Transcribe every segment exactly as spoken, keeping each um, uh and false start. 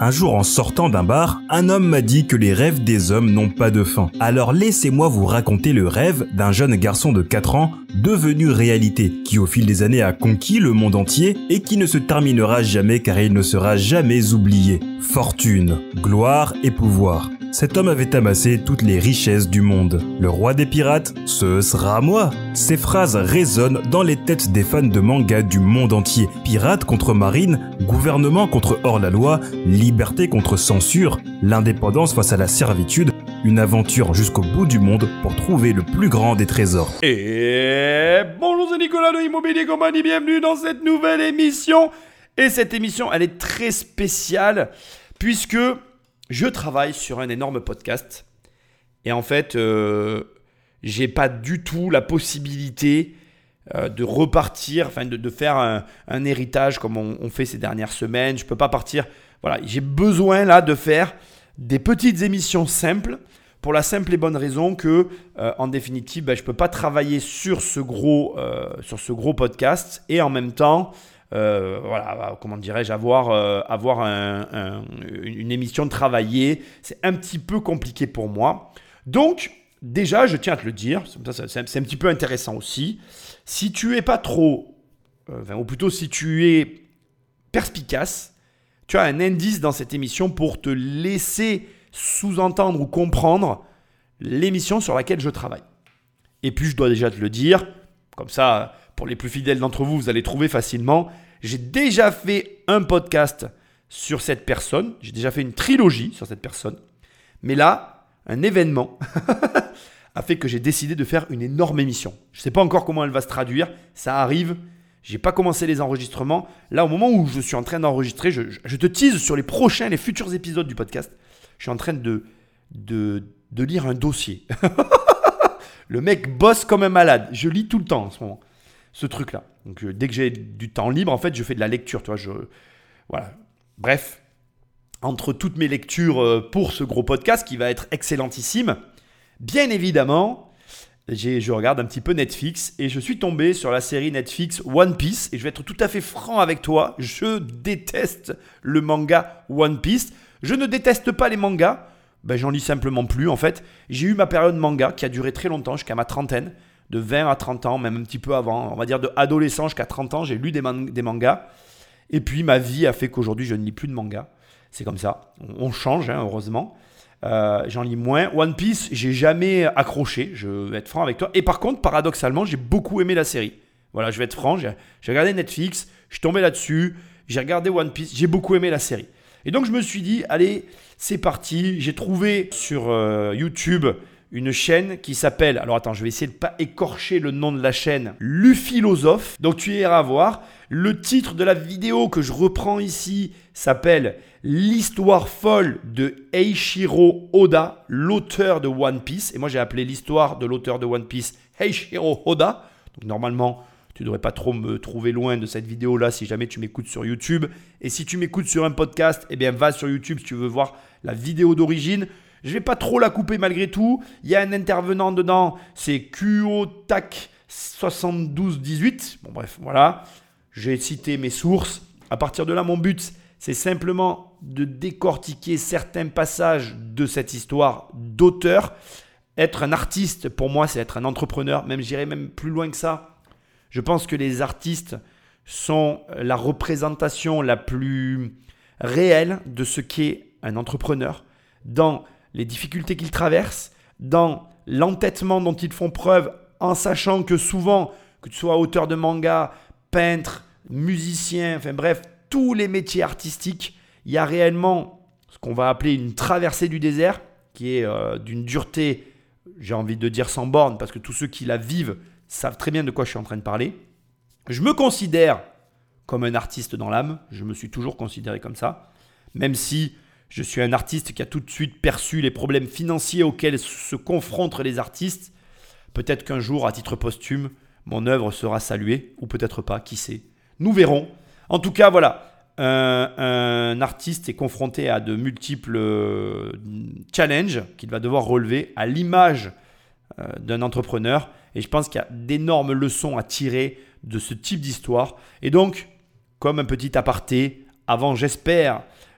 Un jour en sortant d'un bar, un homme m'a dit que les rêves des hommes n'ont pas de fin. Alors laissez-moi vous raconter le rêve d'un jeune garçon de quatre ans devenu réalité, qui au fil des années a conquis le monde entier et qui ne se terminera jamais car il ne sera jamais oublié. Fortune, gloire et pouvoir. Cet homme avait amassé toutes les richesses du monde. Le roi des pirates, ce sera moi. Ces phrases résonnent dans les têtes des fans de manga du monde entier. Pirates contre marine, gouvernement contre hors-la-loi, liberté contre censure, l'indépendance face à la servitude, une aventure jusqu'au bout du monde pour trouver le plus grand des trésors. Et bonjour, c'est Nicolas de Immobilier Compagnie, bienvenue dans cette nouvelle émission. Et cette émission, elle est très spéciale puisque je travaille sur un énorme podcast et en fait, euh, j'ai pas du tout la possibilité euh, de repartir, enfin de, de faire un, un héritage comme on, on fait ces dernières semaines. Je peux pas partir. Voilà, j'ai besoin là de faire des petites émissions simples pour la simple et bonne raison que, euh, en définitive, ben, je peux pas travailler sur ce gros, euh, sur ce gros podcast et en même temps. Euh, voilà, comment dirais-je, avoir, euh, avoir un, un, une émission de travailler, c'est un petit peu compliqué pour moi. Donc, déjà, je tiens à te le dire, c'est, c'est, c'est un petit peu intéressant aussi. Si tu es pas trop, euh, enfin, ou plutôt si tu es perspicace, tu as un indice dans cette émission pour te laisser sous-entendre ou comprendre l'émission sur laquelle je travaille. Et puis, je dois déjà te le dire, comme ça, pour les plus fidèles d'entre vous, vous allez trouver facilement. J'ai déjà fait un podcast sur cette personne. J'ai déjà fait une trilogie sur cette personne. Mais là, un événement a fait que j'ai décidé de faire une énorme émission. Je ne sais pas encore comment elle va se traduire. Ça arrive. Je n'ai pas commencé les enregistrements. Là, au moment où je suis en train d'enregistrer, je, je te tease sur les prochains, les futurs épisodes du podcast. Je suis en train de, de, de lire un dossier. Le mec bosse comme un malade. Je lis tout le temps en ce moment. Ce truc-là. Donc, euh, dès que j'ai du temps libre, en fait, je fais de la lecture. Tu vois, je, voilà. Bref, entre toutes mes lectures euh, pour ce gros podcast qui va être excellentissime, bien évidemment, j'ai, je regarde un petit peu Netflix et je suis tombé sur la série Netflix One Piece. Et je vais être tout à fait franc avec toi, je déteste le manga One Piece. Je ne déteste pas les mangas, ben, j'en lis simplement plus en fait. J'ai eu ma période manga qui a duré très longtemps, jusqu'à ma trentaine. De vingt à trente ans, même un petit peu avant, on va dire de adolescent jusqu'à trente ans, j'ai lu des, man- des mangas. Et puis ma vie a fait qu'aujourd'hui, je ne lis plus de mangas. C'est comme ça, on, on change, hein, heureusement. Euh, j'en lis moins. One Piece, j'ai jamais accroché, je vais être franc avec toi. Et par contre, paradoxalement, j'ai beaucoup aimé la série. Voilà, je vais être franc, j'ai, j'ai regardé Netflix, je suis tombé là-dessus, j'ai regardé One Piece, j'ai beaucoup aimé la série. Et donc je me suis dit, allez, c'est parti. J'ai trouvé sur euh, YouTube une chaîne qui s'appelle, alors attends, je vais essayer de ne pas écorcher le nom de la chaîne, L'Uphilosophe. Donc tu iras voir. Le titre de la vidéo que je reprends ici s'appelle « L'histoire folle de Eiichiro Oda, l'auteur de One Piece ». Et moi j'ai appelé l'histoire de l'auteur de One Piece Eiichiro Oda. Donc normalement, tu ne devrais pas trop me trouver loin de cette vidéo-là si jamais tu m'écoutes sur YouTube. Et si tu m'écoutes sur un podcast, eh bien va sur YouTube si tu veux voir la vidéo d'origine. Je ne vais pas trop la couper malgré tout. Il y a un intervenant dedans, c'est Kuotak soixante-douze dix-huit. Bon bref, voilà. J'ai cité mes sources. À partir de là, mon but, c'est simplement de décortiquer certains passages de cette histoire d'auteur. Être un artiste, pour moi, c'est être un entrepreneur. Même, j'irai même plus loin que ça. Je pense que les artistes sont la représentation la plus réelle de ce qu'est un entrepreneur. Dans les difficultés qu'ils traversent, dans l'entêtement dont ils font preuve, en sachant que souvent, que tu sois auteur de manga, peintre, musicien, enfin bref, tous les métiers artistiques, il y a réellement ce qu'on va appeler une traversée du désert, qui est euh, d'une dureté, j'ai envie de dire sans borne, parce que tous ceux qui la vivent savent très bien de quoi je suis en train de parler. Je me considère comme un artiste dans l'âme, je me suis toujours considéré comme ça, même si je suis un artiste qui a tout de suite perçu les problèmes financiers auxquels se confrontent les artistes. Peut-être qu'un jour, à titre posthume, mon œuvre sera saluée, ou peut-être pas, qui sait. Nous verrons. En tout cas, voilà, un, un artiste est confronté à de multiples euh, challenges qu'il va devoir relever à l'image euh, d'un entrepreneur. Et je pense qu'il y a d'énormes leçons à tirer de ce type d'histoire. Et donc, comme un petit aparté, avant, j'espère,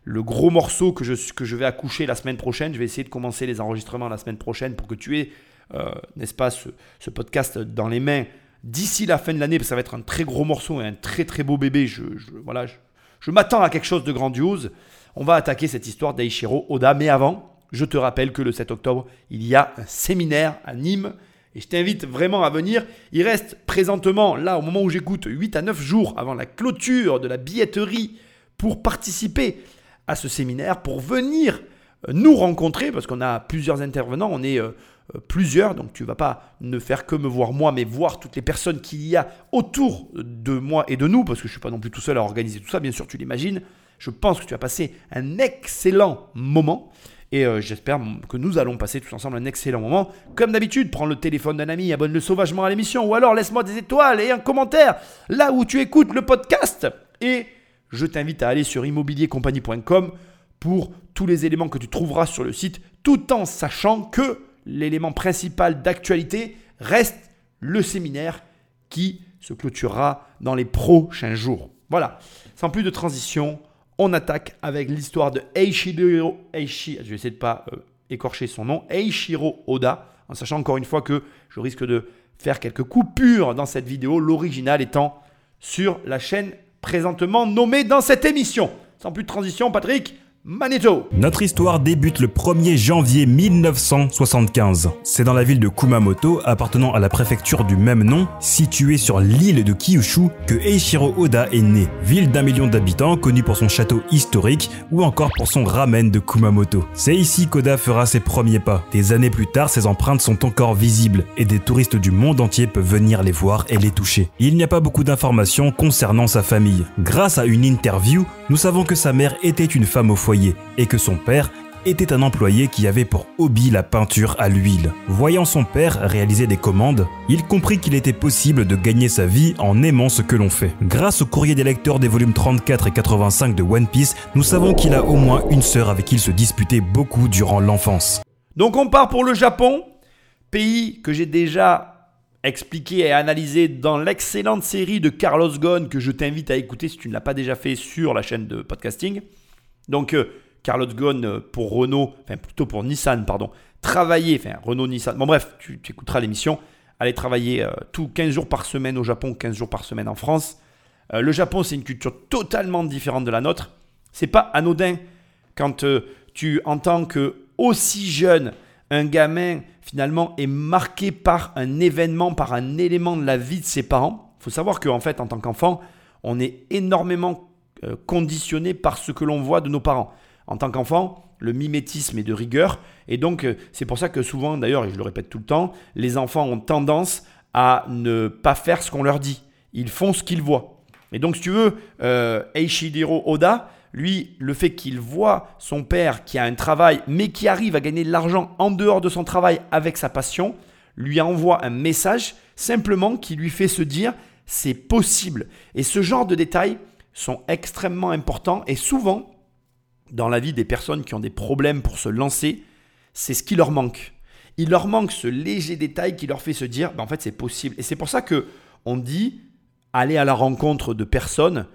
le gros morceau que je, que je vais accoucher la semaine prochaine. Je vais essayer de commencer les enregistrements la semaine prochaine pour que tu aies, euh, n'est-ce pas, ce, ce podcast dans les mains d'ici la fin de l'année, parce que ça va être un très gros morceau et un très très beau bébé. Je, je, voilà, je, je m'attends à quelque chose de grandiose. On va attaquer cette histoire d'Eiichiro Oda, mais avant, je te rappelle que le sept octobre, il y a un séminaire à Nîmes et je t'invite vraiment à venir. Il reste présentement, là, au moment où j'écoute, huit à neuf jours avant la clôture de la billetterie pour participer à ce séminaire, pour venir nous rencontrer, parce qu'on a plusieurs intervenants, on est euh, plusieurs, donc tu ne vas pas ne faire que me voir moi, mais voir toutes les personnes qu'il y a autour de moi et de nous, parce que je ne suis pas non plus tout seul à organiser tout ça, bien sûr, tu l'imagines. Je pense que tu as passé un excellent moment et euh, j'espère que nous allons passer tous ensemble un excellent moment. Comme d'habitude, prends le téléphone d'un ami, abonne-le sauvagement à l'émission ou alors laisse-moi des étoiles et un commentaire là où tu écoutes le podcast. Et je t'invite à aller sur immobilier compagnie point com pour tous les éléments que tu trouveras sur le site, tout en sachant que l'élément principal d'actualité reste le séminaire qui se clôturera dans les prochains jours. Voilà, sans plus de transition, on attaque avec l'histoire de Eiichiro, Eiichi, je vais essayer de ne pas euh, écorcher son nom, Eiichiro Oda, en sachant encore une fois que je risque de faire quelques coupures dans cette vidéo, l'original étant sur la chaîne présentement nommée dans cette émission. Sans plus de transition, Patrick, Magnéto. Notre histoire débute le premier janvier mille neuf cent soixante-quinze. C'est dans la ville de Kumamoto, appartenant à la préfecture du même nom, située sur l'île de Kyushu, que Eiichiro Oda est né. Ville d'un million d'habitants, connue pour son château historique ou encore pour son ramen de Kumamoto. C'est ici qu'Oda fera ses premiers pas. Des années plus tard, ses empreintes sont encore visibles et des touristes du monde entier peuvent venir les voir et les toucher. Il n'y a pas beaucoup d'informations concernant sa famille. Grâce à une interview, nous savons que sa mère était une femme au foyer et que son père était un employé qui avait pour hobby la peinture à l'huile. Voyant son père réaliser des commandes, il comprit qu'il était possible de gagner sa vie en aimant ce que l'on fait. Grâce au courrier des lecteurs des volumes trente-quatre et quatre-vingt-cinq de One Piece, nous savons qu'il a au moins une sœur avec qui il se disputait beaucoup durant l'enfance. Donc on part pour le Japon, pays que j'ai déjà expliqué et analysé dans l'excellente série de Carlos Ghosn que je t'invite à écouter si tu ne l'as pas déjà fait sur la chaîne de podcasting. Donc, euh, Carlos Ghosn euh, pour Renault, enfin plutôt pour Nissan, pardon, travailler, enfin Renault-Nissan, bon bref, tu, tu écouteras l'émission, aller travailler euh, tous quinze jours par semaine au Japon, quinze jours par semaine en France. Euh, le Japon, c'est une culture totalement différente de la nôtre. C'est pas anodin quand euh, tu entends que aussi jeune, un gamin finalement est marqué par un événement, par un élément de la vie de ses parents. Il faut savoir qu'en fait, en tant qu'enfant, on est énormément conditionné par ce que l'on voit de nos parents. En tant qu'enfant, le mimétisme est de rigueur et donc c'est pour ça que souvent, d'ailleurs, et je le répète tout le temps, les enfants ont tendance à ne pas faire ce qu'on leur dit. Ils font ce qu'ils voient. Et donc, si tu veux, euh, Eiichiro Oda, lui, le fait qu'il voit son père qui a un travail mais qui arrive à gagner de l'argent en dehors de son travail avec sa passion, lui envoie un message simplement qui lui fait se dire « c'est possible ». Et ce genre de détails sont extrêmement importants et souvent, dans la vie des personnes qui ont des problèmes pour se lancer, c'est ce qui leur manque. Il leur manque ce léger détail qui leur fait se dire ben, « en fait, c'est possible ». Et c'est pour ça qu'on dit « allez à la rencontre de personnes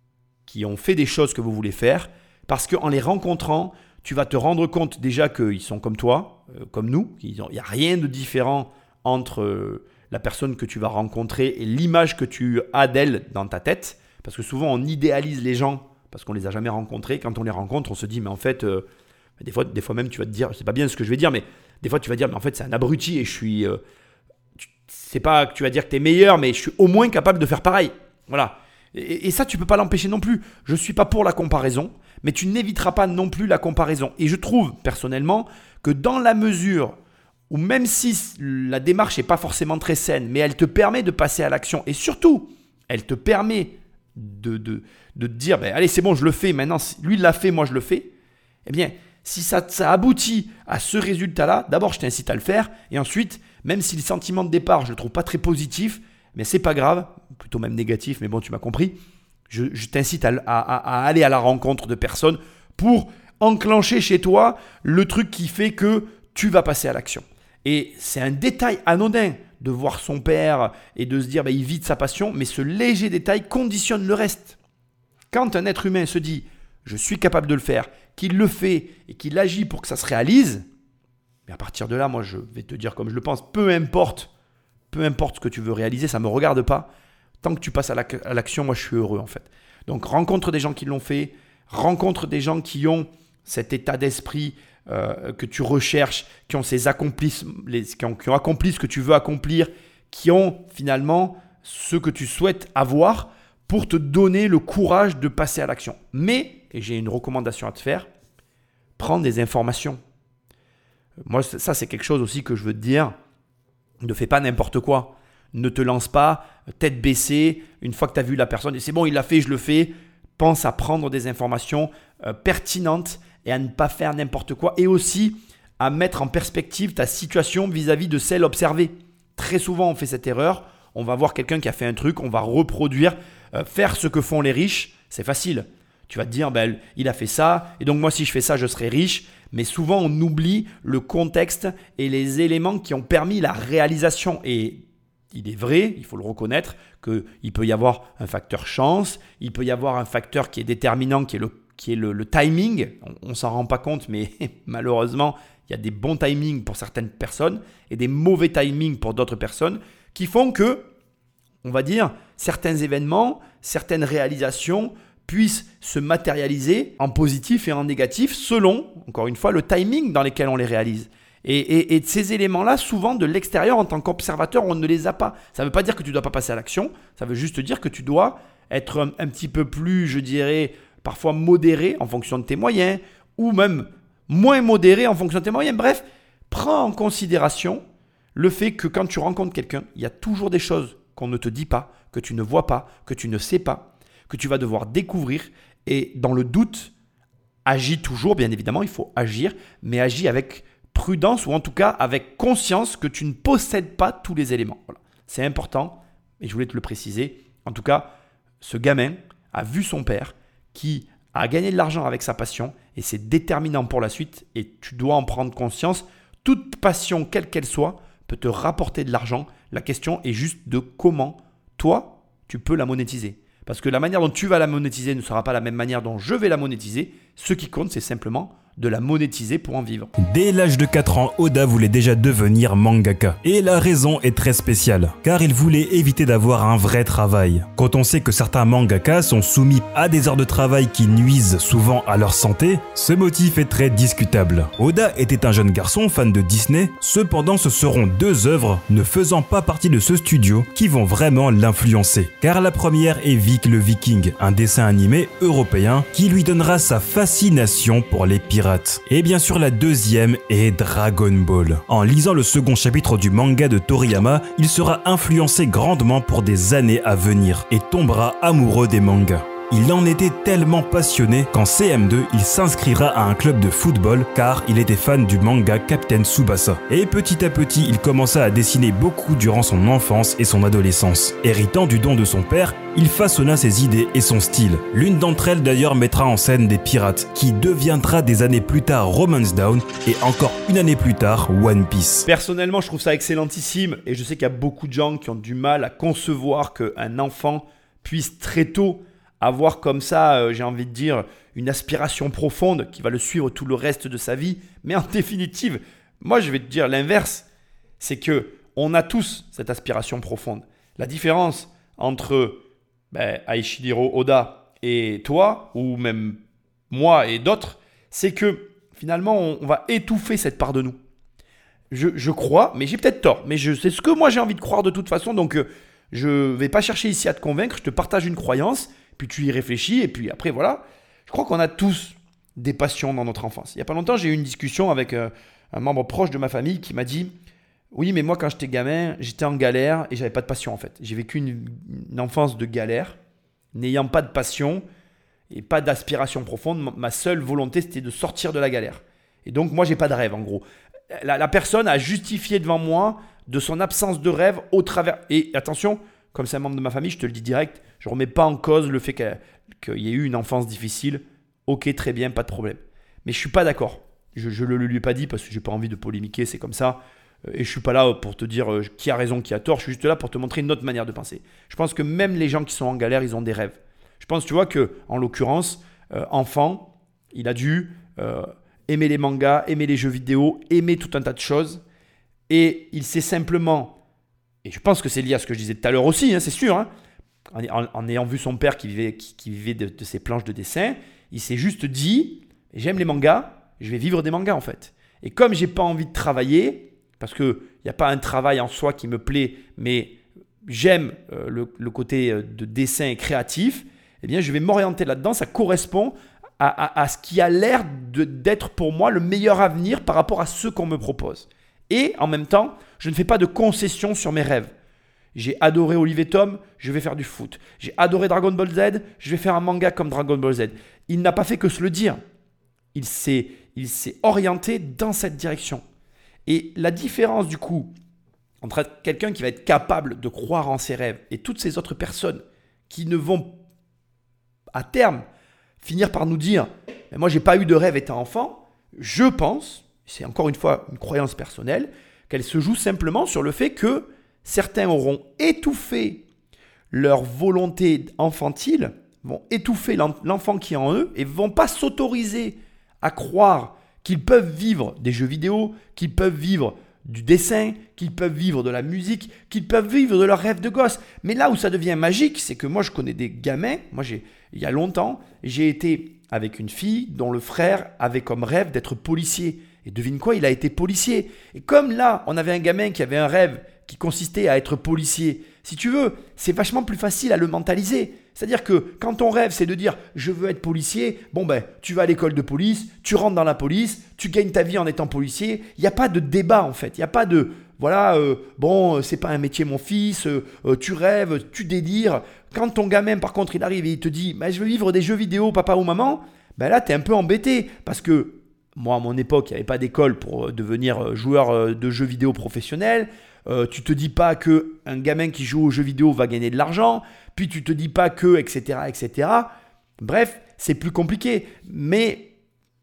qui ont fait des choses que vous voulez faire » parce qu'en les rencontrant, tu vas te rendre compte déjà qu'ils sont comme toi, euh, comme nous. Il n'y a rien de différent entre euh, la personne que tu vas rencontrer et l'image que tu as d'elle dans ta tête. Parce que souvent, on idéalise les gens parce qu'on ne les a jamais rencontrés. Quand on les rencontre, on se dit, mais en fait, euh, des fois, des fois même, tu vas te dire, c'est pas bien ce que je vais dire, mais des fois, tu vas dire, mais en fait, c'est un abruti et je suis. Euh, tu, c'est pas que tu vas dire que tu es meilleur, mais je suis au moins capable de faire pareil. Voilà. Et, et ça, tu ne peux pas l'empêcher non plus. Je ne suis pas pour la comparaison, mais tu n'éviteras pas non plus la comparaison. Et je trouve, personnellement, que dans la mesure où même si la démarche n'est pas forcément très saine, mais elle te permet de passer à l'action et surtout, elle te permet de, de, de te dire ben, allez c'est bon je le fais maintenant, lui il l'a fait, moi je le fais, eh bien si ça, ça aboutit à ce résultat là, d'abord je t'incite à le faire et ensuite même si le sentiment de départ je le trouve pas très positif, mais c'est pas grave, plutôt même négatif, mais bon tu m'as compris, je, je t'incite à, à, à aller à la rencontre de personnes pour enclencher chez toi le truc qui fait que tu vas passer à l'action. Et c'est un détail anodin de voir son père et de se dire bah, il vit de sa passion, mais ce léger détail conditionne le reste. Quand un être humain se dit je suis capable de le faire, qu'il le fait et qu'il agit pour que ça se réalise, mais à partir de là, moi, je vais te dire comme je le pense, peu importe, peu importe ce que tu veux réaliser, ça ne me regarde pas. Tant que tu passes à l'action, moi, je suis heureux en fait. Donc, rencontre des gens qui l'ont fait, rencontre des gens qui ont cet état d'esprit euh, que tu recherches, qui ont, ces accomplis, les, qui, ont, qui ont accompli ce que tu veux accomplir, qui ont finalement ce que tu souhaites avoir pour te donner le courage de passer à l'action. Mais, et j'ai une recommandation à te faire, prends des informations. Moi, ça, c'est quelque chose aussi que je veux te dire. Ne fais pas n'importe quoi. Ne te lance pas tête baissée une fois que tu as vu la personne et c'est bon, il l'a fait, je le fais. Pense à prendre des informations euh, pertinentes et à ne pas faire n'importe quoi. Et aussi à mettre en perspective ta situation vis-à-vis de celle observée. Très souvent, on fait cette erreur. On va voir quelqu'un qui a fait un truc, on va reproduire, euh, faire ce que font les riches. C'est facile. Tu vas te dire, ben, il a fait ça, et donc moi, si je fais ça, je serai riche. Mais souvent, on oublie le contexte et les éléments qui ont permis la réalisation. Et il est vrai, il faut le reconnaître, qu'il peut y avoir un facteur chance, il peut y avoir un facteur qui est déterminant, qui est le, qui est le, le timing. On ne s'en rend pas compte, mais malheureusement, il y a des bons timings pour certaines personnes et des mauvais timings pour d'autres personnes qui font que, on va dire, certains événements, certaines réalisations puissent se matérialiser en positif et en négatif selon, encore une fois, le timing dans lequel on les réalise. Et, et, et ces éléments-là, souvent de l'extérieur, en tant qu'observateur, on ne les a pas. Ça ne veut pas dire que tu ne dois pas passer à l'action, ça veut juste dire que tu dois être un, un petit peu plus, je dirais, parfois modéré en fonction de tes moyens, ou même moins modéré en fonction de tes moyens. Bref, prends en considération le fait que quand tu rencontres quelqu'un, il y a toujours des choses qu'on ne te dit pas, que tu ne vois pas, que tu ne sais pas, que tu vas devoir découvrir. Et dans le doute, agis toujours, bien évidemment, il faut agir, mais agis avec prudence ou en tout cas avec conscience que tu ne possèdes pas tous les éléments. Voilà. C'est important et je voulais te le préciser. En tout cas, ce gamin a vu son père qui a gagné de l'argent avec sa passion et c'est déterminant pour la suite et tu dois en prendre conscience. Toute passion, quelle qu'elle soit, peut te rapporter de l'argent. La question est juste de comment toi, tu peux la monétiser. Parce que la manière dont tu vas la monétiser ne sera pas la même manière dont je vais la monétiser. Ce qui compte, c'est simplement de la monétiser pour en vivre. Dès l'âge de quatre ans, Oda voulait déjà devenir mangaka. Et la raison est très spéciale, car il voulait éviter d'avoir un vrai travail. Quand on sait que certains mangakas sont soumis à des heures de travail qui nuisent souvent à leur santé, ce motif est très discutable. Oda était un jeune garçon fan de Disney, cependant ce seront deux œuvres ne faisant pas partie de ce studio qui vont vraiment l'influencer. Car la première est Vic le Viking, un dessin animé européen qui lui donnera sa fascination pour les pirates. Et bien sûr la deuxième est Dragon Ball. En lisant le second chapitre du manga de Toriyama, il sera influencé grandement pour des années à venir et tombera amoureux des mangas. Il en était tellement passionné qu'en C M deux, il s'inscrira à un club de football car il était fan du manga Captain Tsubasa. Et petit à petit, il commença à dessiner beaucoup durant son enfance et son adolescence. Héritant du don de son père, il façonna ses idées et son style. L'une d'entre elles d'ailleurs mettra en scène des pirates, qui deviendra des années plus tard Romance Down et encore une année plus tard One Piece. Personnellement, je trouve ça excellentissime et je sais qu'il y a beaucoup de gens qui ont du mal à concevoir qu'un enfant puisse très tôt avoir comme ça, euh, j'ai envie de dire, une aspiration profonde qui va le suivre tout le reste de sa vie. Mais en définitive, moi je vais te dire l'inverse, c'est que on a tous cette aspiration profonde. La différence entre ben, Eiichiro Oda et toi, ou même moi et d'autres, c'est que finalement on, on va étouffer cette part de nous. Je, je crois, mais j'ai peut-être tort, mais je, c'est ce que moi j'ai envie de croire de toute façon, donc euh, je ne vais pas chercher ici à te convaincre, je te partage une croyance, puis tu y réfléchis, et puis après, voilà. Je crois qu'on a tous des passions dans notre enfance. Il n'y a pas longtemps, j'ai eu une discussion avec euh, un membre proche de ma famille qui m'a dit « Oui, mais moi, quand j'étais gamin, j'étais en galère et j'avais pas de passion, en fait. J'ai vécu une, une enfance de galère, n'ayant pas de passion et pas d'aspiration profonde. Ma seule volonté, c'était de sortir de la galère. Et donc, moi, j'ai pas de rêve, en gros. La, la personne a justifié devant moi de son absence de rêve au travers... Et attention, comme c'est un membre de ma famille, je te le dis direct, je ne remets pas en cause le fait qu'il y ait eu une enfance difficile. Ok, très bien, pas de problème. Mais je ne suis pas d'accord. Je ne le lui ai pas dit parce que je n'ai pas envie de polémiquer, c'est comme ça. Et je ne suis pas là pour te dire qui a raison, qui a tort. Je suis juste là pour te montrer une autre manière de penser. Je pense que même les gens qui sont en galère, ils ont des rêves. Je pense, tu vois, qu'en l'occurrence, euh, enfant, il a dû euh, aimer les mangas, aimer les jeux vidéo, aimer tout un tas de choses. Et il s'est simplement, et je pense que c'est lié à ce que je disais tout à l'heure aussi, hein, c'est sûr, hein, en, en, en ayant vu son père qui vivait, qui, qui vivait de, de ses planches de dessin, il s'est juste dit, j'aime les mangas, je vais vivre des mangas en fait. Et comme j'ai pas envie de travailler, parce qu'il n'y a pas un travail en soi qui me plaît, mais j'aime euh, le, le côté de dessin et créatif, eh bien je vais m'orienter là-dedans, ça correspond à, à, à ce qui a l'air de, d'être pour moi le meilleur avenir par rapport à ce qu'on me propose. Et en même temps, je ne fais pas de concessions sur mes rêves. J'ai adoré Olivier Tom, je vais faire du foot. J'ai adoré Dragon Ball Z, je vais faire un manga comme Dragon Ball Z. Il n'a pas fait que se le dire. Il s'est, il s'est orienté dans cette direction. Et la différence du coup entre quelqu'un qui va être capable de croire en ses rêves et toutes ces autres personnes qui ne vont à terme finir par nous dire « moi j'ai pas eu de rêve étant enfant », je pense, c'est encore une fois une croyance personnelle, qu'elle se joue simplement sur le fait que certains auront étouffé leur volonté enfantile, vont étouffer l'enfant qui est en eux et vont pas s'autoriser à croire qu'ils peuvent vivre des jeux vidéo, qu'ils peuvent vivre du dessin, qu'ils peuvent vivre de la musique, qu'ils peuvent vivre de leurs rêves de gosse. Mais là où ça devient magique, c'est que moi je connais des gamins, moi j'ai, il y a longtemps, j'ai été avec une fille dont le frère avait comme rêve d'être policier. Et devine quoi, il a été policier. Et comme là, on avait un gamin qui avait un rêve qui consistait à être policier, si tu veux, c'est vachement plus facile à le mentaliser. C'est-à-dire que quand ton rêve, c'est de dire « je veux être policier », bon ben, tu vas à l'école de police, tu rentres dans la police, tu gagnes ta vie en étant policier. Il n'y a pas de débat en fait. Il n'y a pas de « voilà, euh, bon, euh, c'est pas un métier mon fils, euh, euh, tu rêves, tu délires ». Quand ton gamin, par contre, il arrive et il te dit bah, « je veux vivre des jeux vidéo, papa ou maman », ben là, tu es un peu embêté parce que moi, à mon époque, il n'y avait pas d'école pour devenir joueur de jeux vidéo professionnel. Euh, tu te dis pas que un gamin qui joue aux jeux vidéo va gagner de l'argent, puis tu te dis pas que, et cetera, et cetera. Bref, c'est plus compliqué. Mais,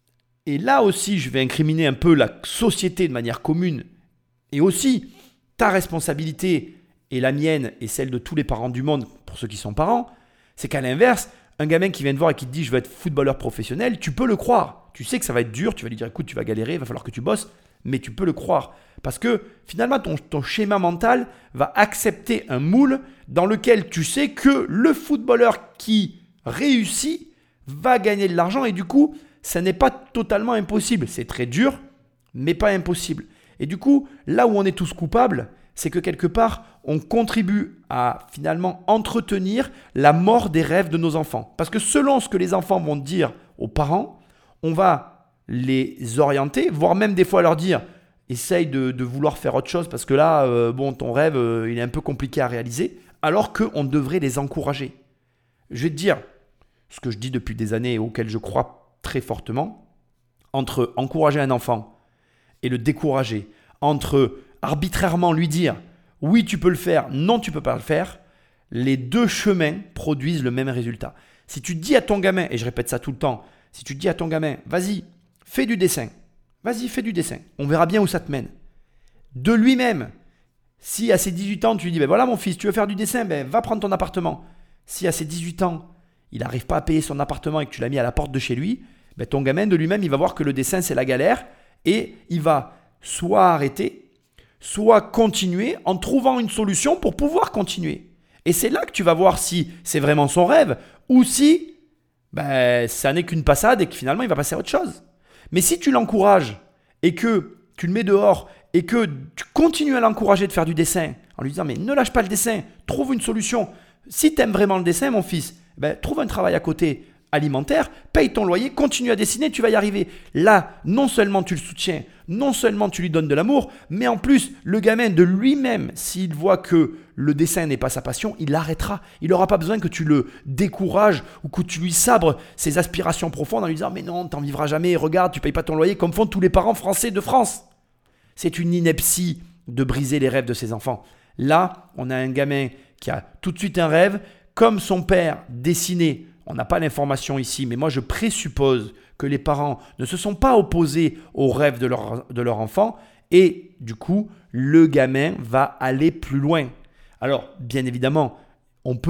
et là aussi, je vais incriminer un peu la société de manière commune, et aussi ta responsabilité et la mienne et celle de tous les parents du monde, pour ceux qui sont parents, c'est qu'à l'inverse, un gamin qui vient te voir et qui te dit « je veux être footballeur professionnel », tu peux le croire. Tu sais que ça va être dur, tu vas lui dire « écoute, tu vas galérer, il va falloir que tu bosses », mais tu peux le croire. Parce que finalement, ton, ton schéma mental va accepter un moule dans lequel tu sais que le footballeur qui réussit va gagner de l'argent et du coup, ça n'est pas totalement impossible. C'est très dur, mais pas impossible. Et du coup, là où on est tous coupables, c'est que quelque part, on contribue à finalement entretenir la mort des rêves de nos enfants. Parce que selon ce que les enfants vont dire aux parents, on va les orienter, voire même des fois leur dire « essaye de, de vouloir faire autre chose parce que là, euh, bon, ton rêve, euh, il est un peu compliqué à réaliser », alors qu'on devrait les encourager. Je vais te dire ce que je dis depuis des années et auquel je crois très fortement, entre encourager un enfant et le décourager, entre arbitrairement lui dire « oui, tu peux le faire, non, tu ne peux pas le faire », les deux chemins produisent le même résultat. Si tu dis à ton gamin, et je répète ça tout le temps, si tu dis à ton gamin « vas-y, fais du dessin », vas-y, fais du dessin, on verra bien où ça te mène. De lui-même, si à ses dix-huit ans, tu lui dis ben « voilà mon fils, tu veux faire du dessin, ben va prendre ton appartement ». Si à ses dix-huit ans, il n'arrive pas à payer son appartement et que tu l'as mis à la porte de chez lui, ben ton gamin de lui-même, il va voir que le dessin, c'est la galère et il va soit arrêter, soit continuer en trouvant une solution pour pouvoir continuer. Et c'est là que tu vas voir si c'est vraiment son rêve ou si ben, ça n'est qu'une passade et que finalement, il va passer à autre chose. Mais si tu l'encourages et que tu le mets dehors et que tu continues à l'encourager de faire du dessin en lui disant « mais ne lâche pas le dessin, trouve une solution. Si tu aimes vraiment le dessin, mon fils, ben, trouve un travail à côté alimentaire, paye ton loyer, continue à dessiner, tu vas y arriver. » Là, non seulement tu le soutiens, non seulement tu lui donnes de l'amour, mais en plus, le gamin de lui-même, s'il voit que le dessin n'est pas sa passion, il l'arrêtera. Il n'aura pas besoin que tu le décourages ou que tu lui sabres ses aspirations profondes en lui disant « mais non, t'en vivras jamais, regarde, tu payes pas ton loyer » comme font tous les parents français de France. C'est une ineptie de briser les rêves de ses enfants. Là, on a un gamin qui a tout de suite un rêve, comme son père dessinait. On n'a pas l'information ici, mais moi je présuppose que les parents ne se sont pas opposés aux rêves de leur, de leur enfant et du coup, le gamin va aller plus loin. Alors, bien évidemment, on peut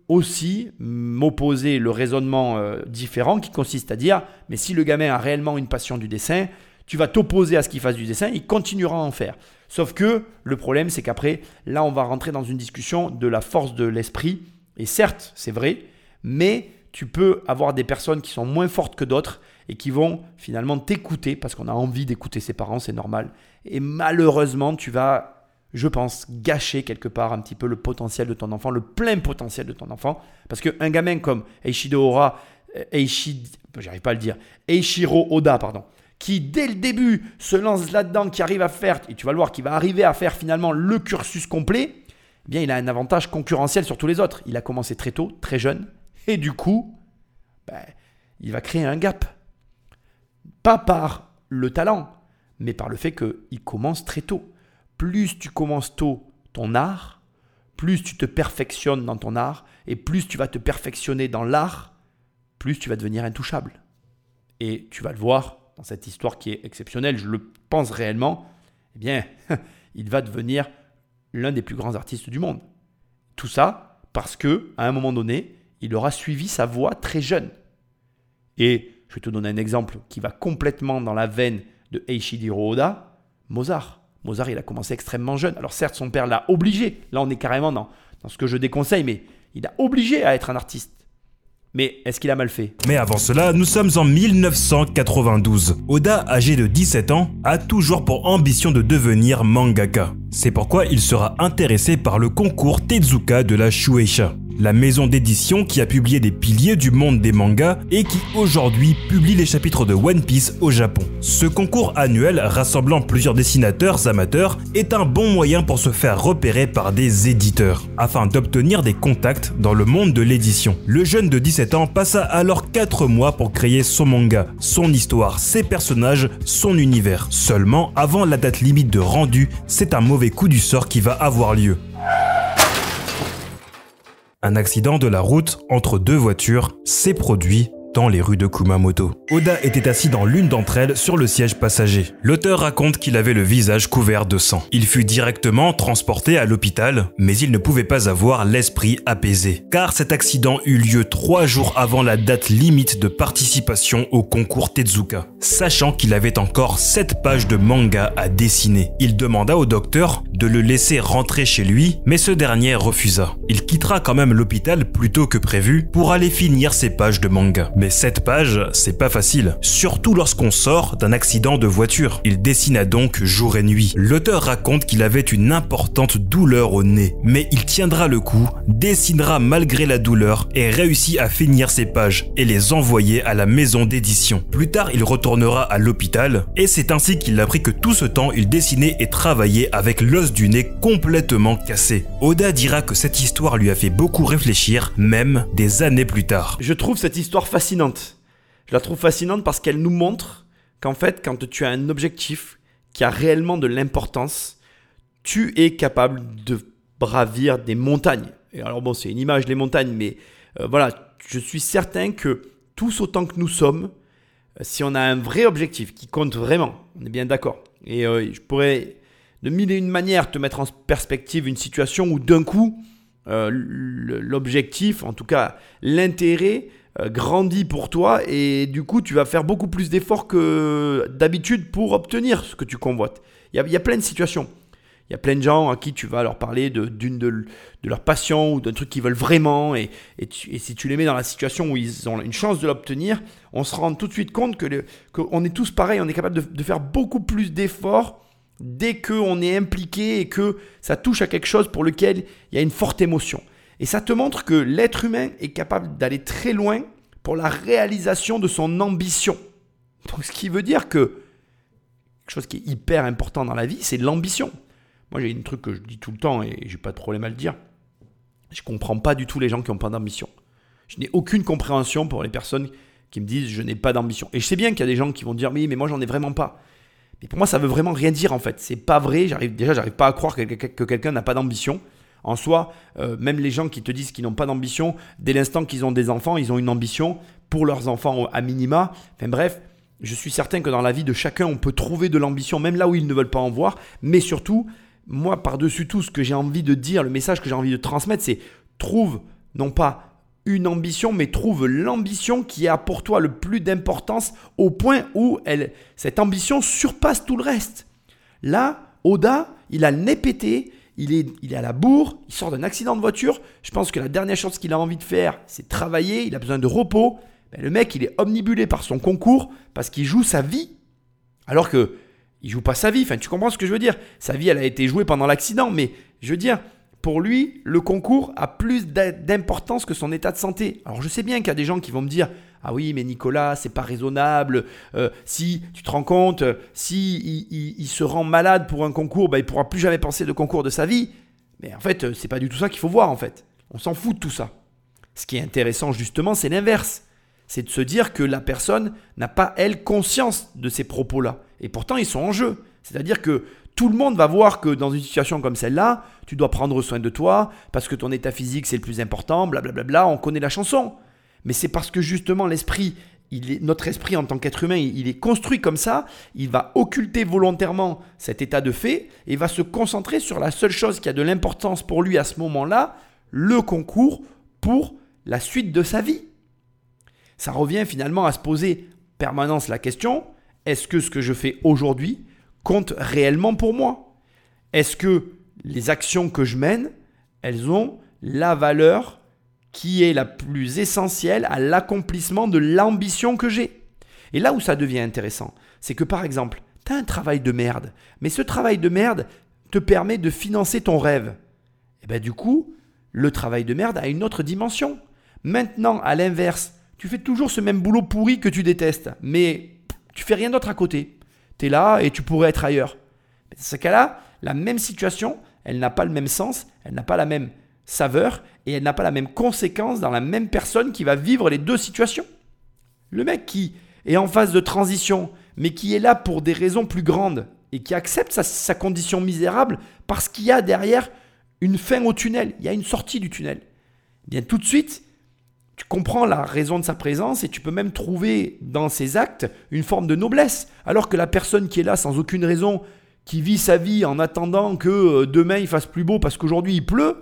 aussi m'opposer le raisonnement euh, différent qui consiste à dire mais si le gamin a réellement une passion du dessin, tu vas t'opposer à ce qu'il fasse du dessin, il continuera à en faire. Sauf que le problème, c'est qu'après, là, on va rentrer dans une discussion de la force de l'esprit. Et certes, c'est vrai, mais tu peux avoir des personnes qui sont moins fortes que d'autres et qui vont finalement t'écouter parce qu'on a envie d'écouter ses parents, c'est normal. Et malheureusement, tu vas, je pense, gâcher quelque part un petit peu le potentiel de ton enfant, le plein potentiel de ton enfant. Parce qu'un gamin comme Eiichiro Oda, Eiichiro, j'arrive pas à le dire, Eiichiro Oda, pardon, qui dès le début se lance là-dedans, qui arrive à faire, et tu vas le voir, qui va arriver à faire finalement le cursus complet, eh bien il a un avantage concurrentiel sur tous les autres. Il a commencé très tôt, très jeune, et du coup, ben, il va créer un gap. Pas par le talent, mais par le fait qu'il commence très tôt. Plus tu commences tôt ton art, plus tu te perfectionnes dans ton art, et plus tu vas te perfectionner dans l'art, plus tu vas devenir intouchable. Et tu vas le voir dans cette histoire qui est exceptionnelle, je le pense réellement, eh bien, il va devenir l'un des plus grands artistes du monde. Tout ça parce qu'à un moment donné, il aura suivi sa voie très jeune. Et je vais te donner un exemple qui va complètement dans la veine de Eiichiro Oda, Mozart. Mozart, il a commencé extrêmement jeune. Alors certes, son père l'a obligé. Là, on est carrément dans, dans ce que je déconseille, mais il a obligé à être un artiste. Mais est-ce qu'il a mal fait ? Mais avant cela, nous sommes en mille neuf cent quatre-vingt-douze. Oda, âgé de dix-sept ans, a toujours pour ambition de devenir mangaka. C'est pourquoi il sera intéressé par le concours Tezuka de la Shueisha, la maison d'édition qui a publié des piliers du monde des mangas et qui aujourd'hui publie les chapitres de One Piece au Japon. Ce concours annuel rassemblant plusieurs dessinateurs amateurs est un bon moyen pour se faire repérer par des éditeurs, afin d'obtenir des contacts dans le monde de l'édition. Le jeune de dix-sept ans passa alors quatre mois pour créer son manga, son histoire, ses personnages, son univers. Seulement, avant la date limite de rendu, c'est un mauvais coup du sort qui va avoir lieu. Un accident de la route entre deux voitures s'est produit dans les rues de Kumamoto. Oda était assis dans l'une d'entre elles sur le siège passager. L'auteur raconte qu'il avait le visage couvert de sang. Il fut directement transporté à l'hôpital, mais il ne pouvait pas avoir l'esprit apaisé, car cet accident eut lieu trois jours avant la date limite de participation au concours Tezuka. Sachant qu'il avait encore sept pages de manga à dessiner, il demanda au docteur de le laisser rentrer chez lui, mais ce dernier refusa. Il quittera quand même l'hôpital plus tôt que prévu pour aller finir ses pages de manga. Mais sept pages, c'est pas facile, surtout lorsqu'on sort d'un accident de voiture. Il dessina donc jour et nuit. L'auteur raconte qu'il avait une importante douleur au nez, mais il tiendra le coup, dessinera malgré la douleur et réussit à finir ses pages et les envoyer à la maison d'édition. Plus tard, il retournera à l'hôpital et c'est ainsi qu'il apprit que tout ce temps, il dessinait et travaillait avec l'os du nez complètement cassé. Oda dira que cette histoire lui a fait beaucoup réfléchir, même des années plus tard. Je trouve cette histoire fascinante. Je la trouve fascinante parce qu'elle nous montre qu'en fait, quand tu as un objectif qui a réellement de l'importance, tu es capable de bravir des montagnes. Et alors bon, c'est une image, les montagnes, mais euh, voilà, je suis certain que tous autant que nous sommes, euh, si on a un vrai objectif qui compte vraiment, on est bien d'accord. Et euh, je pourrais de mille et une manières te mettre en perspective une situation où d'un coup, euh, l'objectif, en tout cas l'intérêt, grandit pour toi et du coup tu vas faire beaucoup plus d'efforts que d'habitude pour obtenir ce que tu convoites. Il y a, il y a plein de situations. Il y a plein de gens à qui tu vas leur parler de, d'une de, de leur passion ou d'un truc qu'ils veulent vraiment et, et, tu, et si tu les mets dans la situation où ils ont une chance de l'obtenir, on se rend tout de suite compte que le, qu'on est tous pareils, on est capable de, de faire beaucoup plus d'efforts dès qu'on est impliqué et que ça touche à quelque chose pour lequel il y a une forte émotion. Et ça te montre que l'être humain est capable d'aller très loin pour la réalisation de son ambition. Donc, ce qui veut dire que quelque chose qui est hyper important dans la vie, c'est l'ambition. Moi, j'ai un truc que je dis tout le temps et j'ai pas de problème à le dire. Je comprends pas du tout les gens qui n'ont pas d'ambition. Je n'ai aucune compréhension pour les personnes qui me disent « je n'ai pas d'ambition ». Et je sais bien qu'il y a des gens qui vont dire « oui, mais moi, j'en ai vraiment pas ». Mais pour moi, ça veut vraiment rien dire en fait. C'est pas vrai. J'arrive, déjà, j'arrive pas à croire que, que, que quelqu'un n'a pas d'ambition. En soi, euh, même les gens qui te disent qu'ils n'ont pas d'ambition, dès l'instant qu'ils ont des enfants, ils ont une ambition pour leurs enfants à minima. Enfin bref, je suis certain que dans la vie de chacun, on peut trouver de l'ambition, même là où ils ne veulent pas en voir. Mais surtout, moi, par-dessus tout, ce que j'ai envie de dire, le message que j'ai envie de transmettre, c'est trouve non pas une ambition, mais trouve l'ambition qui a pour toi le plus d'importance au point où elle, cette ambition surpasse tout le reste. Là, Oda, il a le nez pété, il est, il est à la bourre, il sort d'un accident de voiture. Je pense que la dernière chose qu'il a envie de faire, c'est travailler, il a besoin de repos. Ben, le mec, il est omnibulé par son concours parce qu'il joue sa vie. Alors que il joue pas sa vie, enfin, tu comprends ce que je veux dire? Sa vie, elle a été jouée pendant l'accident, mais je veux dire, pour lui, le concours a plus d'importance que son état de santé. Alors, je sais bien qu'il y a des gens qui vont me dire « Ah oui, mais Nicolas, c'est pas raisonnable. Euh, si tu te rends compte, si il, il, il se rend malade pour un concours, ben, il pourra plus jamais penser de concours de sa vie. » Mais en fait, c'est pas du tout ça qu'il faut voir, en fait. On s'en fout de tout ça. Ce qui est intéressant, justement, c'est l'inverse. C'est de se dire que la personne n'a pas, elle, conscience de ces propos-là. Et pourtant, ils sont en jeu. C'est-à-dire que tout le monde va voir que dans une situation comme celle-là, tu dois prendre soin de toi parce que ton état physique, c'est le plus important, blablabla, bla bla, on connaît la chanson. Mais c'est parce que justement, l'esprit, il est, notre esprit en tant qu'être humain, il, il est construit comme ça, il va occulter volontairement cet état de fait et va se concentrer sur la seule chose qui a de l'importance pour lui à ce moment-là, le concours pour la suite de sa vie. Ça revient finalement à se poser en permanence la question, est-ce que ce que je fais aujourd'hui compte réellement pour moi? Est-ce que les actions que je mène, elles ont la valeur qui est la plus essentielle à l'accomplissement de l'ambition que j'ai? Et là où ça devient intéressant, c'est que par exemple, tu as un travail de merde, mais ce travail de merde te permet de financer ton rêve. Et bien du coup, le travail de merde a une autre dimension. Maintenant, à l'inverse, tu fais toujours ce même boulot pourri que tu détestes, mais tu fais rien d'autre à côté. Tu es là et tu pourrais être ailleurs. Dans ce cas-là, la même situation, elle n'a pas le même sens, elle n'a pas la même saveur et elle n'a pas la même conséquence dans la même personne qui va vivre les deux situations. Le mec qui est en phase de transition, mais qui est là pour des raisons plus grandes et qui accepte sa, sa condition misérable parce qu'il y a derrière une fin au tunnel, il y a une sortie du tunnel. Eh bien tout de suite, tu comprends la raison de sa présence et tu peux même trouver dans ses actes une forme de noblesse. Alors que la personne qui est là sans aucune raison, qui vit sa vie en attendant que demain il fasse plus beau parce qu'aujourd'hui il pleut,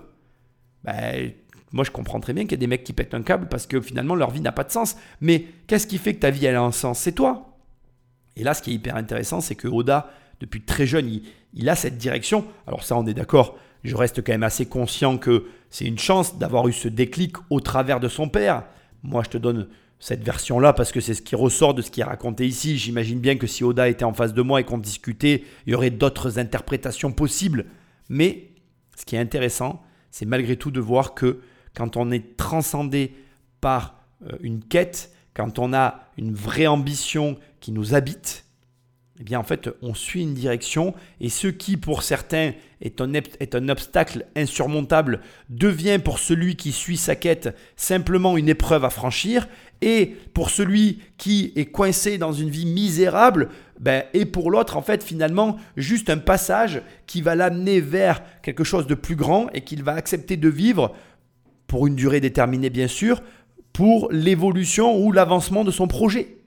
ben, moi je comprends très bien qu'il y a des mecs qui pètent un câble parce que finalement leur vie n'a pas de sens. Mais qu'est-ce qui fait que ta vie elle a un sens? C'est toi. Et là ce qui est hyper intéressant, c'est que Oda, depuis très jeune, il, il a cette direction. Alors ça on est d'accord. Je reste quand même assez conscient que c'est une chance d'avoir eu ce déclic au travers de son père. Moi, je te donne cette version-là parce que c'est ce qui ressort de ce qui est raconté ici. J'imagine bien que si Oda était en face de moi et qu'on discutait, il y aurait d'autres interprétations possibles. Mais ce qui est intéressant, c'est malgré tout de voir que quand on est transcendé par une quête, quand on a une vraie ambition qui nous habite, eh bien en fait, on suit une direction et ce qui pour certains est un, est un obstacle insurmontable devient pour celui qui suit sa quête simplement une épreuve à franchir et pour celui qui est coincé dans une vie misérable, ben, et pour l'autre en fait finalement juste un passage qui va l'amener vers quelque chose de plus grand et qu'il va accepter de vivre pour une durée déterminée bien sûr, pour l'évolution ou l'avancement de son projet.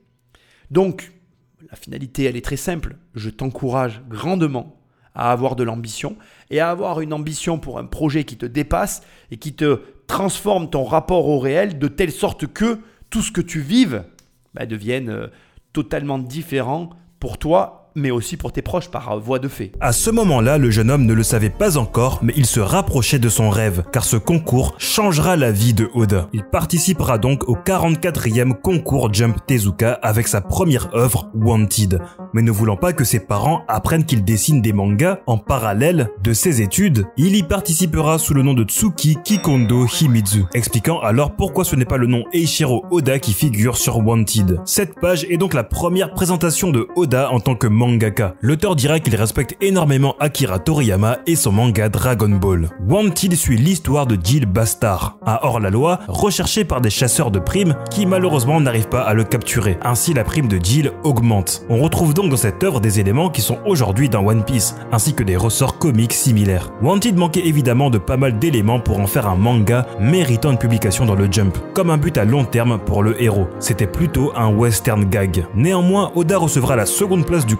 Donc, la finalité, elle est très simple. Je t'encourage grandement à avoir de l'ambition et à avoir une ambition pour un projet qui te dépasse et qui te transforme ton rapport au réel de telle sorte que tout ce que tu vives bah, devienne euh, totalement différent pour toi, mais aussi pour tes proches par voie de fait. À ce moment-là, le jeune homme ne le savait pas encore, mais il se rapprochait de son rêve, car ce concours changera la vie de Oda. Il participera donc au quarante-quatrième concours Jump Tezuka avec sa première œuvre, Wanted. Mais ne voulant pas que ses parents apprennent qu'il dessine des mangas en parallèle de ses études, il y participera sous le nom de Tsuki Kikondo Himitsu, expliquant alors pourquoi ce n'est pas le nom Eiichiro Oda qui figure sur Wanted. Cette page est donc la première présentation de Oda en tant que mangaka. L'auteur dira qu'il respecte énormément Akira Toriyama et son manga Dragon Ball. Wanted suit l'histoire de Jill Bastard, un hors-la-loi recherché par des chasseurs de primes qui malheureusement n'arrivent pas à le capturer. Ainsi la prime de Jill augmente. On retrouve donc dans cette œuvre des éléments qui sont aujourd'hui dans One Piece, ainsi que des ressorts comiques similaires. Wanted manquait évidemment de pas mal d'éléments pour en faire un manga méritant une publication dans le Jump, comme un but à long terme pour le héros. C'était plutôt un western gag. Néanmoins, Oda recevra la seconde place du concours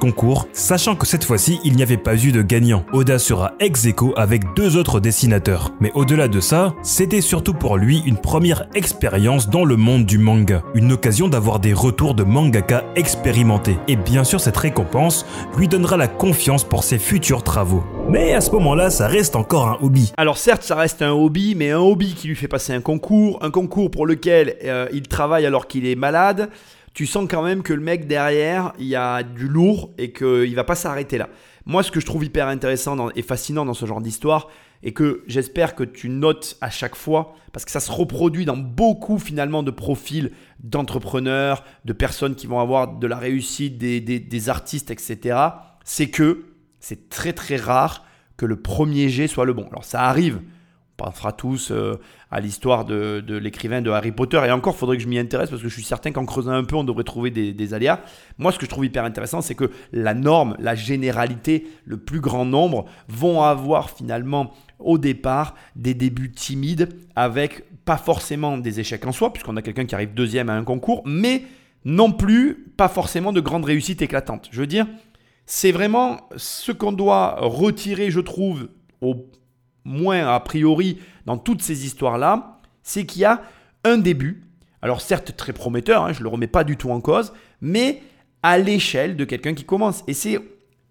concours, sachant que cette fois-ci, il n'y avait pas eu de gagnant. Oda sera ex aequo avec deux autres dessinateurs. Mais au-delà de ça, c'était surtout pour lui une première expérience dans le monde du manga. Une occasion d'avoir des retours de mangaka expérimentés. Et bien sûr, cette récompense lui donnera la confiance pour ses futurs travaux. Mais à ce moment-là, ça reste encore un hobby. Alors certes, ça reste un hobby, mais un hobby qui lui fait passer un concours, un concours pour lequel euh, il travaille alors qu'il est malade. Tu sens quand même que le mec derrière, il y a du lourd et qu'il ne va pas s'arrêter là. Moi, ce que je trouve hyper intéressant dans, et fascinant dans ce genre d'histoire, et que j'espère que tu notes à chaque fois, parce que ça se reproduit dans beaucoup finalement de profils d'entrepreneurs, de personnes qui vont avoir de la réussite, des, des, des artistes, et cetera, c'est que c'est très très rare que le premier jet soit le bon. Alors ça arrive. On pensera tous euh, à l'histoire de, de l'écrivain de Harry Potter. Et encore, il faudrait que je m'y intéresse parce que je suis certain qu'en creusant un peu, on devrait trouver des, des aléas. Moi, ce que je trouve hyper intéressant, c'est que la norme, la généralité, le plus grand nombre vont avoir finalement au départ des débuts timides avec pas forcément des échecs en soi, puisqu'on a quelqu'un qui arrive deuxième à un concours, mais non plus pas forcément de grandes réussites éclatantes. Je veux dire, c'est vraiment ce qu'on doit retirer, je trouve, au moins a priori dans toutes ces histoires-là, c'est qu'il y a un début, alors certes très prometteur, hein, je ne le remets pas du tout en cause, mais à l'échelle de quelqu'un qui commence. Et c'est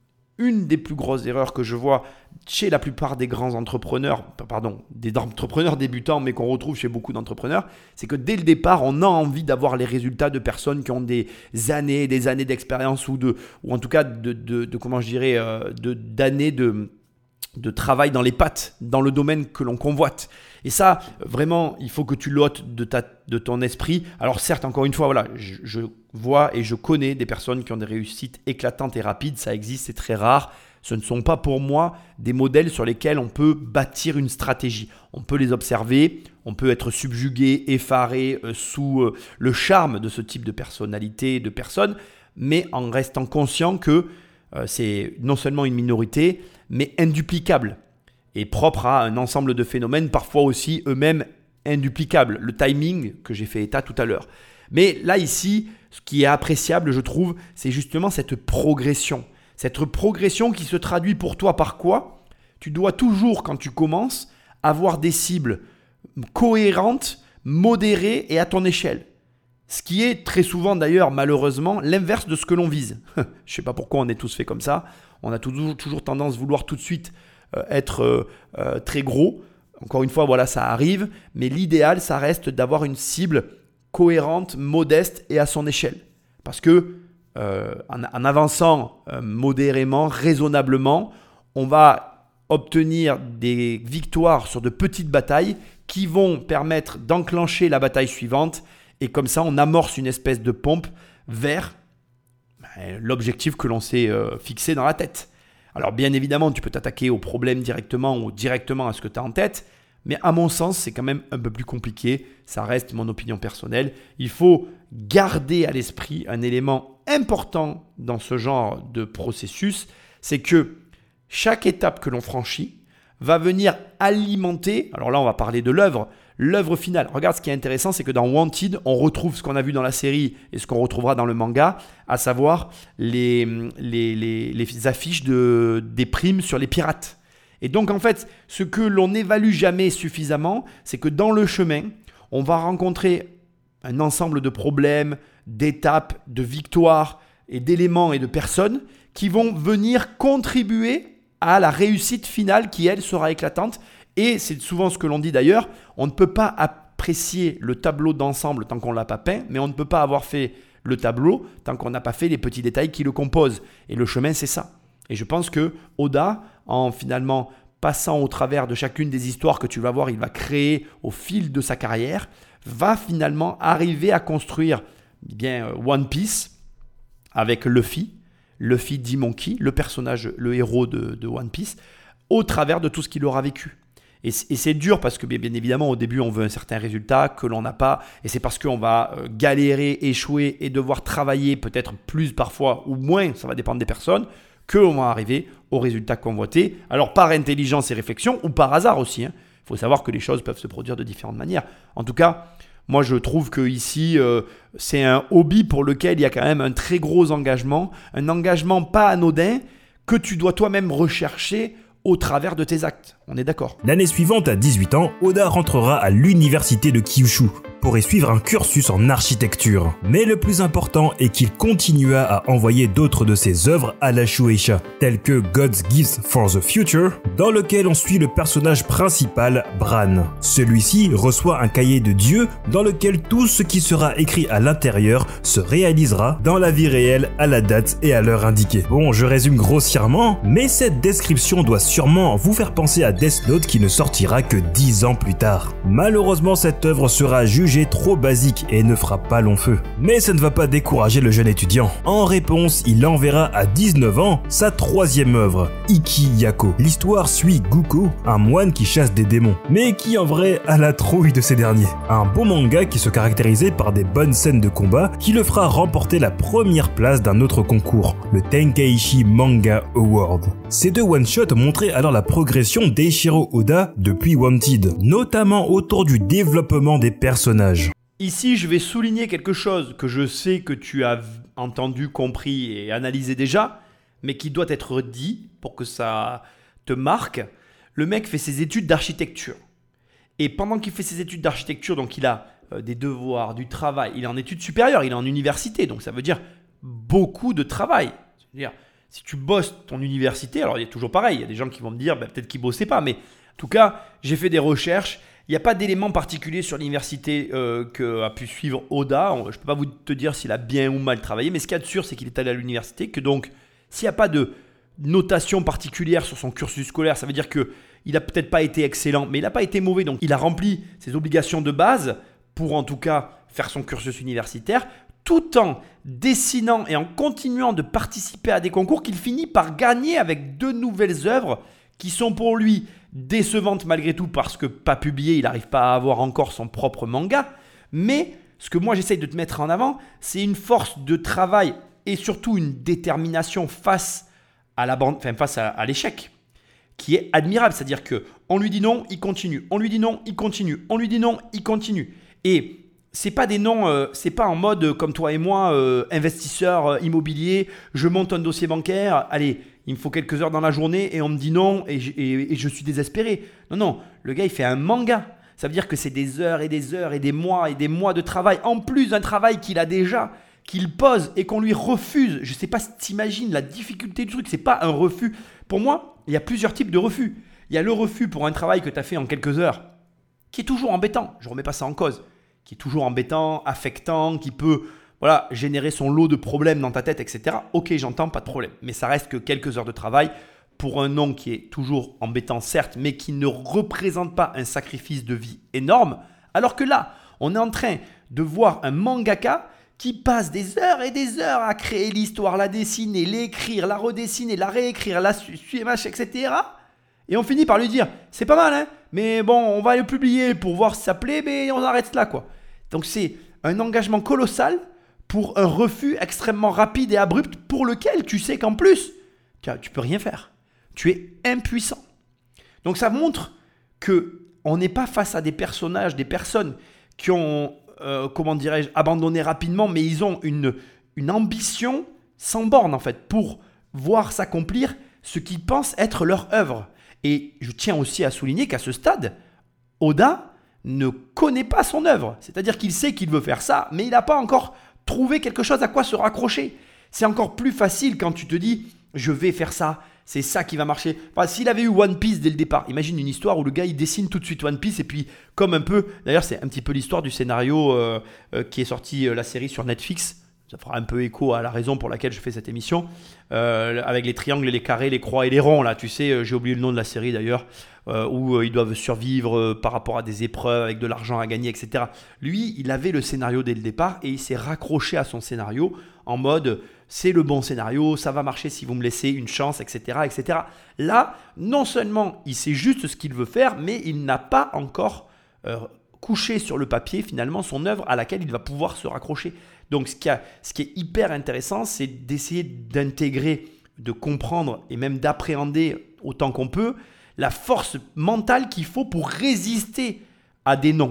une des plus grosses erreurs que je vois chez la plupart des grands entrepreneurs, pardon, des entrepreneurs débutants, mais qu'on retrouve chez beaucoup d'entrepreneurs, c'est que dès le départ, on a envie d'avoir les résultats de personnes qui ont des années et des années d'expérience ou, de, ou en tout cas de, de, de comment je dirais, euh, de, d'années de... de travail dans les pattes, dans le domaine que l'on convoite. Et ça, vraiment, il faut que tu l'ôtes de, ta, de ton esprit. Alors certes, encore une fois, voilà, je, je vois et je connais des personnes qui ont des réussites éclatantes et rapides, ça existe, c'est très rare. Ce ne sont pas pour moi des modèles sur lesquels on peut bâtir une stratégie. On peut les observer, on peut être subjugué, effaré euh, sous euh, le charme de ce type de personnalité, de personnes, mais en restant conscient que euh, c'est non seulement une minorité, mais induplicable et propre à un ensemble de phénomènes, parfois aussi eux-mêmes induplicables. Le timing que j'ai fait état tout à l'heure. Mais là, ici, ce qui est appréciable, je trouve, c'est justement cette progression. Cette progression qui se traduit pour toi par quoi ? Tu dois toujours, quand tu commences, avoir des cibles cohérentes, modérées et à ton échelle. Ce qui est très souvent d'ailleurs, malheureusement, l'inverse de ce que l'on vise. Je ne sais pas pourquoi on est tous fait comme ça. On a toujours, toujours tendance à vouloir tout de suite euh, être euh, euh, très gros. Encore une fois, voilà, ça arrive. Mais l'idéal, ça reste d'avoir une cible cohérente, modeste et à son échelle. Parce que euh, en, en avançant euh, modérément, raisonnablement, on va obtenir des victoires sur de petites batailles qui vont permettre d'enclencher la bataille suivante. Et comme ça, on amorce une espèce de pompe vers l'objectif que l'on s'est euh, fixé dans la tête. Alors bien évidemment, tu peux t'attaquer au problème directement ou directement à ce que tu as en tête, mais à mon sens, c'est quand même un peu plus compliqué. Ça reste mon opinion personnelle. Il faut garder à l'esprit un élément important dans ce genre de processus, c'est que chaque étape que l'on franchit va venir alimenter, alors là on va parler de l'œuvre, l'œuvre finale. Regarde, ce qui est intéressant, c'est que dans Wanted, on retrouve ce qu'on a vu dans la série et ce qu'on retrouvera dans le manga, à savoir les, les, les, les affiches de, des primes sur les pirates. Et donc, en fait, ce que l'on n'évalue jamais suffisamment, c'est que dans le chemin, on va rencontrer un ensemble de problèmes, d'étapes, de victoires et d'éléments et de personnes qui vont venir contribuer à la réussite finale qui, elle, sera éclatante. Et c'est souvent ce que l'on dit d'ailleurs, on ne peut pas apprécier le tableau d'ensemble tant qu'on ne l'a pas peint, mais on ne peut pas avoir fait le tableau tant qu'on n'a pas fait les petits détails qui le composent. Et le chemin, c'est ça. Et je pense que Oda, en finalement passant au travers de chacune des histoires que tu vas voir, il va créer au fil de sa carrière, va finalement arriver à construire eh bien, One Piece avec Luffy, Luffy D-Monkey, le personnage, le héros de, de One Piece, au travers de tout ce qu'il aura vécu. Et c'est dur parce que bien évidemment au début on veut un certain résultat que l'on n'a pas, et c'est parce qu'on va galérer, échouer et devoir travailler peut-être plus parfois ou moins, ça va dépendre des personnes, que l'on va arriver au résultat convoité. Alors par intelligence et réflexion ou par hasard aussi. Il hein. faut savoir que les choses peuvent se produire de différentes manières. En tout cas, Moi, je trouve que ici, euh, c'est un hobby pour lequel il y a quand même un très gros engagement, un engagement pas anodin que tu dois toi-même rechercher au travers de tes actes. On est d'accord. L'année suivante, à dix-huit ans, Oda rentrera à l'université de Kyushu pour y suivre un cursus en architecture. Mais le plus important est qu'il continua à envoyer d'autres de ses œuvres à la Shueisha, telles que God's Gifts for the Future, dans lequel on suit le personnage principal, Bran. Celui-ci reçoit un cahier de Dieu dans lequel tout ce qui sera écrit à l'intérieur se réalisera dans la vie réelle à la date et à l'heure indiquée. Bon, je résume grossièrement, mais cette description doit sûrement vous faire penser à Death Note qui ne sortira que dix ans plus tard. Malheureusement, cette œuvre sera jugée trop basique et ne fera pas long feu. Mais ça ne va pas décourager le jeune étudiant. En réponse, il enverra à dix-neuf ans sa troisième œuvre, Iki Yako. L'histoire suit Guko, un moine qui chasse des démons, mais qui en vrai a la trouille de ces derniers. Un beau manga qui se caractérisait par des bonnes scènes de combat qui le fera remporter la première place d'un autre concours, le Tenkaichi Manga Award. Ces deux one-shots montraient alors la progression d'Eiichiro Oda depuis Wanted, notamment autour du développement des personnages. Ici, je vais souligner quelque chose que je sais que tu as entendu, compris et analysé déjà, mais qui doit être dit pour que ça te marque. Le mec fait ses études d'architecture. Et pendant qu'il fait ses études d'architecture, donc il a euh, des devoirs, du travail, il est en études supérieures, il est en université, donc ça veut dire beaucoup de travail. C'est-à-dire, si tu bosses ton université, alors il y a toujours pareil, il y a des gens qui vont me dire, bah, peut-être qu'ils ne bossaient pas, mais en tout cas, j'ai fait des recherches. Il n'y a pas d'élément particulier sur l'université euh, qu'a pu suivre Oda. Je ne peux pas vous te dire s'il a bien ou mal travaillé, mais ce qu'il y a de sûr, c'est qu'il est allé à l'université, que donc, s'il n'y a pas de notation particulière sur son cursus scolaire, ça veut dire qu'il n'a peut-être pas été excellent, mais il n'a pas été mauvais. Donc, il a rempli ses obligations de base pour, en tout cas, faire son cursus universitaire, tout en dessinant et en continuant de participer à des concours qu'il finit par gagner avec deux nouvelles œuvres qui sont pour lui décevantes malgré tout parce que pas publié, il n'arrive pas à avoir encore son propre manga. Mais ce que moi j'essaye de te mettre en avant, c'est une force de travail et surtout une détermination face à la bande, enfin face à, à l'échec, qui est admirable. C'est-à-dire que on lui dit non, il continue. On lui dit non, il continue. On lui dit non, il continue. Et c'est pas des noms, euh, c'est pas en mode euh, comme toi et moi, euh, investisseur euh, immobilier. Je monte un dossier bancaire. Allez. Il me faut quelques heures dans la journée et on me dit non et je, et, et je suis désespéré. Non, non, le gars il fait un manga. Ça veut dire que c'est des heures et des heures et des mois et des mois de travail, en plus d'un travail qu'il a déjà, qu'il pose et qu'on lui refuse. Je ne sais pas si tu imagines la difficulté du truc, c'est pas un refus. Pour moi, il y a plusieurs types de refus. Il y a le refus pour un travail que tu as fait en quelques heures, qui est toujours embêtant, je ne remets pas ça en cause, qui est toujours embêtant, affectant, qui peut... Voilà, générer son lot de problèmes dans ta tête, et cetera. Ok, j'entends, pas de problème. Mais ça reste que quelques heures de travail pour un nom qui est toujours embêtant, certes, mais qui ne représente pas un sacrifice de vie énorme. Alors que là, on est en train de voir un mangaka qui passe des heures et des heures à créer l'histoire, la dessiner, l'écrire, la redessiner, la réécrire, la suivre, et cetera. Et on finit par lui dire, c'est pas mal, hein, mais bon, on va le publier pour voir si ça plaît, mais on arrête là, quoi. Donc c'est un engagement colossal pour un refus extrêmement rapide et abrupt pour lequel tu sais qu'en plus, tu ne peux rien faire. Tu es impuissant. Donc ça montre qu'on n'est pas face à des personnages, des personnes qui ont, euh, comment dirais-je, abandonné rapidement, mais ils ont une, une ambition sans borne en fait, pour voir s'accomplir ce qu'ils pensent être leur œuvre. Et je tiens aussi à souligner qu'à ce stade, Oda ne connaît pas son œuvre. C'est-à-dire qu'il sait qu'il veut faire ça, mais il n'a pas encore trouvé quelque chose à quoi se raccrocher. C'est encore plus facile quand tu te dis « je vais faire ça ». C'est ça qui va marcher. Enfin, s'il avait eu One Piece dès le départ, imagine une histoire où le gars il dessine tout de suite One Piece et puis comme un peu, d'ailleurs c'est un petit peu l'histoire du scénario euh, euh, qui est sorti euh, la série sur Netflix. Ça fera un peu écho à la raison pour laquelle je fais cette émission. Euh, avec les triangles, les carrés, les croix et les ronds là, tu sais, euh, j'ai oublié le nom de la série d'ailleurs, euh, où euh, ils doivent survivre euh, par rapport à des épreuves avec de l'argent à gagner, et cetera. Lui, il avait le scénario dès le départ et il s'est raccroché à son scénario en mode c'est le bon scénario, ça va marcher si vous me laissez une chance, et cetera, et cetera. Là, non seulement il sait juste ce qu'il veut faire, mais il n'a pas encore euh, couché sur le papier finalement son œuvre à laquelle il va pouvoir se raccrocher. Donc ce qui, a, ce qui est hyper intéressant, c'est d'essayer d'intégrer, de comprendre et même d'appréhender autant qu'on peut la force mentale qu'il faut pour résister à des noms.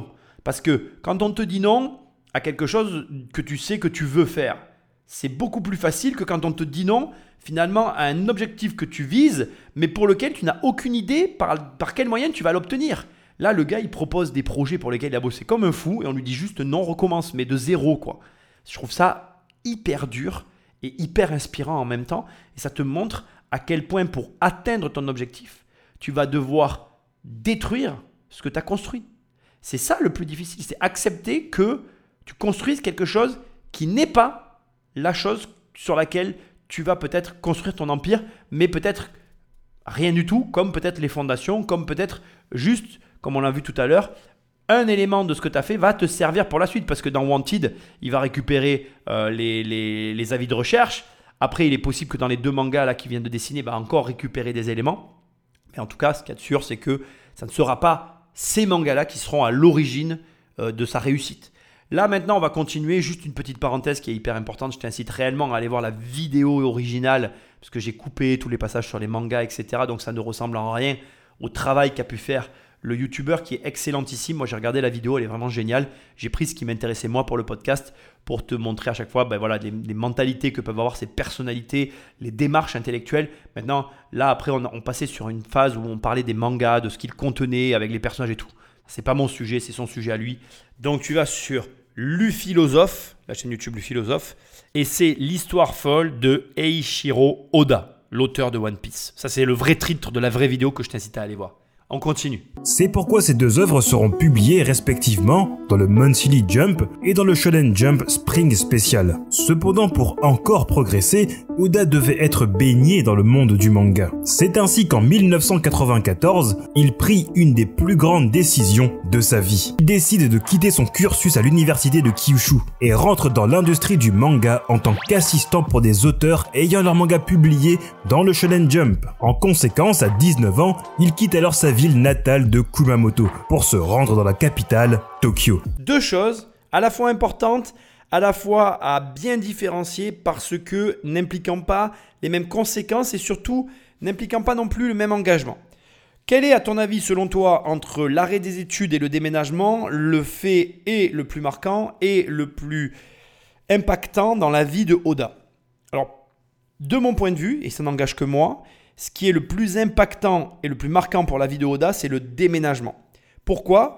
Parce que quand on te dit non à quelque chose que tu sais que tu veux faire, c'est beaucoup plus facile que quand on te dit non finalement à un objectif que tu vises, mais pour lequel tu n'as aucune idée par, par quel moyen tu vas l'obtenir. Là, le gars, il propose des projets pour lesquels il a bossé comme un fou et on lui dit juste non, recommence, mais de zéro, quoi. Je trouve ça hyper dur et hyper inspirant en même temps. Et ça te montre à quel point pour atteindre ton objectif, tu vas devoir détruire ce que tu as construit. C'est ça le plus difficile, c'est accepter que tu construises quelque chose qui n'est pas la chose sur laquelle tu vas peut-être construire ton empire, mais peut-être rien du tout, comme peut-être les fondations, comme peut-être juste, comme on l'a vu tout à l'heure, un élément de ce que tu as fait va te servir pour la suite. Parce que dans Wanted, il va récupérer euh, les, les, les avis de recherche. Après, il est possible que dans les deux mangas là, qu'il vient de dessiner, il va encore récupérer des éléments. Mais en tout cas, ce qu'il y a de sûr, c'est que ça ne sera pas ces mangas-là qui seront à l'origine euh, de sa réussite. Là, maintenant, on va continuer. Juste une petite parenthèse qui est hyper importante. Je t'incite réellement à aller voir la vidéo originale parce que j'ai coupé tous les passages sur les mangas, et cetera. Donc, ça ne ressemble en rien au travail qu'a pu faire le youtubeur qui est excellentissime. Moi, j'ai regardé la vidéo, elle est vraiment géniale. J'ai pris ce qui m'intéressait moi pour le podcast pour te montrer à chaque fois ben voilà, les, les mentalités que peuvent avoir ces personnalités, les démarches intellectuelles. Maintenant, là, après, on, on passait sur une phase où on parlait des mangas, de ce qu'ils contenaient avec les personnages et tout. C'est pas mon sujet, c'est son sujet à lui. Donc, tu vas sur Luphilosophe, la chaîne YouTube Luphilosophe, et c'est l'histoire folle de Eiichiro Oda, l'auteur de One Piece. Ça, c'est le vrai titre de la vraie vidéo que je t'incite à aller voir. On continue. C'est pourquoi ces deux œuvres seront publiées respectivement dans le Monthly Jump et dans le Shonen Jump Spring Special. Cependant, pour encore progresser, Oda devait être baigné dans le monde du manga. C'est ainsi qu'en mille neuf cent quatre-vingt-quatorze, il prit une des plus grandes décisions de sa vie. Il décide de quitter son cursus à l'université de Kyushu et rentre dans l'industrie du manga en tant qu'assistant pour des auteurs ayant leur manga publié dans le Shonen Jump. En conséquence, à dix-neuf ans, il quitte alors sa ville natale de Kumamoto pour se rendre dans la capitale, Tokyo. Deux choses à la fois importantes, à la fois à bien différencier parce que n'impliquant pas les mêmes conséquences et surtout n'impliquant pas non plus le même engagement. Quel est à ton avis selon toi entre l'arrêt des études et le déménagement le fait et le plus marquant et le plus impactant dans la vie de Oda? Alors, de mon point de vue, et ça n'engage que moi, ce qui est le plus impactant et le plus marquant pour la vie de Oda, c'est le déménagement. Pourquoi ?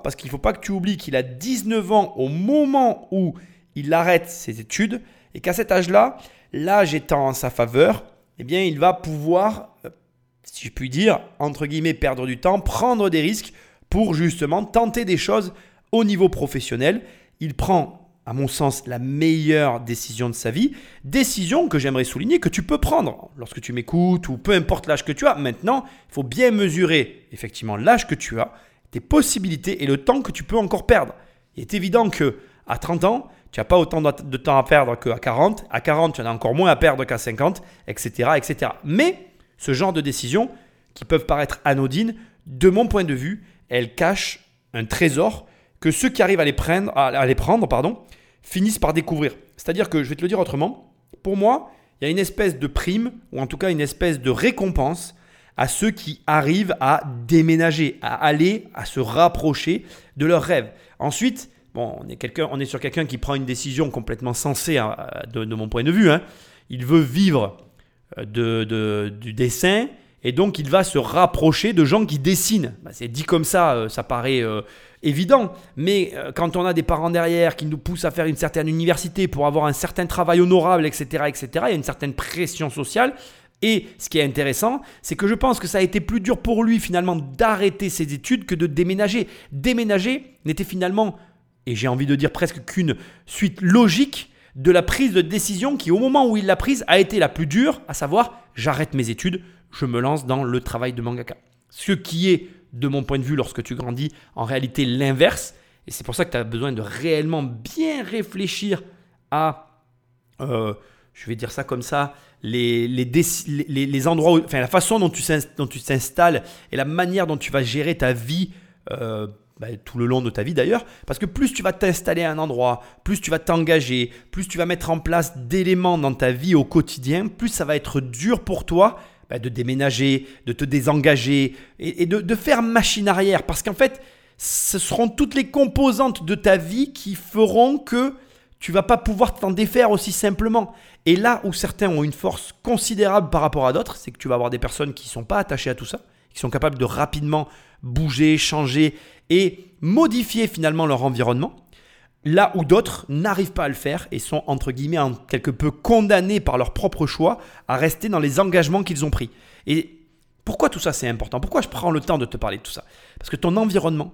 Parce qu'il ne faut pas que tu oublies qu'il a dix-neuf ans au moment où il arrête ses études et qu'à cet âge-là, l'âge étant en sa faveur, eh bien, il va pouvoir, si je puis dire, entre guillemets, perdre du temps, prendre des risques pour justement tenter des choses au niveau professionnel. Il prend, à mon sens, la meilleure décision de sa vie. Décision que j'aimerais souligner que tu peux prendre lorsque tu m'écoutes ou peu importe l'âge que tu as. Maintenant, il faut bien mesurer effectivement l'âge que tu as, tes possibilités et le temps que tu peux encore perdre. Il est évident qu'à trente ans, tu n'as pas autant de temps à perdre qu'à quarante. À quarante, tu en as encore moins à perdre qu'à cinquante, et cetera, et cetera. Mais ce genre de décisions qui peuvent paraître anodines, de mon point de vue, elles cachent un trésor que ceux qui arrivent à les prendre, à les prendre pardon, finissent par découvrir. C'est-à-dire que, je vais te le dire autrement, pour moi, il y a une espèce de prime, ou en tout cas une espèce de récompense à ceux qui arrivent à déménager, à aller, à se rapprocher de leurs rêves. Ensuite, bon, on est, quelqu'un, on est sur quelqu'un qui prend une décision complètement sensée hein, de, de mon point de vue. Hein. Il veut vivre de, de, du dessin et donc il va se rapprocher de gens qui dessinent. Bah, c'est dit comme ça, ça paraît euh, évident. Mais euh, quand on a des parents derrière qui nous poussent à faire une certaine université pour avoir un certain travail honorable, et cetera, et cetera, il y a une certaine pression sociale. Et ce qui est intéressant, c'est que je pense que ça a été plus dur pour lui finalement d'arrêter ses études que de déménager. Déménager n'était finalement, et j'ai envie de dire presque qu'une suite logique de la prise de décision qui, au moment où il l'a prise, a été la plus dure, à savoir j'arrête mes études, je me lance dans le travail de mangaka. Ce qui est, de mon point de vue, lorsque tu grandis, en réalité l'inverse. Et c'est pour ça que tu as besoin de réellement bien réfléchir à, euh, je vais dire ça comme ça, les, les, déci- les, les endroits, où, enfin la façon dont tu, dont tu t'installes et la manière dont tu vas gérer ta vie euh, bah, tout le long de ta vie d'ailleurs. Parce que plus tu vas t'installer à un endroit, plus tu vas t'engager, plus tu vas mettre en place d'éléments dans ta vie au quotidien, plus ça va être dur pour toi bah, de déménager, de te désengager et, et de, de faire machine arrière. Parce qu'en fait, ce seront toutes les composantes de ta vie qui feront que tu ne vas pas pouvoir t'en défaire aussi simplement. Et là où certains ont une force considérable par rapport à d'autres, c'est que tu vas avoir des personnes qui ne sont pas attachées à tout ça, qui sont capables de rapidement bouger, changer et modifier finalement leur environnement. Là où d'autres n'arrivent pas à le faire et sont entre guillemets en quelque peu condamnés par leur propre choix à rester dans les engagements qu'ils ont pris. Et pourquoi tout ça c'est important ? Pourquoi je prends le temps de te parler de tout ça ? Parce que ton environnement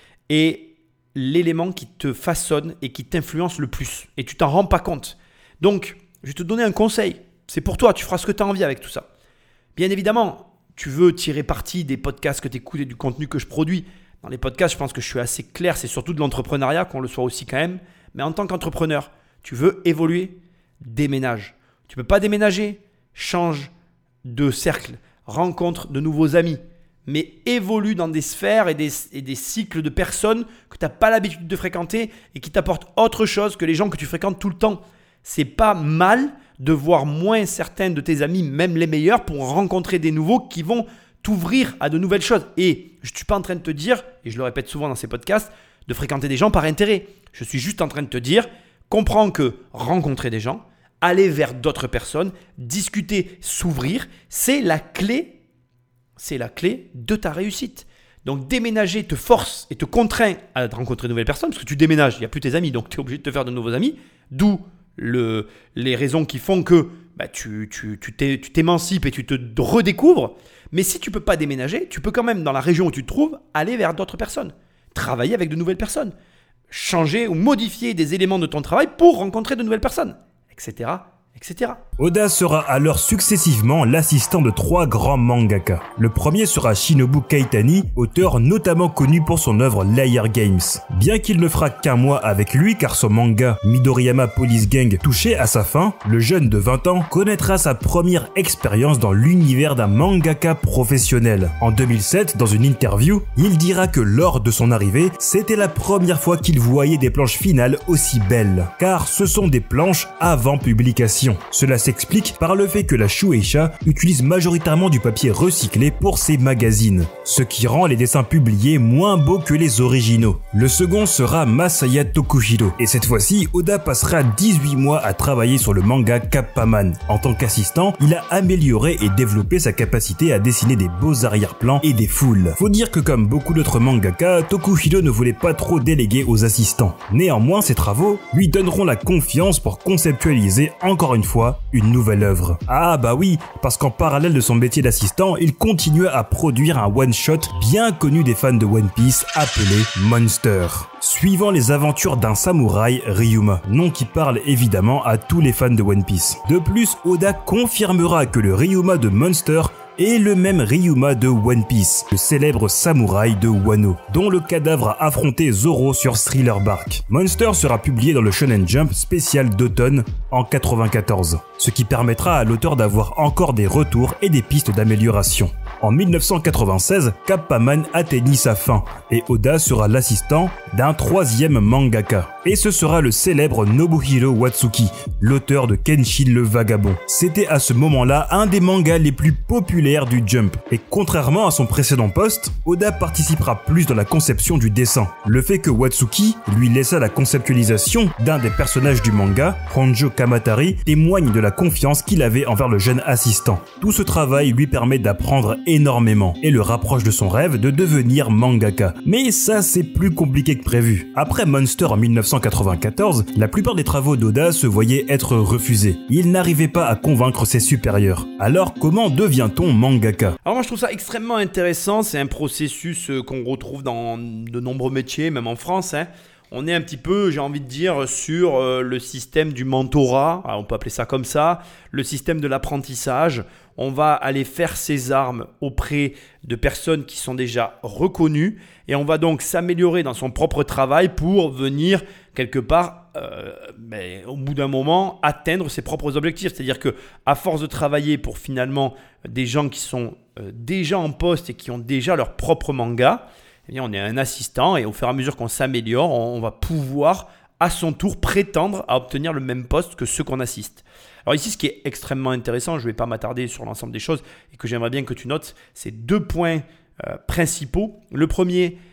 est l'élément qui te façonne et qui t'influence le plus. Et tu t'en rends pas compte. Donc, je vais te donner un conseil. C'est pour toi, tu feras ce que tu as envie avec tout ça. Bien évidemment, tu veux tirer parti des podcasts que tu écoutes et du contenu que je produis. Dans les podcasts, je pense que je suis assez clair. C'est surtout de l'entrepreneuriat, qu'on le soit aussi quand même. Mais en tant qu'entrepreneur, tu veux évoluer, déménage. Tu ne peux pas déménager, change de cercle, rencontre de nouveaux amis. Mais évolue dans des sphères et des, et des cycles de personnes que tu n'as pas l'habitude de fréquenter et qui t'apportent autre chose que les gens que tu fréquentes tout le temps. C'est pas mal de voir moins certains de tes amis, même les meilleurs, pour rencontrer des nouveaux qui vont t'ouvrir à de nouvelles choses. Et je ne suis pas en train de te dire, et je le répète souvent dans ces podcasts, de fréquenter des gens par intérêt. Je suis juste en train de te dire, comprends que rencontrer des gens, aller vers d'autres personnes, discuter, s'ouvrir, c'est la clé, c'est la clé de ta réussite. Donc déménager te force et te contraint à rencontrer de nouvelles personnes, parce que tu déménages, il n'y a plus tes amis, donc tu es obligé de te faire de nouveaux amis, d'où le, les raisons qui font que bah, tu, tu, tu, t'es, tu t'émancipes et tu te redécouvres. Mais si tu ne peux pas déménager, tu peux quand même, dans la région où tu te trouves, aller vers d'autres personnes, travailler avec de nouvelles personnes, changer ou modifier des éléments de ton travail pour rencontrer de nouvelles personnes, et cetera et cetera. Oda sera alors successivement l'assistant de trois grands mangaka. Le premier sera Shinobu Kaitani, auteur notamment connu pour son œuvre Layer Games. Bien qu'il ne fera qu'un mois avec lui car son manga Midoriyama Police Gang touchait à sa fin, le jeune de vingt ans connaîtra sa première expérience dans l'univers d'un mangaka professionnel. En deux mille sept, dans une interview, il dira que lors de son arrivée, c'était la première fois qu'il voyait des planches finales aussi belles, car ce sont des planches avant publication. Cela s'explique par le fait que la Shueisha utilise majoritairement du papier recyclé pour ses magazines, ce qui rend les dessins publiés moins beaux que les originaux. Le second sera Masaya Tokuhiro, et cette fois-ci, Oda passera dix-huit mois à travailler sur le manga Kappaman. En tant qu'assistant, il a amélioré et développé sa capacité à dessiner des beaux arrière-plans et des foules. Faut dire que comme beaucoup d'autres mangaka, Tokuhiro ne voulait pas trop déléguer aux assistants. Néanmoins, ses travaux lui donneront la confiance pour conceptualiser encore une fois une nouvelle œuvre. Ah bah oui, parce qu'en parallèle de son métier d'assistant, il continue à produire un one-shot bien connu des fans de One Piece appelé Monster, suivant les aventures d'un samouraï, Ryuma, nom qui parle évidemment à tous les fans de One Piece. De plus, Oda confirmera que le Ryuma de Monster et le même Ryuma de One Piece, le célèbre samouraï de Wano, dont le cadavre a affronté Zoro sur Thriller Bark. Monster sera publié dans le Shonen Jump spécial d'automne en quatre-vingt-quatorze, ce qui permettra à l'auteur d'avoir encore des retours et des pistes d'amélioration. En mille neuf cent quatre-vingt-seize, Kappaman atteignit sa fin et Oda sera l'assistant d'un troisième mangaka. Et ce sera le célèbre Nobuhiro Watsuki, l'auteur de Kenshin le Vagabond. C'était à ce moment-là un des mangas les plus populaires du Jump. Et contrairement à son précédent poste, Oda participera plus dans la conception du dessin. Le fait que Watsuki lui laissa la conceptualisation d'un des personnages du manga, Honjo Kamatari, témoigne de la confiance qu'il avait envers le jeune assistant. Tout ce travail lui permet d'apprendre énormément et le rapproche de son rêve de devenir mangaka. Mais ça, c'est plus compliqué que prévu. Après Monster en mille neuf cent quatre-vingt-quatorze, la plupart des travaux d'Oda se voyaient être refusés. Il n'arrivait pas à convaincre ses supérieurs. Alors, comment devient-on mangaka ? Alors moi, je trouve ça extrêmement intéressant. C'est un processus qu'on retrouve dans de nombreux métiers, même en France, hein. On est un petit peu, j'ai envie de dire, sur euh, le système du mentorat, alors on peut appeler ça comme ça, le système de l'apprentissage. On va aller faire ses armes auprès de personnes qui sont déjà reconnues et on va donc s'améliorer dans son propre travail pour venir quelque part, euh, ben, au bout d'un moment, atteindre ses propres objectifs. C'est-à-dire qu'à force de travailler pour finalement des gens qui sont euh, déjà en poste et qui ont déjà leur propre manga, eh bien, on est un assistant et au fur et à mesure qu'on s'améliore, on va pouvoir à son tour prétendre à obtenir le même poste que ceux qu'on assiste. Alors ici, ce qui est extrêmement intéressant, je ne vais pas m'attarder sur l'ensemble des choses et que j'aimerais bien que tu notes, c'est deux points euh, principaux. Le premier,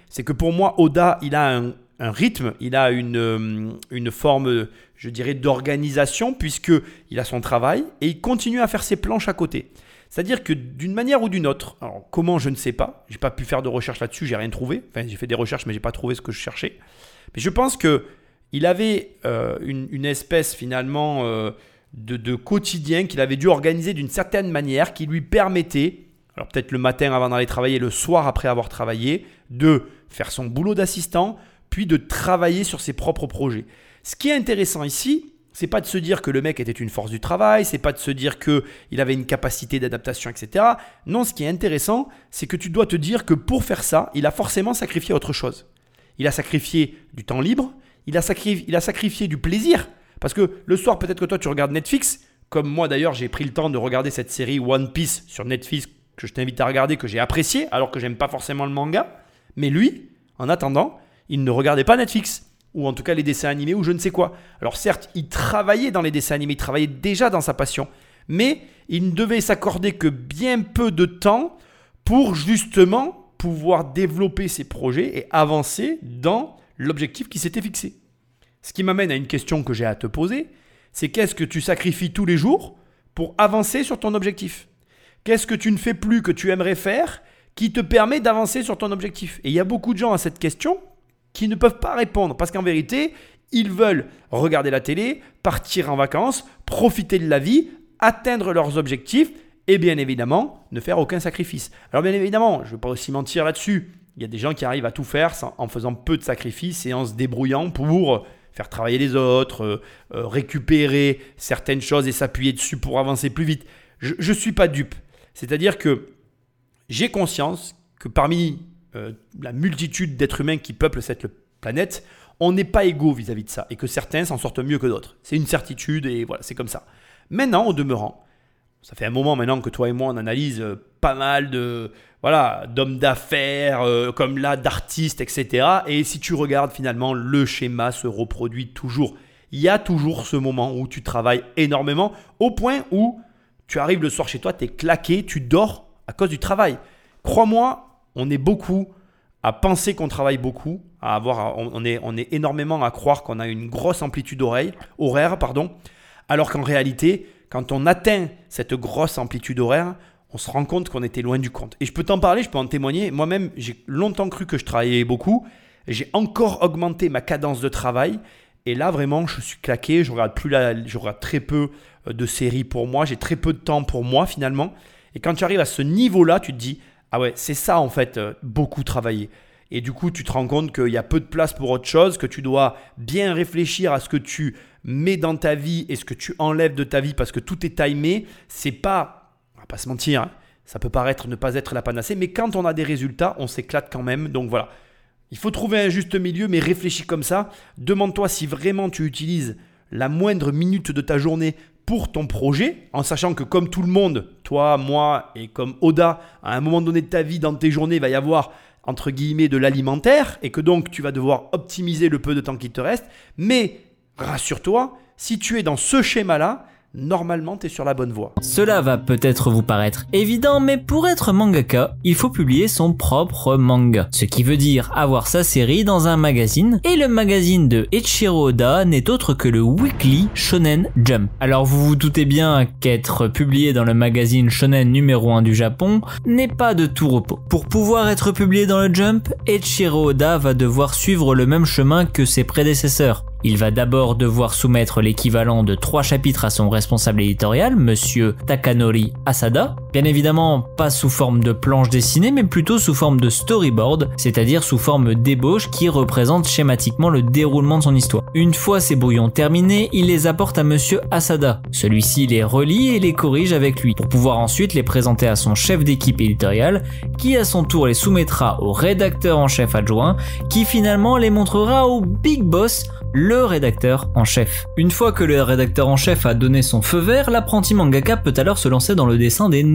c'est que pour moi, Oda, il a un, un rythme, il a une, une forme, je dirais, d'organisation, puisqu'il a son travail et il continue à faire ses planches à côté. C'est-à-dire que d'une manière ou d'une autre, alors comment je ne sais pas, je n'ai pas pu faire de recherche là-dessus, j'ai rien trouvé. Enfin, j'ai fait des recherches, mais je n'ai pas trouvé ce que je cherchais. Mais je pense qu'il avait euh, une, une espèce finalement euh, de, de quotidien qu'il avait dû organiser d'une certaine manière qui lui permettait, alors peut-être le matin avant d'aller travailler, le soir après avoir travaillé, de faire son boulot d'assistant, puis de travailler sur ses propres projets. Ce qui est intéressant ici, c'est pas de se dire que le mec était une force du travail, c'est pas de se dire qu'il avait une capacité d'adaptation, et cetera. Non, ce qui est intéressant, c'est que tu dois te dire que pour faire ça, il a forcément sacrifié autre chose. Il a sacrifié du temps libre, il a sacrifié, il a sacrifié du plaisir. Parce que le soir, peut-être que toi, tu regardes Netflix, comme moi d'ailleurs, j'ai pris le temps de regarder cette série One Piece sur Netflix que je t'invite à regarder, que j'ai apprécié, alors que j'aime pas forcément le manga. Mais lui, en attendant, il ne regardait pas Netflix. Ou en tout cas les dessins animés ou je ne sais quoi. Alors certes, il travaillait dans les dessins animés, il travaillait déjà dans sa passion, mais il ne devait s'accorder que bien peu de temps pour justement pouvoir développer ses projets et avancer dans l'objectif qui s'était fixé. Ce qui m'amène à une question que j'ai à te poser, c'est qu'est-ce que tu sacrifies tous les jours pour avancer sur ton objectif ? Qu'est-ce que tu ne fais plus que tu aimerais faire qui te permet d'avancer sur ton objectif ? Et il y a beaucoup de gens à cette question qui ne peuvent pas répondre parce qu'en vérité, ils veulent regarder la télé, partir en vacances, profiter de la vie, atteindre leurs objectifs et bien évidemment, ne faire aucun sacrifice. Alors bien évidemment, je ne vais pas aussi mentir là-dessus. Il y a des gens qui arrivent à tout faire en faisant peu de sacrifices et en se débrouillant pour faire travailler les autres, euh, euh, récupérer certaines choses et s'appuyer dessus pour avancer plus vite. Je ne suis pas dupe. C'est-à-dire que j'ai conscience que parmi Euh, la multitude d'êtres humains qui peuplent cette planète, on n'est pas égaux vis-à-vis de ça et que certains s'en sortent mieux que d'autres. C'est une certitude et voilà, c'est comme ça. Maintenant, au demeurant, ça fait un moment maintenant que toi et moi on analyse euh, pas mal de voilà d'hommes d'affaires, euh, comme là d'artistes, et cetera. Et si tu regardes finalement, le schéma se reproduit toujours. Il y a toujours ce moment où tu travailles énormément au point où tu arrives le soir chez toi, tu es claqué, tu dors à cause du travail. Crois-moi, on est beaucoup à penser qu'on travaille beaucoup, à avoir, on, est, on est énormément à croire qu'on a une grosse amplitude horaire, horaire, pardon, alors qu'en réalité, quand on atteint cette grosse amplitude horaire, on se rend compte qu'on était loin du compte. Et je peux t'en parler, je peux en témoigner. Moi-même, j'ai longtemps cru que je travaillais beaucoup. J'ai encore augmenté ma cadence de travail. Et là, vraiment, je suis claqué. Je regarde, plus la, je regarde très peu de séries pour moi. J'ai très peu de temps pour moi, finalement. Et quand tu arrives à ce niveau-là, tu te dis... Ah ouais, c'est ça en fait, euh, beaucoup travailler. Et du coup, tu te rends compte qu'il y a peu de place pour autre chose, que tu dois bien réfléchir à ce que tu mets dans ta vie et ce que tu enlèves de ta vie parce que tout est timé. C'est pas, on va pas se mentir, hein, ça peut paraître ne pas être la panacée, mais quand on a des résultats, on s'éclate quand même. Donc voilà, il faut trouver un juste milieu, mais réfléchis comme ça. Demande-toi si vraiment tu utilises la moindre minute de ta journée pour ton projet, en sachant que comme tout le monde, toi, moi et comme Oda, à un moment donné de ta vie, dans tes journées, il va y avoir entre guillemets de l'alimentaire et que donc tu vas devoir optimiser le peu de temps qui te reste. Mais rassure-toi, si tu es dans ce schéma-là, normalement tu es sur la bonne voie. Cela va peut-être vous paraître évident, mais pour être mangaka, il faut publier son propre manga. Ce qui veut dire avoir sa série dans un magazine, et le magazine de Eiichiro Oda n'est autre que le Weekly Shonen Jump. Alors vous vous doutez bien qu'être publié dans le magazine shonen numéro un du Japon n'est pas de tout repos. Pour pouvoir être publié dans le Jump, Eiichiro Oda va devoir suivre le même chemin que ses prédécesseurs. Il va d'abord devoir soumettre l'équivalent de trois chapitres à son responsable éditorial, monsieur Takanori Asada. Bien évidemment, pas sous forme de planche dessinée, mais plutôt sous forme de storyboard, c'est-à-dire sous forme d'ébauche qui représente schématiquement le déroulement de son histoire. Une fois ces brouillons terminés, il les apporte à monsieur Asada. Celui-ci les relit et les corrige avec lui, pour pouvoir ensuite les présenter à son chef d'équipe éditoriale, qui à son tour les soumettra au rédacteur en chef adjoint, qui finalement les montrera au big boss, le rédacteur en chef. Une fois que le rédacteur en chef a donné son feu vert, l'apprenti mangaka peut alors se lancer dans le dessin des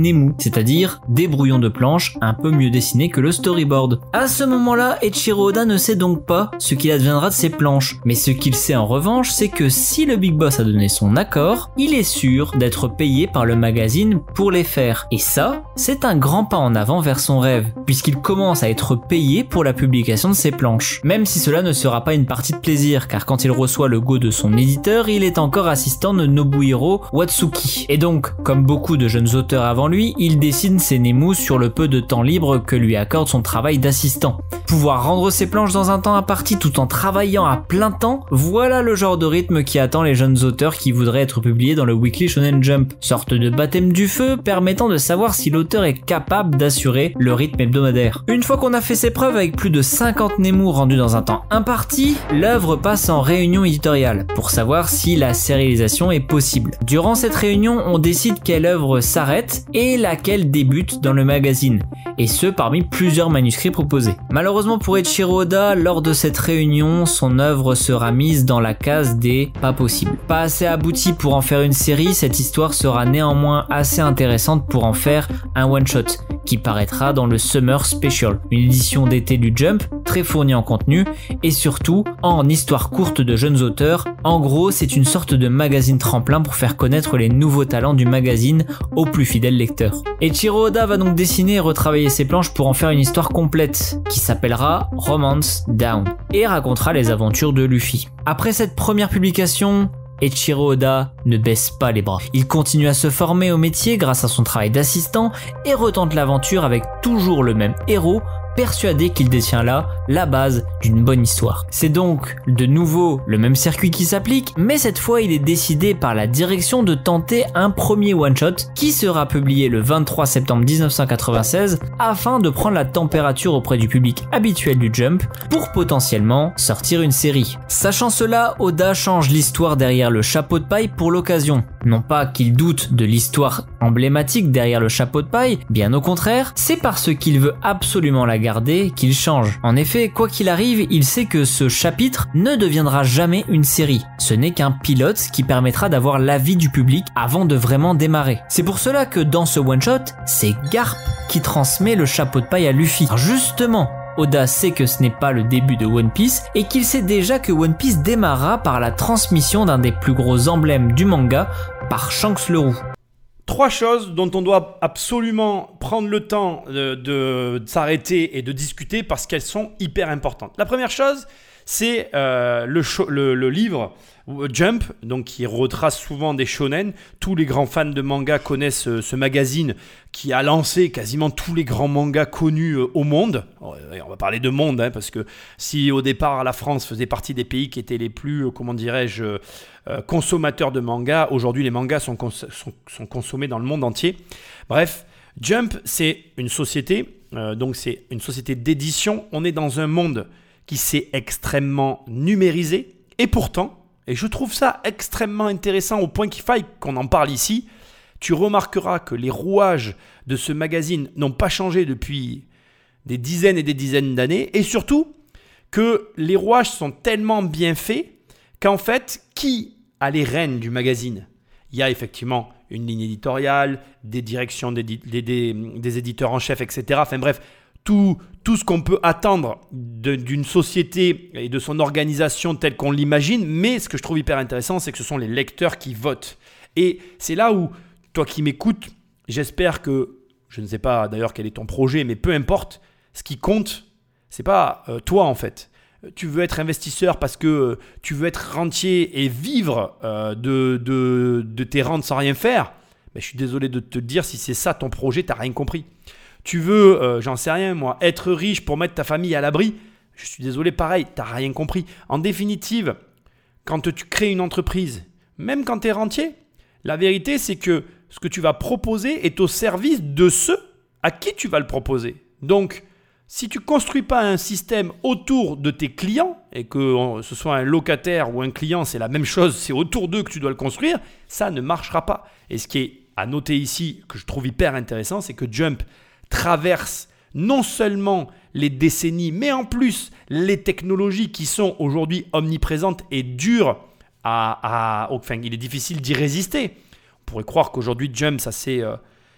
Nemu, c'est-à-dire des brouillons de planches un peu mieux dessinés que le storyboard. À ce moment-là, Eiichiro Oda ne sait donc pas ce qu'il adviendra de ces planches, mais ce qu'il sait en revanche, c'est que si le Big Boss a donné son accord, il est sûr d'être payé par le magazine pour les faire. Et ça, c'est un grand pas en avant vers son rêve, puisqu'il commence à être payé pour la publication de ses planches. Même si cela ne sera pas une partie de plaisir, car quand il reçoit le go de son éditeur, il est encore assistant de Nobuhiro Watsuki. Et donc, comme beaucoup de jeunes auteurs avant lui, il dessine ses Nemu sur le peu de temps libre que lui accorde son travail d'assistant. Pouvoir rendre ses planches dans un temps imparti tout en travaillant à plein temps, voilà le genre de rythme qui attend les jeunes auteurs qui voudraient être publiés dans le Weekly Shonen Jump. Sorte de baptême du feu permettant de savoir si l'auteur est capable d'assurer le rythme hebdomadaire. Une fois qu'on a fait ses preuves avec plus de cinquante Nemu rendus dans un temps imparti, l'œuvre passe en réunion éditoriale pour savoir si la sérialisation est possible. Durant cette réunion, on décide quelle œuvre s'arrête et laquelle débute dans le magazine, et ce parmi plusieurs manuscrits proposés. Malheureusement pour Eiichiro Oda, lors de cette réunion, son œuvre sera mise dans la case des pas possible. Pas assez abouti pour en faire une série, cette histoire sera néanmoins assez intéressante pour en faire un one-shot, qui paraîtra dans le Summer Special, une édition d'été du Jump, très fournie en contenu, et surtout en histoire courte de jeunes auteurs. En gros, c'est une sorte de magazine tremplin pour faire connaître les nouveaux talents du magazine aux plus fidèles lecteurs. Eiichiro Oda va donc dessiner et retravailler ses planches pour en faire une histoire complète, qui s'appellera Romance Down, et racontera les aventures de Luffy. Après cette première publication, Eiichiro Oda ne baisse pas les bras. Il continue à se former au métier grâce à son travail d'assistant et retente l'aventure avec toujours le même héros, persuadé qu'il détient là la base d'une bonne histoire. C'est donc de nouveau le même circuit qui s'applique, mais cette fois il est décidé par la direction de tenter un premier one-shot qui sera publié le vingt-trois septembre dix-neuf cent quatre-vingt-seize afin de prendre la température auprès du public habituel du Jump pour potentiellement sortir une série. Sachant cela, Oda change l'histoire derrière le chapeau de paille pour l'occasion. Non pas qu'il doute de l'histoire emblématique derrière le chapeau de paille, bien au contraire, c'est parce qu'il veut absolument la garder qu'il change. En effet, quoi qu'il arrive, il sait que ce chapitre ne deviendra jamais une série. Ce n'est qu'un pilote qui permettra d'avoir l'avis du public avant de vraiment démarrer. C'est pour cela que dans ce one-shot, c'est Garp qui transmet le chapeau de paille à Luffy. Alors justement, Oda sait que ce n'est pas le début de One Piece et qu'il sait déjà que One Piece démarrera par la transmission d'un des plus gros emblèmes du manga par Shanks le Roux. Trois choses dont on doit absolument prendre le temps de, de, de s'arrêter et de discuter parce qu'elles sont hyper importantes. La première chose, c'est euh, le, show, le, le livre Jump, donc qui retrace souvent des shonen. Tous les grands fans de manga connaissent ce, ce magazine qui a lancé quasiment tous les grands mangas connus au monde. On va parler de monde, hein, parce que si au départ la France faisait partie des pays qui étaient les plus, comment dirais-je, euh, consommateurs de mangas, aujourd'hui les mangas sont, cons- sont, sont consommés dans le monde entier. Bref, Jump, c'est une société, euh, donc c'est une société d'édition. On est dans un monde qui s'est extrêmement numérisé, et pourtant, et je trouve ça extrêmement intéressant au point qu'il faille qu'on en parle ici, tu remarqueras que les rouages de ce magazine n'ont pas changé depuis des dizaines et des dizaines d'années, et surtout que les rouages sont tellement bien faits qu'en fait, qui a les rênes du magazine ? Il y a effectivement une ligne éditoriale, des directions des, des, des, des éditeurs en chef, et cetera. Enfin bref, tout, tout ce qu'on peut attendre de, d'une société et de son organisation telle qu'on l'imagine, mais ce que je trouve hyper intéressant, c'est que ce sont les lecteurs qui votent. Et c'est là où, toi qui m'écoutes, j'espère que, je ne sais pas d'ailleurs quel est ton projet, mais peu importe, ce qui compte, c'est pas euh, toi en fait. Tu veux être investisseur parce que tu veux être rentier et vivre euh, de, de, de tes rentes sans rien faire. Mais je suis désolé de te dire, si c'est ça ton projet, tu n'as rien compris. Tu veux, euh, j'en sais rien moi, être riche pour mettre ta famille à l'abri. Je suis désolé, pareil, tu n'as rien compris. En définitive, quand tu crées une entreprise, même quand tu es rentier, la vérité c'est que ce que tu vas proposer est au service de ceux à qui tu vas le proposer. Donc, si tu ne construis pas un système autour de tes clients, et que ce soit un locataire ou un client, c'est la même chose, c'est autour d'eux que tu dois le construire, ça ne marchera pas. Et ce qui est à noter ici, que je trouve hyper intéressant, c'est que Jump traverse non seulement les décennies, mais en plus les technologies qui sont aujourd'hui omniprésentes et dures à... à enfin, il est difficile d'y résister. On pourrait croire qu'aujourd'hui, Jump, ça s'est... Euh,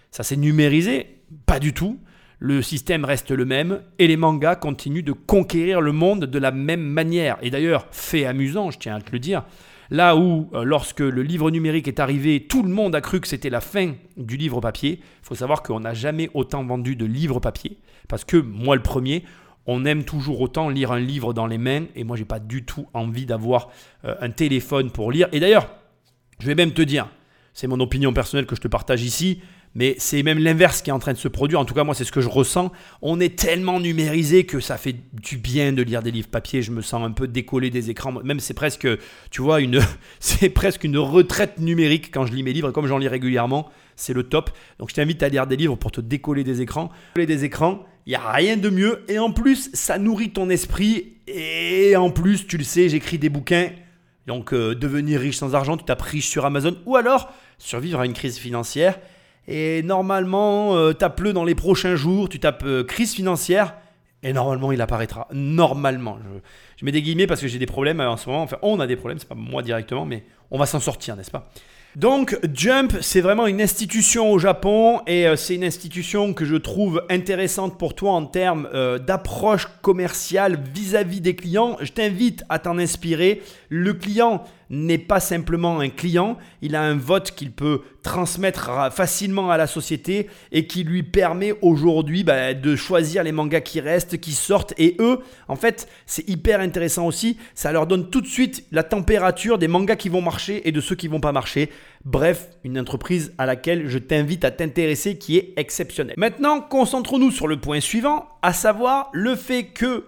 Ça s'est numérisé? Pas du tout. Le système reste le même et les mangas continuent de conquérir le monde de la même manière. Et d'ailleurs, fait amusant, je tiens à te le dire, là où euh, lorsque le livre numérique est arrivé, tout le monde a cru que c'était la fin du livre papier. Il faut savoir qu'on n'a jamais autant vendu de livres papier parce que moi le premier, on aime toujours autant lire un livre dans les mains et moi j'ai pas du tout envie d'avoir euh, un téléphone pour lire. Et d'ailleurs, je vais même te dire, c'est mon opinion personnelle que je te partage ici, mais c'est même l'inverse qui est en train de se produire. En tout cas, moi, c'est ce que je ressens. On est tellement numérisé que ça fait du bien de lire des livres papier. Je me sens un peu décollé des écrans. Même c'est presque, tu vois, une, c'est presque une retraite numérique quand je lis mes livres. Comme j'en lis régulièrement, c'est le top. Donc, je t'invite à lire des livres pour te décoller des écrans. Décoller des écrans, il n'y a rien de mieux. Et en plus, ça nourrit ton esprit. Et en plus, tu le sais, j'écris des bouquins. Donc, euh, devenir riche sans argent, tu tapes riche sur Amazon. Ou alors, survivre à une crise financière. Et normalement, euh, tape-le dans les prochains jours, tu tapes euh, crise financière et normalement il apparaîtra. Normalement. Je, je mets des guillemets parce que j'ai des problèmes en ce moment. Enfin, on a des problèmes, c'est pas moi directement, mais on va s'en sortir, n'est-ce pas? Donc, Jump, c'est vraiment une institution au Japon et euh, c'est une institution que je trouve intéressante pour toi en termes euh, d'approche commerciale vis-à-vis des clients. Je t'invite à t'en inspirer. Le client n'est pas simplement un client, il a un vote qu'il peut transmettre facilement à la société et qui lui permet aujourd'hui bah, de choisir les mangas qui restent, qui sortent. Et eux, en fait, c'est hyper intéressant aussi, ça leur donne tout de suite la température des mangas qui vont marcher et de ceux qui ne vont pas marcher. Bref, une entreprise à laquelle je t'invite à t'intéresser qui est exceptionnelle. Maintenant, concentrons-nous sur le point suivant, à savoir le fait qu'il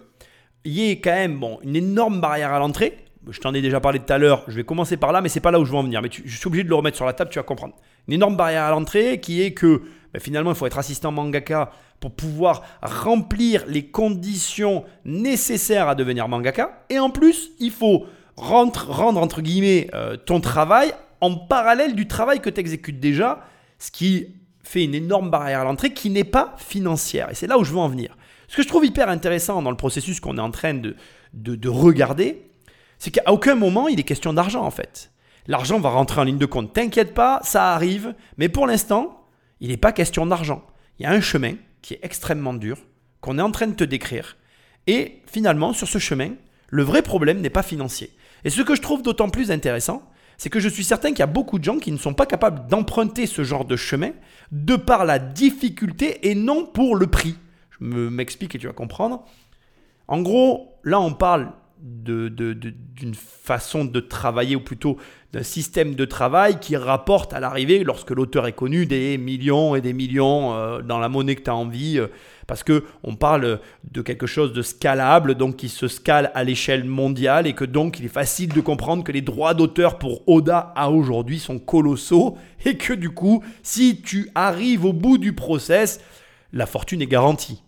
y ait quand même bon, une énorme barrière à l'entrée. Je t'en ai déjà parlé tout à l'heure, je vais commencer par là, mais c'est pas là où je veux en venir. Mais tu, je suis obligé de le remettre sur la table, tu vas comprendre. Une énorme barrière à l'entrée qui est que ben finalement, il faut être assistant mangaka pour pouvoir remplir les conditions nécessaires à devenir mangaka. Et en plus, il faut rendre, rendre entre guillemets euh, ton travail en parallèle du travail que tu exécutes déjà, ce qui fait une énorme barrière à l'entrée qui n'est pas financière. Et c'est là où je veux en venir. Ce que je trouve hyper intéressant dans le processus qu'on est en train de, de, de regarder, c'est qu'à aucun moment, il est question d'argent en fait. L'argent va rentrer en ligne de compte. T'inquiète pas, ça arrive. Mais pour l'instant, il n'est pas question d'argent. Il y a un chemin qui est extrêmement dur, qu'on est en train de te décrire. Et finalement, sur ce chemin, le vrai problème n'est pas financier. Et ce que je trouve d'autant plus intéressant, c'est que je suis certain qu'il y a beaucoup de gens qui ne sont pas capables d'emprunter ce genre de chemin de par la difficulté et non pour le prix. Je me, m'explique et tu vas comprendre. En gros, là, on parle De, de, de, d'une façon de travailler ou plutôt d'un système de travail qui rapporte à l'arrivée, lorsque l'auteur est connu, des millions et des millions euh, dans la monnaie que tu as envie euh, parce qu'on parle de quelque chose de scalable, donc qui se scale à l'échelle mondiale et que donc il est facile de comprendre que les droits d'auteur pour Oda à aujourd'hui sont colossaux et que du coup, si tu arrives au bout du process, la fortune est garantie.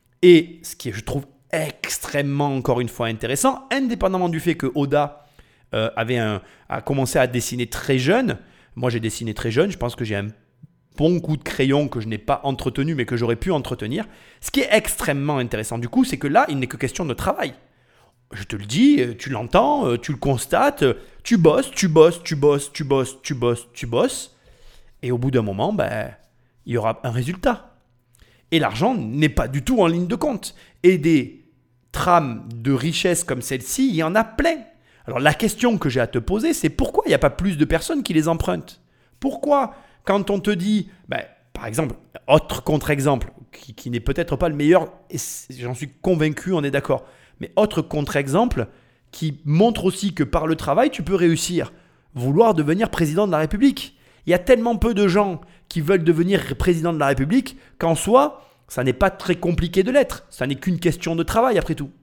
Et ce qui est, je trouve, extrêmement, encore une fois, intéressant, indépendamment du fait que Oda euh, avait un, a commencé à dessiner très jeune. Moi, j'ai dessiné très jeune. Je pense que j'ai un bon coup de crayon que je n'ai pas entretenu, mais que j'aurais pu entretenir. Ce qui est extrêmement intéressant, du coup, c'est que là, il n'est que question de travail. Je te le dis, tu l'entends, tu le constates, tu bosses, tu bosses, tu bosses, tu bosses, tu bosses, tu bosses. Et au bout d'un moment, ben, il y aura un résultat. Et l'argent n'est pas du tout en ligne de compte. Et des trames de richesse comme celle-ci, il y en a plein. Alors la question que j'ai à te poser, c'est pourquoi il n'y a pas plus de personnes qui les empruntent? Pourquoi, quand on te dit, ben, par exemple, autre contre-exemple, qui, qui n'est peut-être pas le meilleur, et j'en suis convaincu, on est d'accord, mais autre contre-exemple qui montre aussi que par le travail, tu peux réussir. Vouloir devenir président de la République. Il y a tellement peu de gens qui veulent devenir président de la République qu'en soi, ça n'est pas très compliqué de l'être. Ça n'est qu'une question de travail après tout.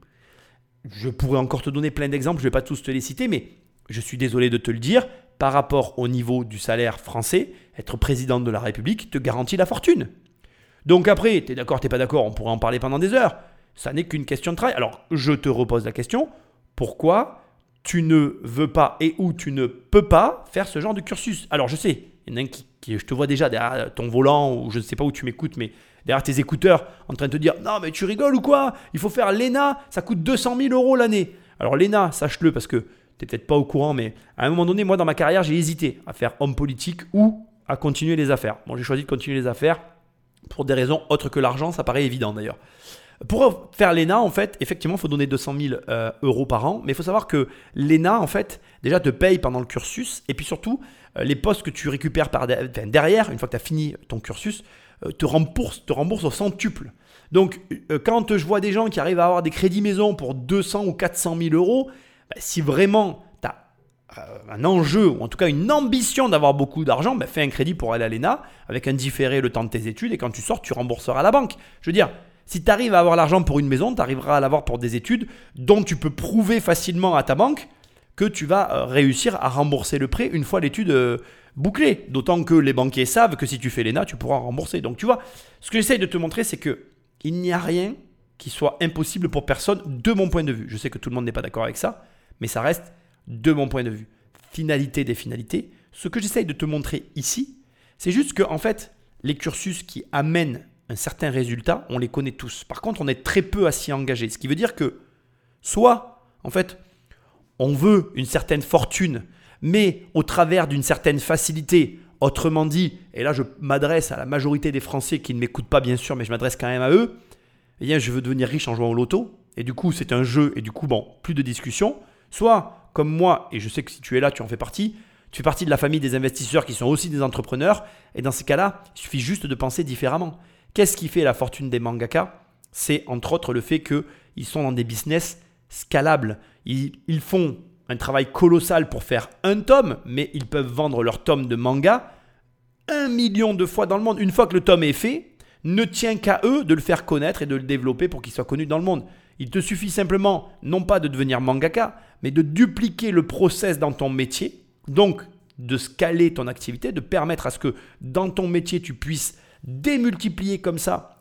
Je pourrais encore te donner plein d'exemples, je ne vais pas tous te les citer, mais je suis désolé de te le dire, par rapport au niveau du salaire français, être président de la République te garantit la fortune. Donc après, tu es d'accord, tu n'es pas d'accord, on pourrait en parler pendant des heures. Ça n'est qu'une question de travail. Alors, je te repose la question, pourquoi tu ne veux pas et où tu ne peux pas faire ce genre de cursus? Alors, je sais, il y en a un qui, qui, je te vois déjà derrière ton volant ou je ne sais pas où tu m'écoutes, mais derrière tes écouteurs en train de te dire « Non, mais tu rigoles ou quoi? Il faut faire l'E N A, ça coûte deux cent mille euros l'année. » Alors l'E N A, sache-le parce que tu n'es peut-être pas au courant, mais à un moment donné, moi dans ma carrière, j'ai hésité à faire homme politique ou à continuer les affaires. Bon, j'ai choisi de continuer les affaires pour des raisons autres que l'argent, ça paraît évident d'ailleurs. Pour faire l'E N A, en fait, effectivement, il faut donner deux cent mille euh, euros par an. Mais il faut savoir que l'E N A, en fait, déjà te paye pendant le cursus. Et puis surtout, euh, les postes que tu récupères par de- enfin, derrière, une fois que tu as fini ton cursus, euh, te remboursent te remboursent au centuple. Donc, euh, quand je vois des gens qui arrivent à avoir des crédits maison pour deux cents ou quatre cent mille euros, bah, si vraiment tu as euh, un enjeu, ou en tout cas une ambition d'avoir beaucoup d'argent, bah, fais un crédit pour aller à l'E N A avec un différé le temps de tes études. Et quand tu sors, tu rembourseras à la banque. Je veux dire... Si tu arrives à avoir l'argent pour une maison, tu arriveras à l'avoir pour des études dont tu peux prouver facilement à ta banque que tu vas réussir à rembourser le prêt une fois l'étude bouclée. D'autant que les banquiers savent que si tu fais l'E N A, tu pourras rembourser. Donc tu vois, ce que j'essaye de te montrer, c'est qu'il n'y a rien qui soit impossible pour personne de mon point de vue. Je sais que tout le monde n'est pas d'accord avec ça, mais ça reste de mon point de vue. Finalité des finalités. Ce que j'essaye de te montrer ici, c'est juste que en fait, les cursus qui amènent un certain résultat, on les connaît tous. Par contre, on est très peu à s'y engager. Ce qui veut dire que soit, en fait, on veut une certaine fortune, mais au travers d'une certaine facilité. Autrement dit, et là je m'adresse à la majorité des Français qui ne m'écoutent pas bien sûr, mais je m'adresse quand même à eux, eh bien, je veux devenir riche en jouant au loto. Et du coup, c'est un jeu, et du coup, bon, plus de discussion. Soit, comme moi, et je sais que si tu es là, tu en fais partie, tu fais partie de la famille des investisseurs qui sont aussi des entrepreneurs. Et dans ces cas-là, il suffit juste de penser différemment. Qu'est-ce qui fait la fortune des mangaka ? C'est entre autres le fait qu'ils sont dans des business scalables. Ils, ils font un travail colossal pour faire un tome, mais ils peuvent vendre leur tome de manga un million de fois dans le monde. Une fois que le tome est fait, ne tient qu'à eux de le faire connaître et de le développer pour qu'il soit connu dans le monde. Il te suffit simplement, non pas de devenir mangaka, mais de dupliquer le process dans ton métier, donc de scaler ton activité, de permettre à ce que dans ton métier, tu puisses démultiplier comme ça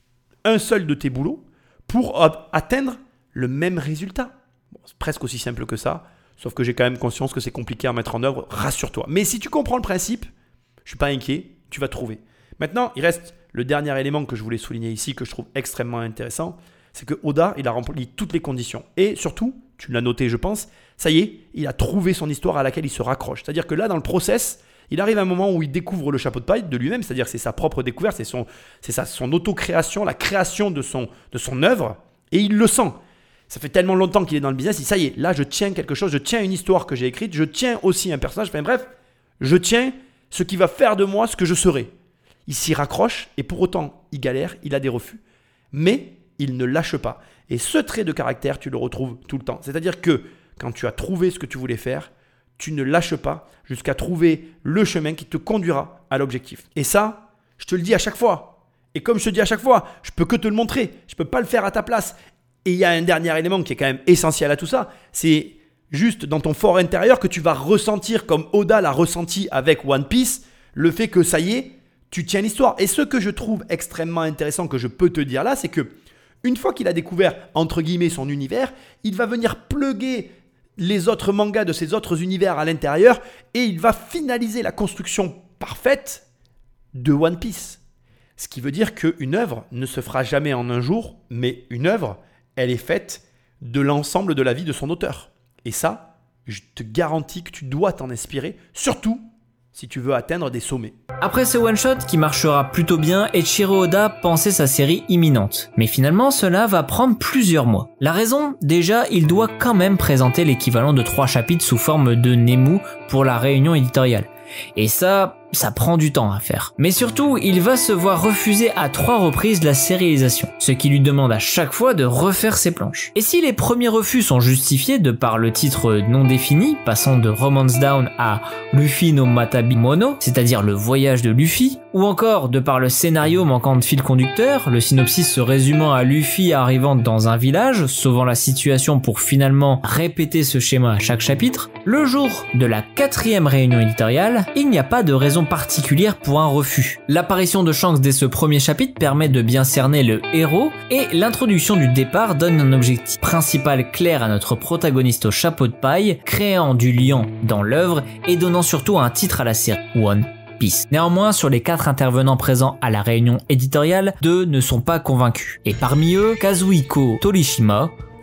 un seul de tes boulots pour atteindre le même résultat. Bon, c'est presque aussi simple que ça, sauf que j'ai quand même conscience que c'est compliqué à mettre en œuvre, rassure-toi. Mais si tu comprends le principe, je ne suis pas inquiet, tu vas trouver. Maintenant, il reste le dernier élément que je voulais souligner ici, que je trouve extrêmement intéressant, c'est que Oda, il a rempli toutes les conditions. Et surtout, tu l'as noté je pense, ça y est, il a trouvé son histoire à laquelle il se raccroche. C'est-à-dire que là, dans le process, il arrive à un moment où il découvre le chapeau de paille de lui-même, c'est-à-dire que c'est sa propre découverte, c'est son, c'est sa, son auto-création, la création de son, de son œuvre, et il le sent. Ça fait tellement longtemps qu'il est dans le business, il dit, ça y est, là je tiens quelque chose, je tiens une histoire que j'ai écrite, je tiens aussi un personnage, enfin bref, je tiens ce qui va faire de moi ce que je serai. Il s'y raccroche, et pour autant, il galère, il a des refus, mais il ne lâche pas. Et ce trait de caractère, tu le retrouves tout le temps. C'est-à-dire que quand tu as trouvé ce que tu voulais faire, tu ne lâches pas jusqu'à trouver le chemin qui te conduira à l'objectif. Et ça, je te le dis à chaque fois. Et comme je te dis à chaque fois, je peux que te le montrer. Je ne peux pas le faire à ta place. Et il y a un dernier élément qui est quand même essentiel à tout ça. C'est juste dans ton fort intérieur que tu vas ressentir, comme Oda l'a ressenti avec One Piece, le fait que ça y est, tu tiens l'histoire. Et ce que je trouve extrêmement intéressant que je peux te dire là, c'est que une fois qu'il a découvert, entre guillemets, son univers, il va venir plugger les autres mangas de ces autres univers à l'intérieur et il va finaliser la construction parfaite de One Piece. Ce qui veut dire qu'une œuvre ne se fera jamais en un jour, mais une œuvre, elle est faite de l'ensemble de la vie de son auteur. Et ça, je te garantis que tu dois t'en inspirer, surtout si tu veux atteindre des sommets. Après ce one-shot qui marchera plutôt bien, Eiichiro Oda pensait sa série imminente. Mais finalement, cela va prendre plusieurs mois. La raison, déjà, il doit quand même présenter l'équivalent de trois chapitres sous forme de Nemu pour la réunion éditoriale. Et ça, ça prend du temps à faire. Mais surtout, il va se voir refuser à trois reprises la sérialisation, ce qui lui demande à chaque fois de refaire ses planches. Et si les premiers refus sont justifiés de par le titre non défini, passant de Romance Down à Luffy no Matabi Mono, c'est-à-dire le voyage de Luffy, ou encore de par le scénario manquant de fil conducteur, le synopsis se résumant à Luffy arrivant dans un village, sauvant la situation pour finalement répéter ce schéma à chaque chapitre, le jour de la quatrième réunion éditoriale, il n'y a pas de raison particulière pour un refus. L'apparition de Shanks dès ce premier chapitre permet de bien cerner le héros, et l'introduction du départ donne un objectif principal clair à notre protagoniste au chapeau de paille, créant du lien dans l'œuvre et donnant surtout un titre à la série, One Piece. Néanmoins, sur les quatre intervenants présents à la réunion éditoriale, deux ne sont pas convaincus. Et parmi eux, Kazuhiko Torishima,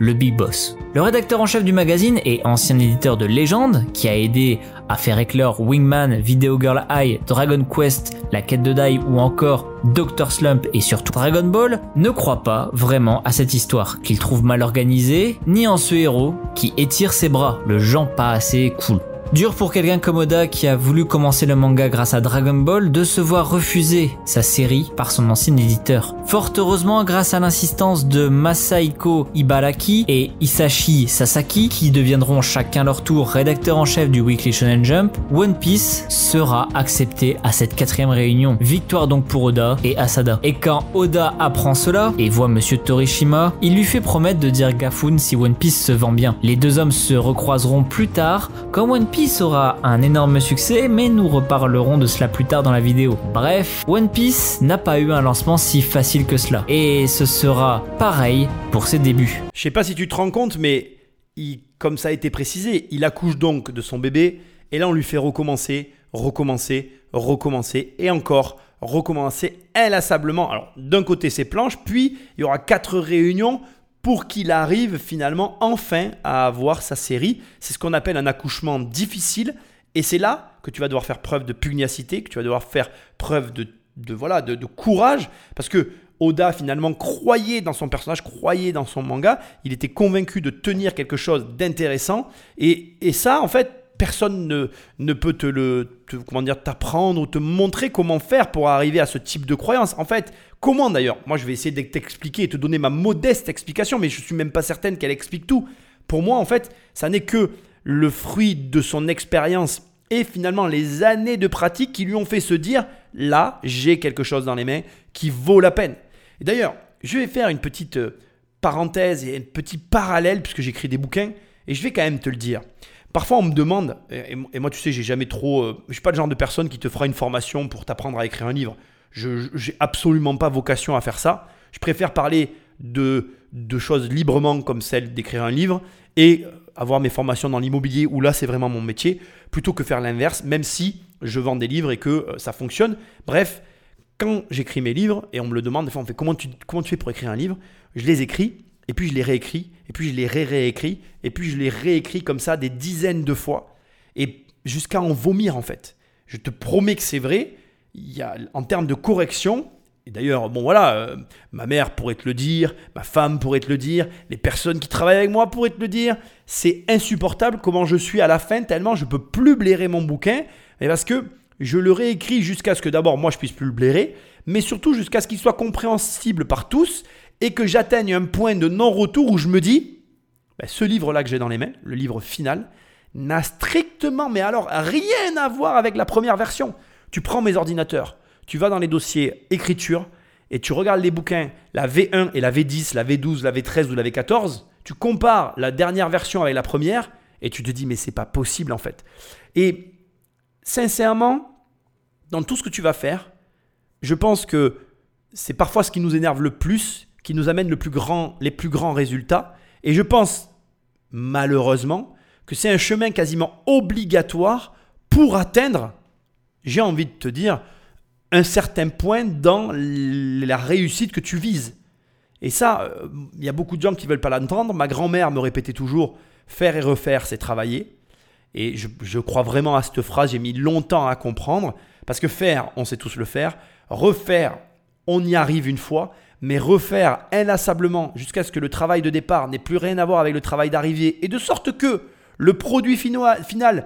le Big Boss. Le rédacteur en chef du magazine et ancien éditeur de légende, qui a aidé à faire éclore Wingman, Video Girl Eye, Dragon Quest, La Quête de Dai ou encore docteur Slump et surtout Dragon Ball, ne croit pas vraiment à cette histoire, qu'il trouve mal organisée, ni en ce héros qui étire ses bras, le genre pas assez cool. Dur pour quelqu'un comme Oda qui a voulu commencer le manga grâce à Dragon Ball de se voir refuser sa série par son ancien éditeur. Fort heureusement, grâce à l'insistance de Masahiko Ibaraki et Hisashi Sasaki, qui deviendront chacun leur tour rédacteurs en chef du Weekly Shonen Jump, One Piece sera accepté à cette quatrième réunion. Victoire donc pour Oda et Asada. Et quand Oda apprend cela et voit Monsieur Torishima, il lui fait promettre de dire Gafune si One Piece se vend bien. Les deux hommes se recroiseront plus tard quand One Piece aura un énorme succès, mais nous reparlerons de cela plus tard dans la vidéo. Bref, One Piece n'a pas eu un lancement si facile que cela, et ce sera pareil pour ses débuts. Je sais pas si tu te rends compte, mais il, comme ça a été précisé, il accouche donc de son bébé, et là on lui fait recommencer, recommencer, recommencer, et encore recommencer inlassablement. Alors d'un côté c'est planches, puis il y aura quatre réunions pour qu'il arrive finalement enfin à avoir sa série. C'est ce qu'on appelle un accouchement difficile. Et c'est là que tu vas devoir faire preuve de pugnacité, que tu vas devoir faire preuve de, de, voilà, de, de courage. Parce que Oda finalement croyait dans son personnage, croyait dans son manga. Il était convaincu de tenir quelque chose d'intéressant. Et, et ça, en fait, personne ne, ne peut te le, te, comment dire, t'apprendre ou te montrer comment faire pour arriver à ce type de croyance. En fait, comment d'ailleurs ? Moi, je vais essayer de t'expliquer et te donner ma modeste explication, mais je ne suis même pas certaine qu'elle explique tout. Pour moi, en fait, ça n'est que le fruit de son expérience et finalement les années de pratique qui lui ont fait se dire « Là, j'ai quelque chose dans les mains qui vaut la peine ». Et d'ailleurs, je vais faire une petite parenthèse et un petit parallèle puisque j'écris des bouquins et je vais quand même te le dire. Parfois, on me demande, et moi, tu sais, j'ai jamais trop, euh, je suis pas le genre de personne qui te fera une formation pour t'apprendre à écrire un livre. Je n'ai absolument pas vocation à faire ça. Je préfère parler de, de choses librement comme celle d'écrire un livre et avoir mes formations dans l'immobilier où là, c'est vraiment mon métier, plutôt que faire l'inverse, même si je vends des livres et que euh, ça fonctionne. Bref, quand j'écris mes livres, et on me le demande, des fois, on fait comment tu, comment tu fais pour écrire un livre ? Je les écris. Et puis je les réécris, et puis je les ré-réécris, et puis je les réécris comme ça des dizaines de fois, et jusqu'à en vomir en fait. Je te promets que c'est vrai, il y a, en termes de correction, et d'ailleurs, bon voilà, euh, ma mère pourrait te le dire, ma femme pourrait te le dire, les personnes qui travaillent avec moi pourraient te le dire, c'est insupportable comment je suis à la fin, tellement je ne peux plus blairer mon bouquin, et parce que je le réécris jusqu'à ce que d'abord moi je puisse plus le blairer, mais surtout jusqu'à ce qu'il soit compréhensible par tous, et que j'atteigne un point de non-retour où je me dis, ben, ce livre-là que j'ai dans les mains, le livre final, n'a strictement, mais alors rien à voir avec la première version. Tu prends mes ordinateurs, tu vas dans les dossiers écriture et tu regardes les bouquins, la V un et la V dix, la V douze, la V treize ou la V quatorze, tu compares la dernière version avec la première et tu te dis, mais c'est pas possible en fait. Et sincèrement, dans tout ce que tu vas faire, je pense que c'est parfois ce qui nous énerve le plus, qui nous amène le plus grand, les plus grands résultats. Et je pense, malheureusement, que c'est un chemin quasiment obligatoire pour atteindre, j'ai envie de te dire, un certain point dans la réussite que tu vises. Et ça, il y a beaucoup de gens qui ne veulent pas l'entendre. Ma grand-mère me répétait toujours, faire et refaire, c'est travailler. Et je, je crois vraiment à cette phrase, j'ai mis longtemps à comprendre, parce que faire, on sait tous le faire. Refaire, on y arrive une fois. Mais refaire inlassablement jusqu'à ce que le travail de départ n'ait plus rien à voir avec le travail d'arrivée et de sorte que le produit final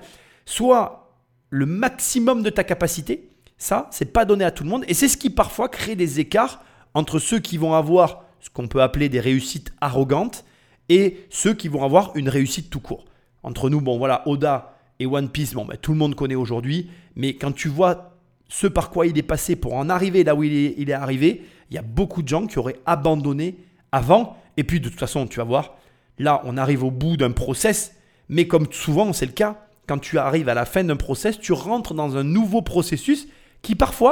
soit le maximum de ta capacité, ça, c'est pas donné à tout le monde. Et c'est ce qui parfois crée des écarts entre ceux qui vont avoir ce qu'on peut appeler des réussites arrogantes et ceux qui vont avoir une réussite tout court. Entre nous, bon voilà, Oda et One Piece, bon, ben, tout le monde connaît aujourd'hui, mais quand tu vois ce par quoi il est passé pour en arriver là où il est, il est arrivé, il y a beaucoup de gens qui auraient abandonné avant. Et puis de toute façon, tu vas voir, là on arrive au bout d'un process, mais comme souvent c'est le cas, quand tu arrives à la fin d'un process, tu rentres dans un nouveau processus qui parfois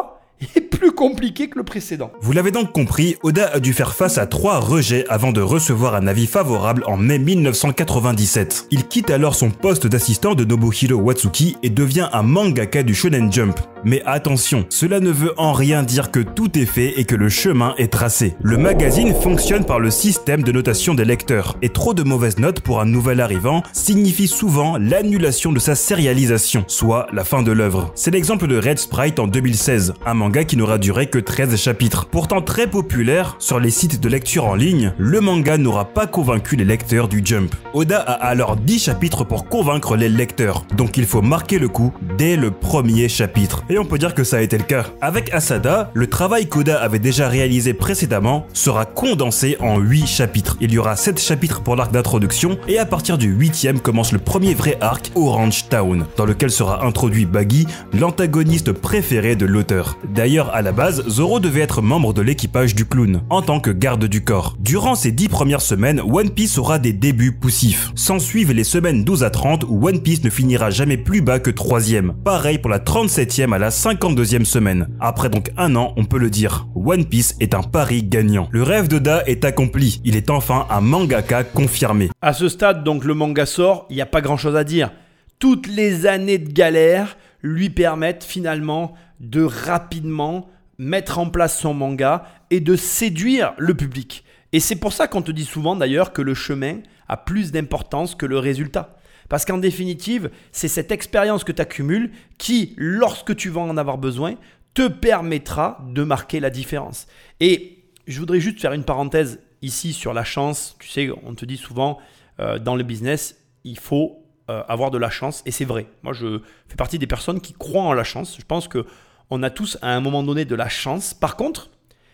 est plus compliqué que le précédent. Vous l'avez donc compris, Oda a dû faire face à trois rejets avant de recevoir un avis favorable en mai mille neuf cent quatre-vingt-dix-sept. Il quitte alors son poste d'assistant de Nobuhiro Watsuki et devient un mangaka du Shonen Jump. Mais attention, cela ne veut en rien dire que tout est fait et que le chemin est tracé. Le magazine fonctionne par le système de notation des lecteurs, et trop de mauvaises notes pour un nouvel arrivant signifie souvent l'annulation de sa sérialisation, soit la fin de l'œuvre. C'est l'exemple de Red Sprite en deux mille seize, un manga qui n'aura duré que treize chapitres. Pourtant très populaire sur les sites de lecture en ligne, le manga n'aura pas convaincu les lecteurs du Jump. Oda a alors dix chapitres pour convaincre les lecteurs, donc il faut marquer le coup dès le premier chapitre. Et on peut dire que ça a été le cas. Avec Asada, le travail qu'Oda avait déjà réalisé précédemment sera condensé en huit chapitres. Il y aura sept chapitres pour l'arc d'introduction, et à partir du huitième commence le premier vrai arc, Orange Town, dans lequel sera introduit Baggy, l'antagoniste préféré de l'auteur. D'ailleurs, à la base, Zoro devait être membre de l'équipage du clown, en tant que garde du corps. Durant ces dix premières semaines, One Piece aura des débuts poussifs. S'ensuivent les semaines douze à trente où One Piece ne finira jamais plus bas que troisième. Pareil pour la trente-septième à la cinquante-deuxième semaine. Après donc un an, on peut le dire, One Piece est un pari gagnant. Le rêve d'Oda est accompli, il est enfin un mangaka confirmé. À ce stade, donc, le manga sort, il n'y a pas grand chose à dire. Toutes les années de galère lui permettent finalement de rapidement mettre en place son manga et de séduire le public. Et c'est pour ça qu'on te dit souvent d'ailleurs que le chemin a plus d'importance que le résultat. Parce qu'en définitive, c'est cette expérience que tu accumules qui, lorsque tu vas en avoir besoin, te permettra de marquer la différence. Et je voudrais juste faire une parenthèse ici sur la chance. Tu sais, on te dit souvent euh, dans le business, il faut euh, avoir de la chance, et c'est vrai. Moi, je fais partie des personnes qui croient en la chance. Je pense qu'on a tous à un moment donné de la chance. Par contre,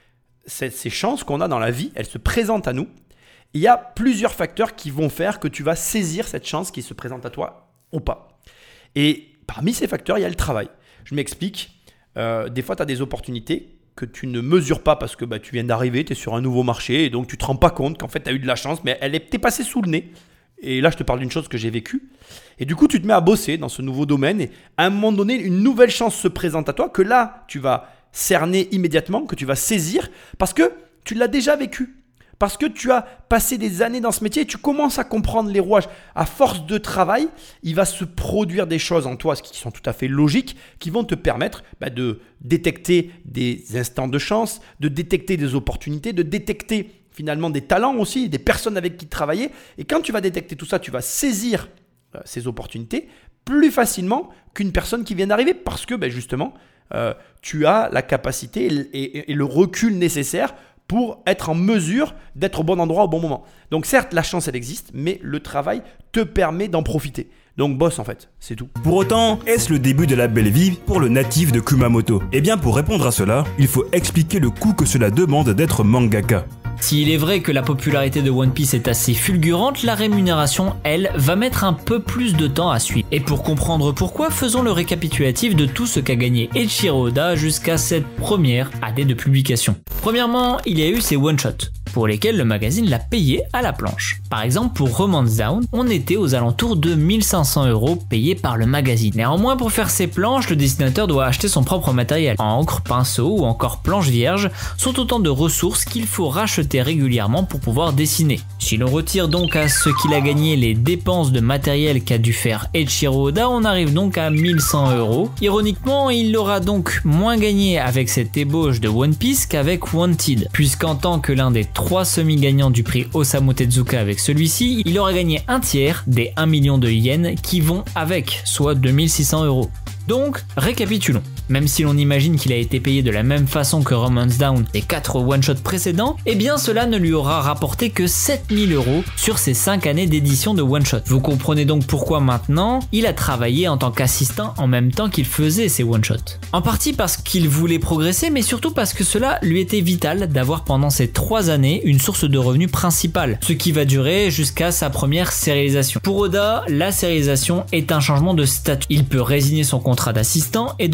ces, ces chances qu'on a dans la vie, elles se présentent à nous. Il y a plusieurs facteurs qui vont faire que tu vas saisir cette chance qui se présente à toi ou pas. Et parmi ces facteurs, il y a le travail. Je m'explique. Euh, des fois, tu as des opportunités que tu ne mesures pas parce que bah, tu viens d'arriver, tu es sur un nouveau marché et donc tu ne te rends pas compte qu'en fait, tu as eu de la chance, mais elle est, t'es passée sous le nez. Et là, je te parle d'une chose que j'ai vécue. Et du coup, tu te mets à bosser dans ce nouveau domaine et à un moment donné, une nouvelle chance se présente à toi que là, tu vas cerner immédiatement, que tu vas saisir parce que tu l'as déjà vécu. Parce que tu as passé des années dans ce métier et tu commences à comprendre les rouages. À force de travail, il va se produire des choses en toi qui sont tout à fait logiques, qui vont te permettre bah, de détecter des instants de chance, de détecter des opportunités, de détecter finalement des talents aussi, des personnes avec qui travailler. Et quand tu vas détecter tout ça, tu vas saisir euh, ces opportunités plus facilement qu'une personne qui vient d'arriver parce que bah, justement, euh, tu as la capacité et, et, et le recul nécessaire pour être en mesure d'être au bon endroit au bon moment. Donc certes, la chance, elle existe, mais le travail te permet d'en profiter. Donc bosse en fait, c'est tout. Pour autant, est-ce le début de la belle vie pour le natif de Kumamoto ? Eh bien, pour répondre à cela, il faut expliquer le coût que cela demande d'être mangaka. S'il est vrai que la popularité de One Piece est assez fulgurante, la rémunération, elle, va mettre un peu plus de temps à suivre. Et pour comprendre pourquoi, faisons le récapitulatif de tout ce qu'a gagné Eiichiro Oda jusqu'à cette première année de publication. Premièrement, il y a eu ces one-shots, pour lesquels le magazine l'a payé à la planche. Par exemple, pour Romance Down, on était aux alentours de mille cinq cents euros payés par le magazine. Néanmoins, pour faire ses planches, le dessinateur doit acheter son propre matériel. Encre, pinceau ou encore planche vierge sont autant de ressources qu'il faut racheter régulièrement pour pouvoir dessiner. Si l'on retire donc à ce qu'il a gagné les dépenses de matériel qu'a dû faire Eiichiro Oda, on arrive donc à mille cent euros. Ironiquement, il aura donc moins gagné avec cette ébauche de One Piece qu'avec Wanted, puisqu'en tant que l'un des trois semi-gagnants du prix Osamu Tezuka avec celui-ci, il aura gagné un tiers des un million de yens qui vont avec, soit deux mille six cents euros. Donc, récapitulons. Même si l'on imagine qu'il a été payé de la même façon que Romance Down les quatre one-shots précédents, eh bien cela ne lui aura rapporté que sept mille euros sur ses cinq années d'édition de one-shot. Vous comprenez donc pourquoi maintenant, il a travaillé en tant qu'assistant en même temps qu'il faisait ses one-shots. En partie parce qu'il voulait progresser, mais surtout parce que cela lui était vital d'avoir pendant ces trois années une source de revenus principale, ce qui va durer jusqu'à sa première sérialisation. Pour Oda, la sérialisation est un changement de statut. Il peut résigner son contrat d'assistant et devenir en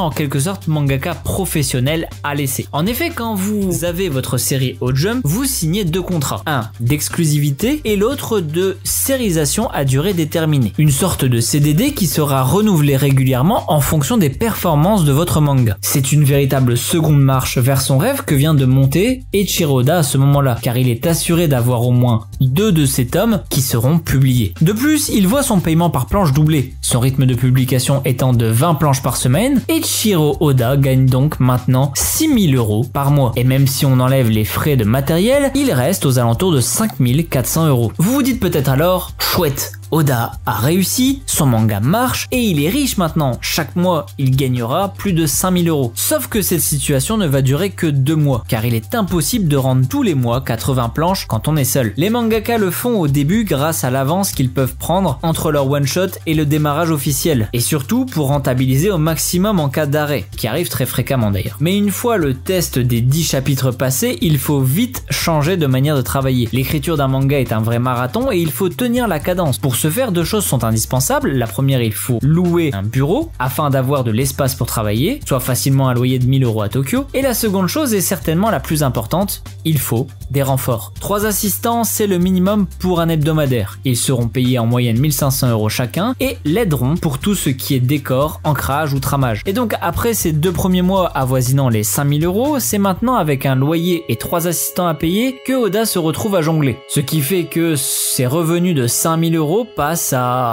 en quelque sorte mangaka professionnel à l'essai. En effet, quand vous avez votre série Haut Jump, vous signez deux contrats. Un d'exclusivité et l'autre de sérisation à durée déterminée. Une sorte de C D D qui sera renouvelé régulièrement en fonction des performances de votre manga. C'est une véritable seconde marche vers son rêve que vient de monter Eiichiro Oda à ce moment-là, car il est assuré d'avoir au moins deux de ces tomes qui seront publiés. De plus, il voit son paiement par planche doubler. Son rythme de publication étant de vingt planches par semaine, Eiichiro Oda gagne donc maintenant six mille euros par mois. Et même si on enlève les frais de matériel, il reste aux alentours de cinq mille quatre cents euros. Vous vous dites peut-être alors, chouette, Oda a réussi, son manga marche et il est riche maintenant. Chaque mois, il gagnera plus de cinq mille euros. Sauf que cette situation ne va durer que deux mois, car il est impossible de rendre tous les mois quatre-vingts planches quand on est seul. Les mangaka le font au début grâce à l'avance qu'ils peuvent prendre entre leur one-shot et le démarrage officiel. Et surtout pour rentabiliser au maximum en cas d'arrêt, qui arrive très fréquemment d'ailleurs. Mais une fois le test des dix chapitres passés, il faut vite changer de manière de travailler. L'écriture d'un manga est un vrai marathon et il faut tenir la cadence. Pour ce faire, deux choses sont indispensables. La première, il faut louer un bureau afin d'avoir de l'espace pour travailler, soit facilement un loyer de mille euros à Tokyo. Et la seconde chose, et certainement la plus importante, il faut des renforts. Trois assistants, c'est le minimum pour un hebdomadaire. Ils seront payés en moyenne mille cinq cents euros chacun et l'aideront pour tout ce qui est décor, ancrage ou tramage. Et donc après ces deux premiers mois avoisinant les cinq mille euros, c'est maintenant avec un loyer et trois assistants à payer que Oda se retrouve à jongler. Ce qui fait que ses revenus de cinq mille euros passe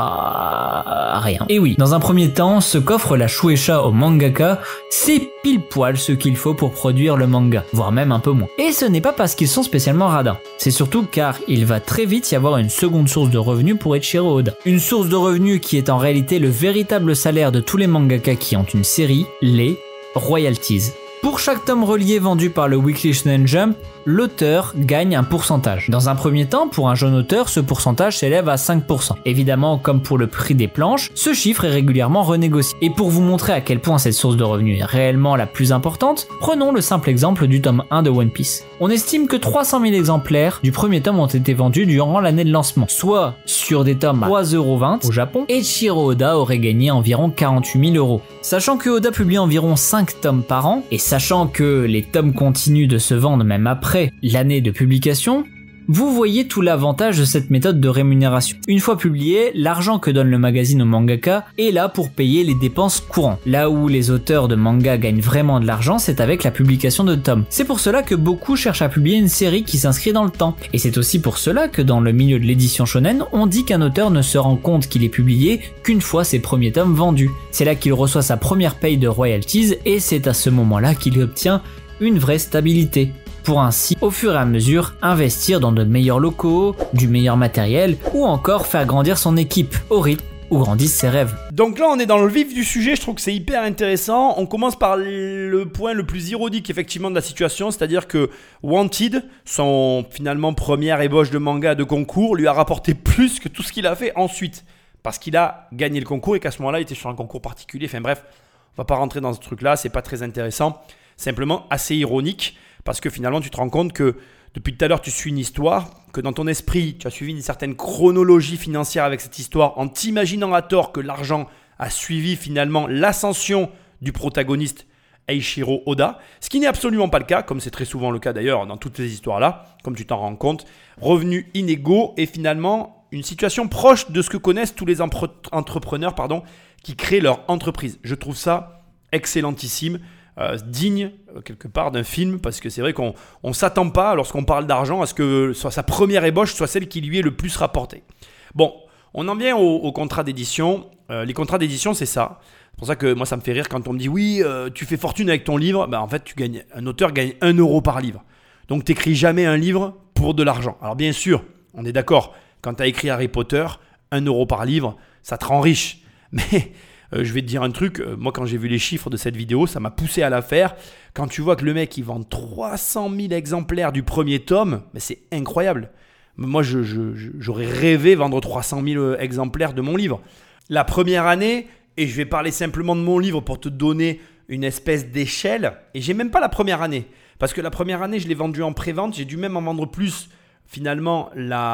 à rien. Et oui, dans un premier temps, ce qu'offre la Shueisha au mangaka, c'est pile poil ce qu'il faut pour produire le manga, voire même un peu moins. Et ce n'est pas parce qu'ils sont spécialement radins, c'est surtout car il va très vite y avoir une seconde source de revenus pour Eiichiro Oda. Une source de revenus qui est en réalité le véritable salaire de tous les mangaka qui ont une série, les royalties. Pour chaque tome relié vendu par le Weekly Shonen Jump, l'auteur gagne un pourcentage. Dans un premier temps, pour un jeune auteur, ce pourcentage s'élève à cinq pour cent. Évidemment, comme pour le prix des planches, ce chiffre est régulièrement renégocié. Et pour vous montrer à quel point cette source de revenus est réellement la plus importante, prenons le simple exemple du tome un de One Piece. On estime que trois cent mille exemplaires du premier tome ont été vendus durant l'année de lancement, soit sur des tomes à trois euros vingt au Japon, et Eiichiro Oda aurait gagné environ quarante-huit mille euros. Sachant que Oda publie environ cinq tomes par an, et sachant que les tomes continuent de se vendre même après l'année de publication, vous voyez tout l'avantage de cette méthode de rémunération. Une fois publié, l'argent que donne le magazine au mangaka est là pour payer les dépenses courantes. Là où les auteurs de manga gagnent vraiment de l'argent, c'est avec la publication de tomes. C'est pour cela que beaucoup cherchent à publier une série qui s'inscrit dans le temps. Et c'est aussi pour cela que dans le milieu de l'édition shonen, on dit qu'un auteur ne se rend compte qu'il est publié qu'une fois ses premiers tomes vendus. C'est là qu'il reçoit sa première paye de royalties et c'est à ce moment-là qu'il obtient une vraie stabilité, pour ainsi, au fur et à mesure, investir dans de meilleurs locaux, du meilleur matériel, ou encore faire grandir son équipe, au rythme où grandissent ses rêves. Donc là, on est dans le vif du sujet, je trouve que c'est hyper intéressant. On commence par le point le plus ironique, effectivement, de la situation, c'est-à-dire que Wanted, son finalement première ébauche de manga de concours, lui a rapporté plus que tout ce qu'il a fait ensuite, parce qu'il a gagné le concours et qu'à ce moment-là, il était sur un concours particulier. Enfin bref, on va pas rentrer dans ce truc-là, c'est pas très intéressant, simplement assez ironique. Parce que finalement, tu te rends compte que depuis tout à l'heure, tu suis une histoire, que dans ton esprit, tu as suivi une certaine chronologie financière avec cette histoire, en t'imaginant à tort que l'argent a suivi finalement l'ascension du protagoniste Eiichiro Oda, ce qui n'est absolument pas le cas, comme c'est très souvent le cas d'ailleurs dans toutes ces histoires-là, comme tu t'en rends compte. Revenus inégaux et finalement une situation proche de ce que connaissent tous les empre- entrepreneurs pardon, qui créent leur entreprise. Je trouve ça excellentissime. Euh, digne euh, quelque part d'un film, parce que c'est vrai qu'on ne s'attend pas lorsqu'on parle d'argent à ce que soit sa première ébauche soit celle qui lui est le plus rapportée. Bon, on en vient au, au contrat d'édition. Euh, les contrats d'édition, c'est ça. C'est pour ça que moi, ça me fait rire quand on me dit oui, euh, tu fais fortune avec ton livre. Ben, en fait, tu gagnes, un auteur gagne un euro par livre. Donc, tu n'écris jamais un livre pour de l'argent. Alors, bien sûr, on est d'accord, quand tu as écrit Harry Potter, un euro par livre, ça te rend riche. Mais Euh, je vais te dire un truc, euh, moi quand j'ai vu les chiffres de cette vidéo, ça m'a poussé à la faire. Quand tu vois que le mec il vend trois cent mille exemplaires du premier tome, mais c'est incroyable. Moi je, je, je, j'aurais rêvé vendre trois cent mille exemplaires de mon livre. La première année, et je vais parler simplement de mon livre pour te donner une espèce d'échelle, et j'ai même pas la première année, parce que la première année je l'ai vendu en pré-vente, j'ai dû même en vendre plus finalement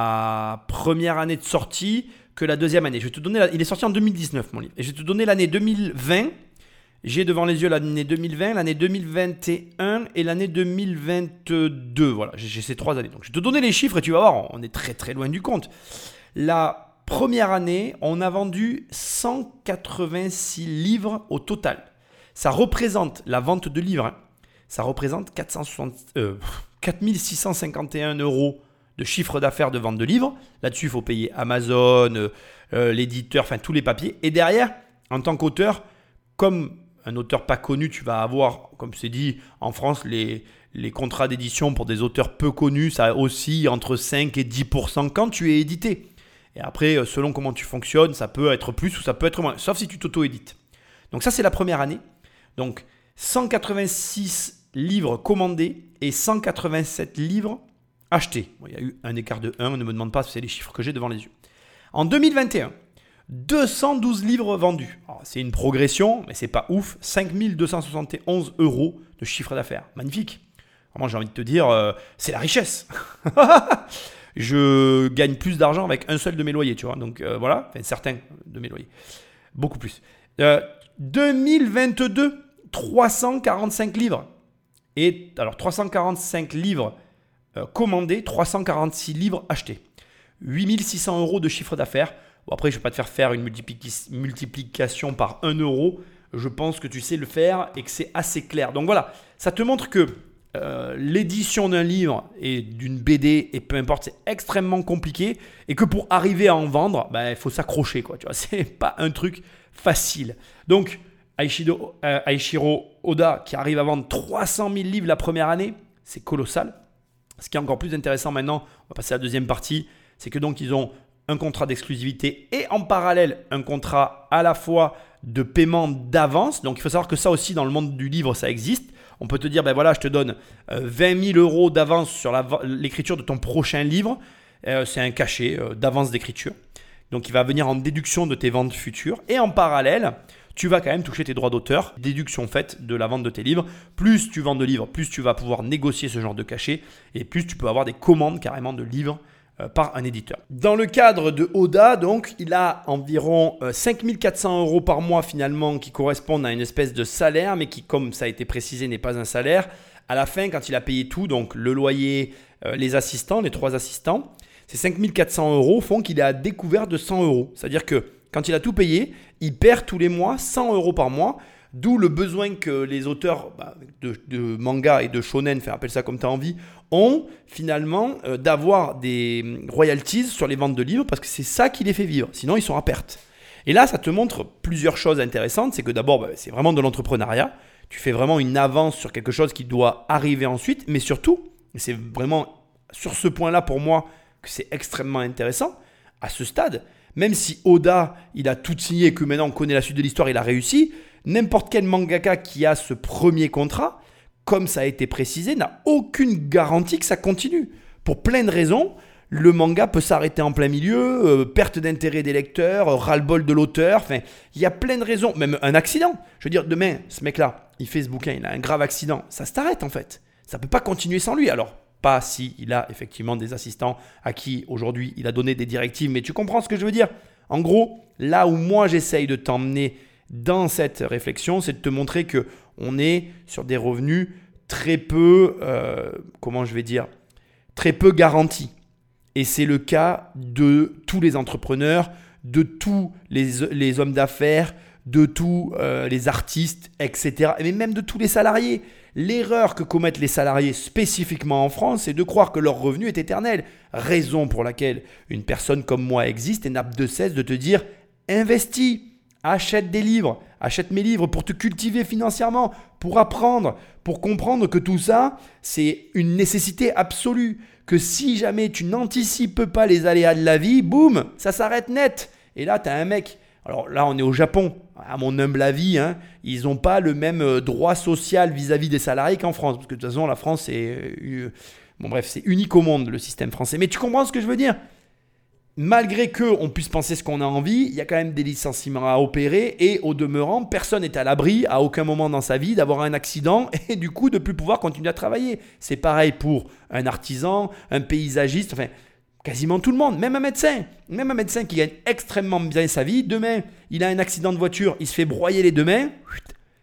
la première année de sortie que la deuxième année. Je vais te donner la... Il est sorti en deux mille dix-neuf, mon livre. Et je vais te donner l'année deux mille vingt. J'ai devant les yeux l'année deux mille vingt, l'année deux mille vingt et un et l'année deux mille vingt-deux. Voilà, j'ai, j'ai ces trois années. Donc je vais te donner les chiffres et tu vas voir, on est très très loin du compte. La première année, on a vendu cent quatre-vingt-six livres au total. Ça représente la vente de livres. Hein. Ça représente quatre cent soixante, euh, quatre mille six cent cinquante et un euros de chiffre d'affaires de vente de livres. Là-dessus, il faut payer Amazon, euh, euh, l'éditeur, enfin tous les papiers. Et derrière, en tant qu'auteur, comme un auteur pas connu, tu vas avoir, comme c'est dit en France, les, les contrats d'édition pour des auteurs peu connus, ça oscille entre cinq et dix pour cent quand tu es édité. Et après, selon comment tu fonctionnes, ça peut être plus ou ça peut être moins, sauf si tu t'auto-édites. Donc ça, c'est la première année. Donc cent quatre-vingt-six livres commandés et cent quatre-vingt-sept livres achetés. Bon, il y a eu un écart de un, ne me demande pas si c'est les chiffres que j'ai devant les yeux. En deux mille vingt et un, deux cent douze livres vendus. Alors, c'est une progression, mais c'est pas ouf. cinq mille deux cent soixante et onze euros de chiffre d'affaires. Magnifique. Vraiment, j'ai envie de te dire, euh, c'est la richesse. Je gagne plus d'argent avec un seul de mes loyers, tu vois. Donc euh, voilà, enfin, certains de mes loyers. Beaucoup plus. Euh, deux mille vingt-deux, trois cent quarante-cinq livres. Et alors, trois cent quarante-cinq livres euh, commandés, trois cent quarante-six livres achetés. huit mille six cents euros de chiffre d'affaires. Bon, après, je ne vais pas te faire faire une multiplic- multiplication par un euro. Je pense que tu sais le faire et que c'est assez clair. Donc voilà, ça te montre que euh, l'édition d'un livre et d'une B D, et peu importe, c'est extrêmement compliqué. Et que pour arriver à en vendre, bah, il faut s'accrocher, quoi. Tu vois, c'est pas un truc facile. Donc, Aishido, euh, Aishiro Oda qui arrive à vendre trois cent mille livres la première année, c'est colossal. Ce qui est encore plus intéressant maintenant, on va passer à la deuxième partie, c'est que donc ils ont un contrat d'exclusivité et en parallèle un contrat à la fois de paiement d'avance. Donc il faut savoir que ça aussi dans le monde du livre ça existe. On peut te dire ben voilà je te donne euh, vingt mille euros d'avance sur la, l'écriture de ton prochain livre. Euh, c'est un cachet euh, d'avance d'écriture. Donc il va venir en déduction de tes ventes futures. Et en parallèle, tu vas quand même toucher tes droits d'auteur, déduction faite de la vente de tes livres. Plus tu vends de livres, plus tu vas pouvoir négocier ce genre de cachet et plus tu peux avoir des commandes carrément de livres par un éditeur. Dans le cadre de Oda, donc, il a environ cinq mille quatre cents euros par mois finalement qui correspondent à une espèce de salaire, mais qui, comme ça a été précisé, n'est pas un salaire. À la fin, quand il a payé tout, donc le loyer, euh, les assistants, les trois assistants, ces cinq mille quatre cents euros font qu'il est à découvert de cent euros. C'est-à-dire que quand il a tout payé, il perd tous les mois cent euros par mois. D'où le besoin que les auteurs bah, de, de manga et de shonen, enfin, appelle ça comme tu as envie, ont finalement euh, d'avoir des royalties sur les ventes de livres parce que c'est ça qui les fait vivre. Sinon, ils sont à perte. Et là, ça te montre plusieurs choses intéressantes. C'est que d'abord, bah, c'est vraiment de l'entrepreneuriat. Tu fais vraiment une avance sur quelque chose qui doit arriver ensuite. Mais surtout, et c'est vraiment sur ce point-là pour moi que c'est extrêmement intéressant, à ce stade, même si Oda, il a tout signé, que maintenant on connaît la suite de l'histoire, il a réussi, n'importe quel mangaka qui a ce premier contrat, comme ça a été précisé, n'a aucune garantie que ça continue. Pour plein de raisons, le manga peut s'arrêter en plein milieu, euh, perte d'intérêt des lecteurs, euh, ras-le-bol de l'auteur, enfin, il y a plein de raisons, même un accident. Je veux dire, demain, ce mec-là, il fait ce bouquin, il a un grave accident, ça s'arrête en fait. Ça ne peut pas continuer sans lui. Alors, pas si il a effectivement des assistants à qui aujourd'hui il a donné des directives, mais tu comprends ce que je veux dire. En gros, là où moi j'essaye de t'emmener dans cette réflexion, c'est de te montrer qu'on est sur des revenus très peu, euh, comment je vais dire, très peu garantis. Et c'est le cas de tous les entrepreneurs, de tous les, les hommes d'affaires, de tous euh, les artistes, et cetera. Mais même de tous les salariés. L'erreur que commettent les salariés spécifiquement en France, c'est de croire que leur revenu est éternel. Raison pour laquelle une personne comme moi existe et n'a de cesse de te dire « investis ». Achète des livres, achète mes livres pour te cultiver financièrement, pour apprendre, pour comprendre que tout ça, c'est une nécessité absolue. Que si jamais tu n'anticipes pas les aléas de la vie, boum, ça s'arrête net. Et là, tu as un mec, alors là, on est au Japon, à mon humble avis, hein, ils n'ont pas le même droit social vis-à-vis des salariés qu'en France. Parce que de toute façon, la France, c'est, euh, bon, bref, c'est unique au monde, le système français. Mais tu comprends ce que je veux dire ? Malgré qu'on puisse penser ce qu'on a envie, il y a quand même des licenciements à opérer et au demeurant, personne n'est à l'abri à aucun moment dans sa vie d'avoir un accident et du coup de ne plus pouvoir continuer à travailler. C'est pareil pour un artisan, un paysagiste, enfin quasiment tout le monde, même un médecin. Même un médecin qui gagne extrêmement bien sa vie, demain il a un accident de voiture, il se fait broyer les deux mains,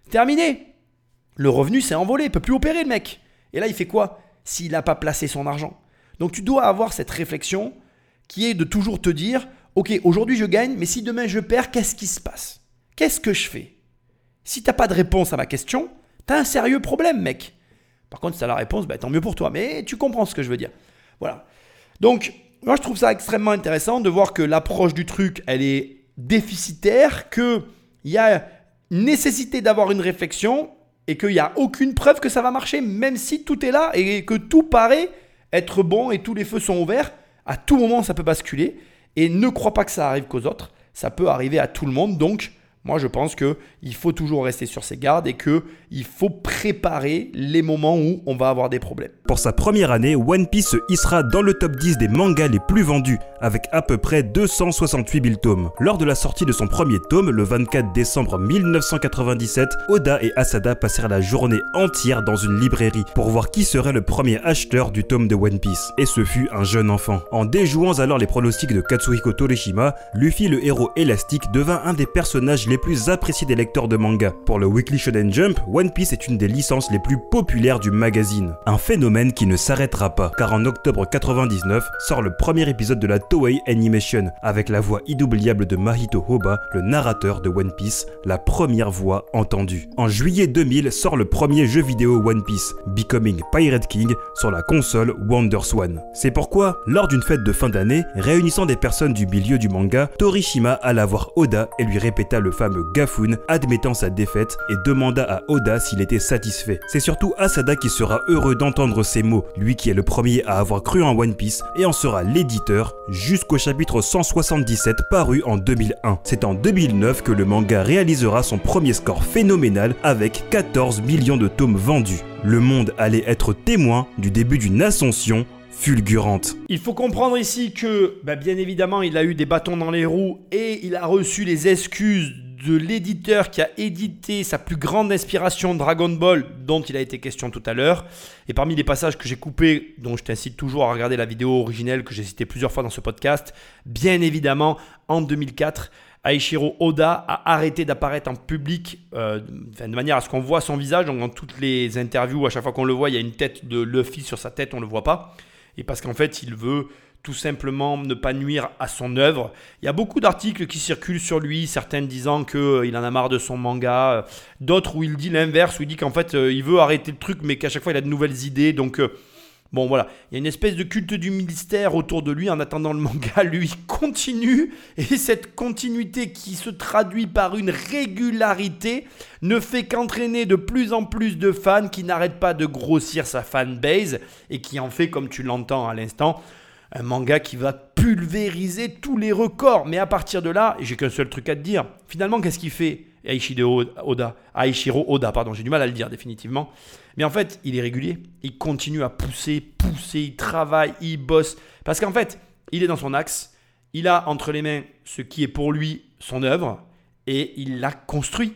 terminé. Le revenu s'est envolé, il ne peut plus opérer le mec. Et là, il fait quoi s'il n'a pas placé son argent? Donc tu dois avoir cette réflexion qui est de toujours te dire, ok, aujourd'hui je gagne, mais si demain je perds, qu'est-ce qui se passe? Qu'est-ce que je fais? Si tu n'as pas de réponse à ma question, tu as un sérieux problème, mec. Par contre, si tu as la réponse, bah, tant mieux pour toi. Mais tu comprends ce que je veux dire. Voilà. Donc, moi, je trouve ça extrêmement intéressant de voir que l'approche du truc, elle est déficitaire, qu'il y a nécessité d'avoir une réflexion et qu'il n'y a aucune preuve que ça va marcher, même si tout est là et que tout paraît être bon et tous les feux sont ouverts. À tout moment, ça peut basculer. Et ne crois pas que ça arrive qu'aux autres. Ça peut arriver à tout le monde. Donc, moi, je pense qu'il faut toujours rester sur ses gardes et qu'il faut préparer les moments où on va avoir des problèmes. Pour sa première année, One Piece se hissera dans le top dix des mangas les plus vendus, avec à peu près deux cent soixante-huit mille tomes. Lors de la sortie de son premier tome, le vingt-quatre décembre mille neuf cent quatre-vingt-dix-sept, Oda et Asada passèrent la journée entière dans une librairie pour voir qui serait le premier acheteur du tome de One Piece. Et ce fut un jeune enfant. En déjouant alors les pronostics de Katsuhiko Torishima, Luffy, le héros élastique, devint un des personnages les plus appréciés des lecteurs de manga. Pour le Weekly Shonen Jump, One Piece est une des licences les plus populaires du magazine. Un phénomène qui ne s'arrêtera pas, car en octobre quatre-vingt-dix-neuf sort le premier épisode de la Toei Animation, avec la voix inoubliable de Mahito Hoba, le narrateur de One Piece, la première voix entendue. En juillet deux mille sort le premier jeu vidéo One Piece, Becoming Pirate King, sur la console WonderSwan. C'est pourquoi, lors d'une fête de fin d'année, réunissant des personnes du milieu du manga, Torishima alla voir Oda et lui répéta le fameux Gafun, admettant sa défaite, et demanda à Oda s'il était satisfait. C'est surtout Asada qui sera heureux d'entendre ces mots, lui qui est le premier à avoir cru en One Piece et en sera l'éditeur jusqu'au chapitre cent soixante-dix-sept paru en deux mille un. C'est en deux mille neuf que le manga réalisera son premier score phénoménal avec quatorze millions de tomes vendus. Le monde allait être témoin du début d'une ascension fulgurante. Il faut comprendre ici que, bah bien évidemment, il a eu des bâtons dans les roues et il a reçu les excuses de l'éditeur qui a édité sa plus grande inspiration, Dragon Ball, dont il a été question tout à l'heure. Et parmi les passages que j'ai coupés, dont je t'incite toujours à regarder la vidéo originelle que j'ai citée plusieurs fois dans ce podcast, bien évidemment, en deux mille quatre, Eiichiro Oda a arrêté d'apparaître en public euh, de manière à ce qu'on voit son visage. Donc dans toutes les interviews, à chaque fois qu'on le voit, il y a une tête de Luffy sur sa tête, on ne le voit pas. Et parce qu'en fait, il veut tout simplement ne pas nuire à son œuvre. Il y a beaucoup d'articles qui circulent sur lui, certains disant qu'il euh, en a marre de son manga, euh, d'autres où il dit l'inverse, où il dit qu'en fait, euh, il veut arrêter le truc, mais qu'à chaque fois, il a de nouvelles idées. Donc, euh, bon, voilà. Il y a une espèce de culte du mystère autour de lui. En attendant, le manga, lui, continue. Et cette continuité qui se traduit par une régularité ne fait qu'entraîner de plus en plus de fans qui n'arrêtent pas de grossir sa fanbase et qui en fait, comme tu l'entends à l'instant, un manga qui va pulvériser tous les records. Mais à partir de là, j'ai qu'un seul truc à te dire. Finalement, qu'est-ce qu'il fait Eiichiro Oda, Eiichiro Oda, pardon, j'ai du mal à le dire définitivement. Mais en fait, il est régulier. Il continue à pousser, pousser, il travaille, il bosse. Parce qu'en fait, il est dans son axe. Il a entre les mains ce qui est pour lui son œuvre et il l'a construit.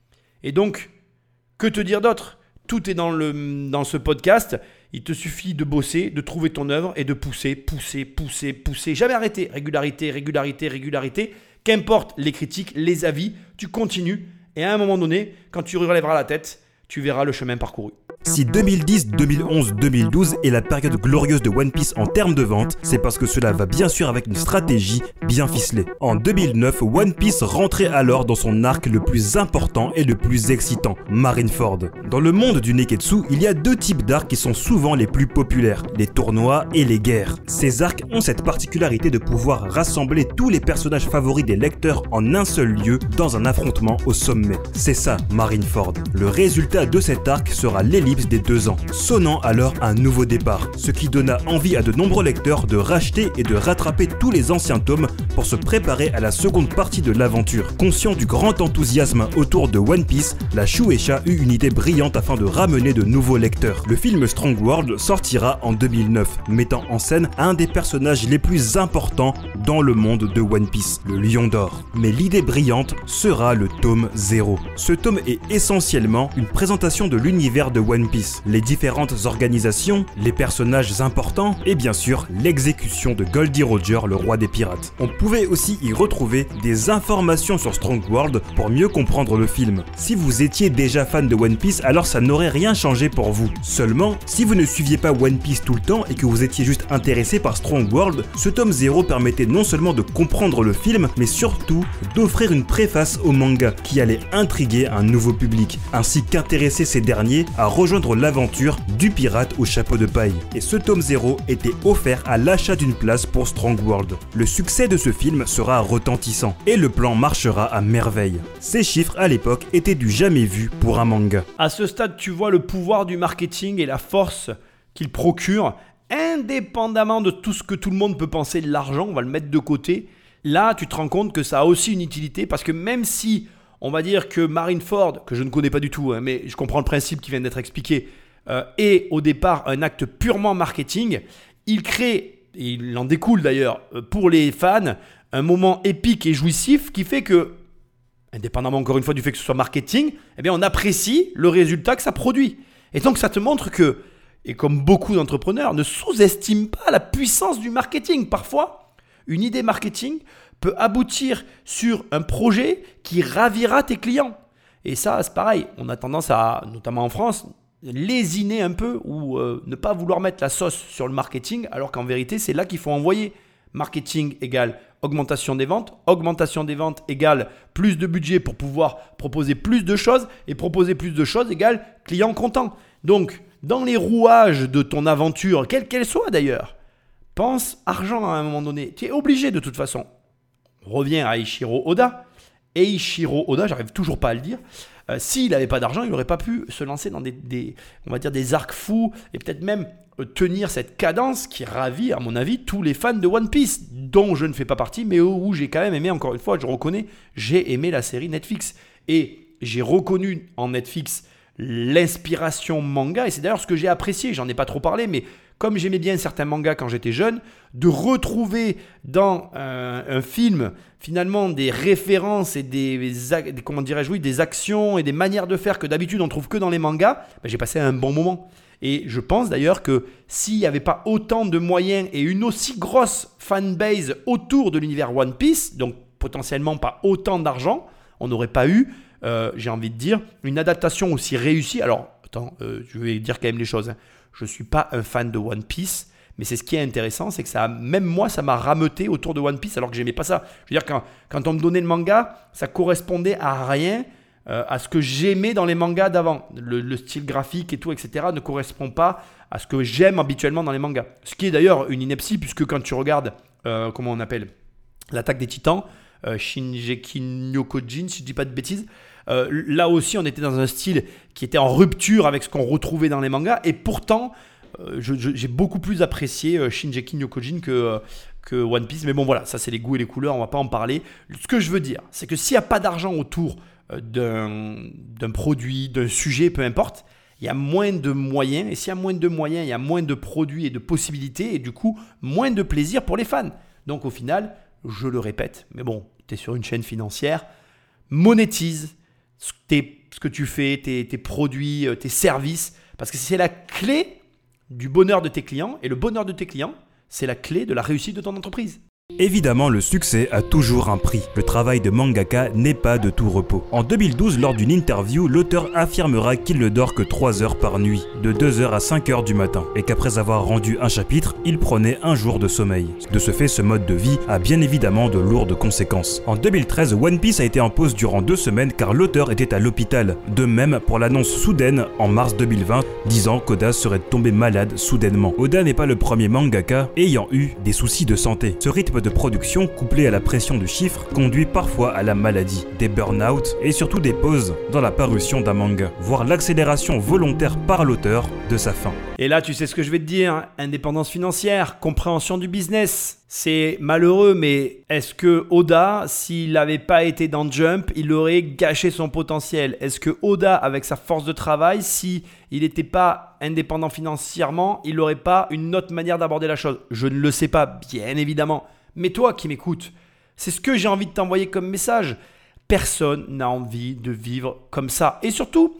Et donc, que te dire d'autre ? Tout est dans, le, dans ce podcast. Il te suffit de bosser, de trouver ton œuvre et de pousser, pousser, pousser, pousser. Jamais arrêter. Régularité, régularité, régularité. Qu'importe les critiques, les avis, tu continues. Et à un moment donné, quand tu relèveras la tête, tu verras le chemin parcouru. Si deux mille dix, deux mille onze, deux mille douze est la période glorieuse de One Piece en termes de vente, c'est parce que cela va bien sûr avec une stratégie bien ficelée. En deux mille neuf, One Piece rentrait alors dans son arc le plus important et le plus excitant, Marineford. Dans le monde du Neketsu, il y a deux types d'arcs qui sont souvent les plus populaires, les tournois et les guerres. Ces arcs ont cette particularité de pouvoir rassembler tous les personnages favoris des lecteurs en un seul lieu dans un affrontement au sommet. C'est ça, Marineford. Le résultat de cet arc sera l'ellipse des deux ans, sonnant alors un nouveau départ, ce qui donna envie à de nombreux lecteurs de racheter et de rattraper tous les anciens tomes pour se préparer à la seconde partie de l'aventure. Conscient du grand enthousiasme autour de One Piece, la Shueisha eut une idée brillante afin de ramener de nouveaux lecteurs. Le film Strong World sortira en deux mille neuf, mettant en scène un des personnages les plus importants dans le monde de One Piece, le Lion d'Or. Mais l'idée brillante sera le tome zéro. Ce tome est essentiellement une présentation de l'univers de One One Piece, les différentes organisations, les personnages importants et bien sûr l'exécution de Goldie Roger, le roi des pirates. On pouvait aussi y retrouver des informations sur Strong World pour mieux comprendre le film. Si vous étiez déjà fan de One Piece, alors ça n'aurait rien changé pour vous. Seulement, si vous ne suiviez pas One Piece tout le temps et que vous étiez juste intéressé par Strong World, ce tome zéro permettait non seulement de comprendre le film, mais surtout d'offrir une préface au manga qui allait intriguer un nouveau public, ainsi qu'intéresser ces derniers à rejoindre l'aventure du pirate au chapeau de paille. Et ce tome zéro était offert à l'achat d'une place pour Strong World. Le succès de ce film sera retentissant et le plan marchera à merveille. Ces chiffres à l'époque étaient du jamais vu pour un manga. À ce stade, tu vois le pouvoir du marketing et la force qu'il procure, indépendamment de tout ce que tout le monde peut penser de l'argent, on va le mettre de côté. Là, tu te rends compte que ça a aussi une utilité parce que même si on va dire que Marineford, que je ne connais pas du tout, hein, mais je comprends le principe qui vient d'être expliqué, euh, est au départ un acte purement marketing, il crée, et il en découle d'ailleurs, pour les fans, un moment épique et jouissif qui fait que, indépendamment encore une fois du fait que ce soit marketing, eh bien on apprécie le résultat que ça produit. Et donc ça te montre que, et comme beaucoup d'entrepreneurs, ne sous-estime pas la puissance du marketing. Parfois, une idée marketing peut aboutir sur un projet qui ravira tes clients. Et ça, c'est pareil. On a tendance à, notamment en France, lésiner un peu ou euh, ne pas vouloir mettre la sauce sur le marketing, alors qu'en vérité, c'est là qu'il faut envoyer. Marketing égale augmentation des ventes. Augmentation des ventes égale plus de budget pour pouvoir proposer plus de choses. Et proposer plus de choses égale client content. Donc, dans les rouages de ton aventure, quelle qu'elle soit d'ailleurs, pense argent à un moment donné. Tu es obligé de toute façon. On revient à Eiichiro Oda. Eiichiro Oda, j'arrive toujours pas à le dire. Euh, s'il n'avait pas d'argent, il n'aurait pas pu se lancer dans des, des, on va dire des arcs fous et peut-être même euh, tenir cette cadence qui ravit, à mon avis, tous les fans de One Piece, dont je ne fais pas partie, mais où, où j'ai quand même aimé, encore une fois, je reconnais, j'ai aimé la série Netflix. Et j'ai reconnu en Netflix l'inspiration manga, et c'est d'ailleurs ce que j'ai apprécié, j'en ai pas trop parlé, mais comme j'aimais bien certains mangas quand j'étais jeune, de retrouver dans euh, un film finalement des références et des, des, comment dirais-je, oui, des actions et des manières de faire que d'habitude on trouve que dans les mangas, ben, j'ai passé un bon moment. Et je pense d'ailleurs que s'il n'y avait pas autant de moyens et une aussi grosse fanbase autour de l'univers One Piece, donc potentiellement pas autant d'argent, on n'aurait pas eu, euh, j'ai envie de dire, une adaptation aussi réussie. Alors, attends, euh, je vais dire quand même les choses, hein. Je ne suis pas un fan de One Piece, mais c'est ce qui est intéressant, c'est que ça, même moi, ça m'a rameuté autour de One Piece alors que j'aimais pas ça. Je veux dire, quand, quand on me donnait le manga, ça correspondait à rien, euh, à ce que j'aimais dans les mangas d'avant. Le, le style graphique et tout, et cetera ne correspond pas à ce que j'aime habituellement dans les mangas. Ce qui est d'ailleurs une ineptie, puisque quand tu regardes, euh, comment on appelle, l'attaque des titans, euh, Shingeki no Kyojin, si je ne dis pas de bêtises, Euh, là aussi, on était dans un style qui était en rupture avec ce qu'on retrouvait dans les mangas. Et pourtant, euh, je, je, j'ai beaucoup plus apprécié euh, Shingeki no Kyojin que, euh, que One Piece. Mais bon, voilà, ça c'est les goûts et les couleurs, on va pas en parler. Ce que je veux dire, c'est que s'il n'y a pas d'argent autour euh, d'un, d'un produit, d'un sujet, peu importe, il y a moins de moyens. Et s'il y a moins de moyens, il y a moins de produits et de possibilités. Et du coup, moins de plaisir pour les fans. Donc au final, je le répète, mais bon, tu es sur une chaîne financière, monétise Tes, ce que tu fais, tes, tes produits, tes services, parce que c'est la clé du bonheur de tes clients, et le bonheur de tes clients, c'est la clé de la réussite de ton entreprise. Évidemment, le succès a toujours un prix. Le travail de mangaka n'est pas de tout repos. En deux mille douze, lors d'une interview, l'auteur affirmera qu'il ne dort que trois heures par nuit, de deux heures à cinq heures du matin, et qu'après avoir rendu un chapitre, il prenait un jour de sommeil. De ce fait, ce mode de vie a bien évidemment de lourdes conséquences. En deux mille treize, One Piece a été en pause durant deux semaines car l'auteur était à l'hôpital. De même pour l'annonce soudaine en mars deux mille vingt, disant qu'Oda serait tombé malade soudainement. Oda n'est pas le premier mangaka ayant eu des soucis de santé. Ce rythme de production couplé à la pression du chiffre conduit parfois à la maladie, des burn-out et surtout des pauses dans la parution d'un manga, voire l'accélération volontaire par l'auteur de sa fin. Et là, tu sais ce que je vais te dire, hein, indépendance financière, compréhension du business. C'est malheureux, mais est-ce que Oda, s'il n'avait pas été dans Jump, il aurait gâché son potentiel? Est-ce que Oda, avec sa force de travail, si il n'était pas indépendant financièrement, il n'aurait pas une autre manière d'aborder la chose? Je ne le sais pas, bien évidemment. Mais toi qui m'écoutes, c'est ce que j'ai envie de t'envoyer comme message. Personne n'a envie de vivre comme ça. Et surtout,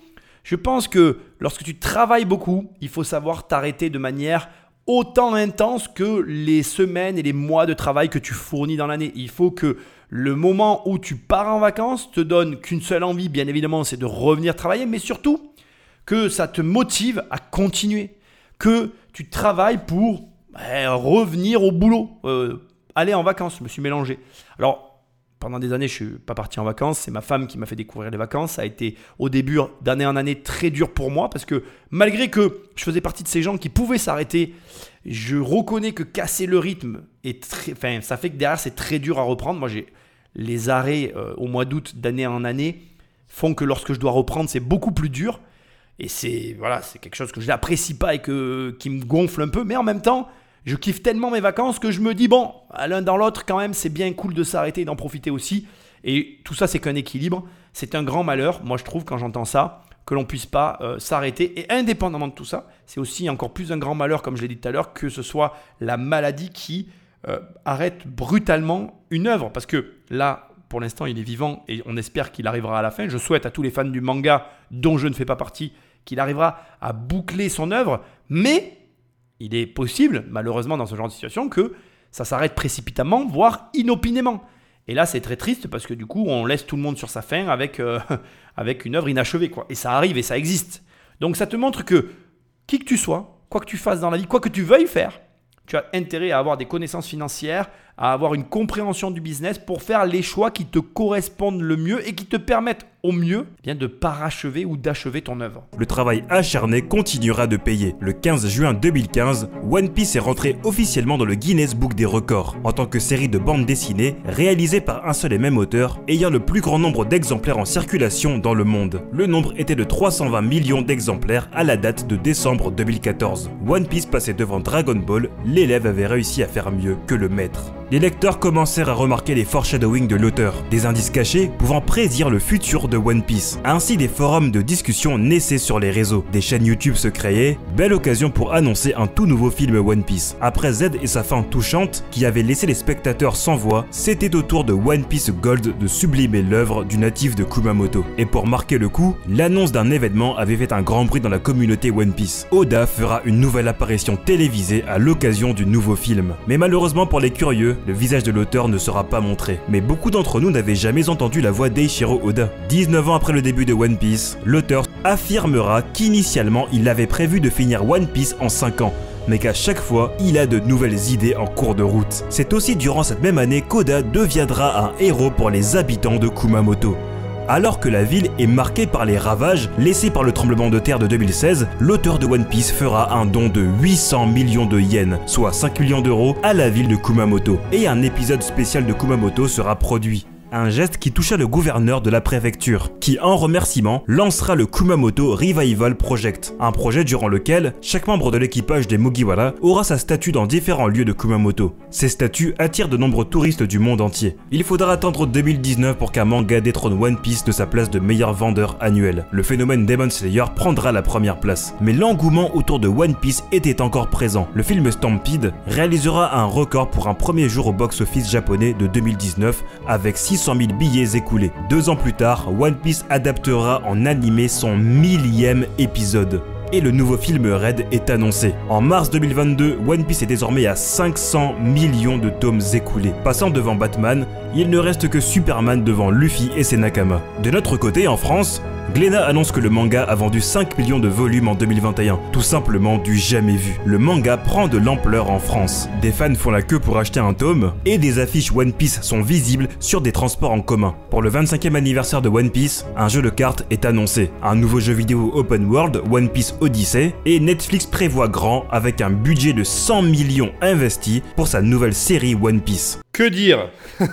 Je pense que lorsque tu travailles beaucoup, il faut savoir t'arrêter de manière autant intense que les semaines et les mois de travail que tu fournis dans l'année. Il faut que le moment où tu pars en vacances te donne qu'une seule envie, bien évidemment, c'est de revenir travailler, mais surtout que ça te motive à continuer, que tu travailles pour ben, revenir au boulot, euh, aller en vacances. Je me suis mélangé. Alors, pendant des années, je ne suis pas parti en vacances. C'est ma femme qui m'a fait découvrir les vacances. Ça a été au début, d'année en année, très dur pour moi parce que malgré que je faisais partie de ces gens qui pouvaient s'arrêter, je reconnais que casser le rythme, est très, enfin, ça fait que derrière, c'est très dur à reprendre. Moi, j'ai les arrêts euh, au mois d'août, d'année en année, font que lorsque je dois reprendre, c'est beaucoup plus dur. Et c'est, voilà, c'est quelque chose que je n'apprécie pas et que, qui me gonfle un peu. Mais en même temps, je kiffe tellement mes vacances que je me dis, bon, à l'un dans l'autre, quand même, c'est bien cool de s'arrêter et d'en profiter aussi. Et tout ça, c'est qu'un équilibre. C'est un grand malheur, moi je trouve, quand j'entends ça, que l'on ne puisse pas euh, s'arrêter. Et indépendamment de tout ça, c'est aussi encore plus un grand malheur, comme je l'ai dit tout à l'heure, que ce soit la maladie qui euh, arrête brutalement une œuvre. Parce que là, pour l'instant, il est vivant et on espère qu'il arrivera à la fin. Je souhaite à tous les fans du manga, dont je ne fais pas partie, qu'il arrivera à boucler son œuvre. Mais il est possible, malheureusement, dans ce genre de situation, que ça s'arrête précipitamment, voire inopinément. Et là, c'est très triste parce que du coup, on laisse tout le monde sur sa faim avec, euh, avec une œuvre inachevée, quoi. Et ça arrive et ça existe. Donc, ça te montre que, qui que tu sois, quoi que tu fasses dans la vie, quoi que tu veuilles faire, tu as intérêt à avoir des connaissances financières, à avoir une compréhension du business pour faire les choix qui te correspondent le mieux et qui te permettent au mieux eh bien de parachever ou d'achever ton œuvre. Le travail acharné continuera de payer. Le quinze juin deux mille quinze, One Piece est rentré officiellement dans le Guinness Book des records en tant que série de bande dessinée réalisée par un seul et même auteur ayant le plus grand nombre d'exemplaires en circulation dans le monde. Le nombre était de trois cent vingt millions d'exemplaires à la date de décembre deux mille quatorze. One Piece passait devant Dragon Ball, l'élève avait réussi à faire mieux que le maître. Les lecteurs commencèrent à remarquer les foreshadowing de l'auteur, des indices cachés pouvant prédire le futur de One Piece. Ainsi, des forums de discussion naissaient sur les réseaux, des chaînes YouTube se créaient, belle occasion pour annoncer un tout nouveau film One Piece. Après Z et sa fin touchante, qui avait laissé les spectateurs sans voix, c'était au tour de One Piece Gold de sublimer l'œuvre du natif de Kumamoto. Et pour marquer le coup, l'annonce d'un événement avait fait un grand bruit dans la communauté One Piece. Oda fera une nouvelle apparition télévisée à l'occasion du nouveau film. Mais malheureusement pour les curieux, le visage de l'auteur ne sera pas montré. Mais beaucoup d'entre nous n'avaient jamais entendu la voix d'Eiichiro Oda. dix-neuf ans après le début de One Piece, l'auteur affirmera qu'initialement il avait prévu de finir One Piece en cinq ans, mais qu'à chaque fois, il a de nouvelles idées en cours de route. C'est aussi durant cette même année qu'Oda deviendra un héros pour les habitants de Kumamoto. Alors que la ville est marquée par les ravages laissés par le tremblement de terre de deux mille seize, l'auteur de One Piece fera un don de huit cents millions de yens, soit cinq millions d'euros, à la ville de Kumamoto. Et un épisode spécial de Kumamoto sera produit. Un geste qui toucha le gouverneur de la préfecture, qui en remerciement lancera le Kumamoto Revival Project, un projet durant lequel chaque membre de l'équipage des Mugiwara aura sa statue dans différents lieux de Kumamoto. Ces statues attirent de nombreux touristes du monde entier. Il faudra attendre deux mille dix-neuf pour qu'un manga détrône One Piece de sa place de meilleur vendeur annuel. Le phénomène Demon Slayer prendra la première place, mais l'engouement autour de One Piece était encore présent. Le film Stampede réalisera un record pour un premier jour au box-office japonais de deux mille dix-neuf avec six cent mille billets écoulés. Deux ans plus tard, One Piece adaptera en animé son millième épisode. Et le nouveau film Red est annoncé. En mars deux mille vingt-deux, One Piece est désormais à cinq cents millions de tomes écoulés. Passant devant Batman, il ne reste que Superman devant Luffy et ses Nakama. De notre côté, en France, Glénat annonce que le manga a vendu cinq millions de volumes en deux mille vingt et un, tout simplement du jamais vu. Le manga prend de l'ampleur en France. Des fans font la queue pour acheter un tome, et des affiches One Piece sont visibles sur des transports en commun. Pour le vingt-cinquième anniversaire de One Piece, un jeu de cartes est annoncé, un nouveau jeu vidéo open world, One Piece Odyssey, et Netflix prévoit grand avec un budget de cent millions investi pour sa nouvelle série One Piece. Que dire?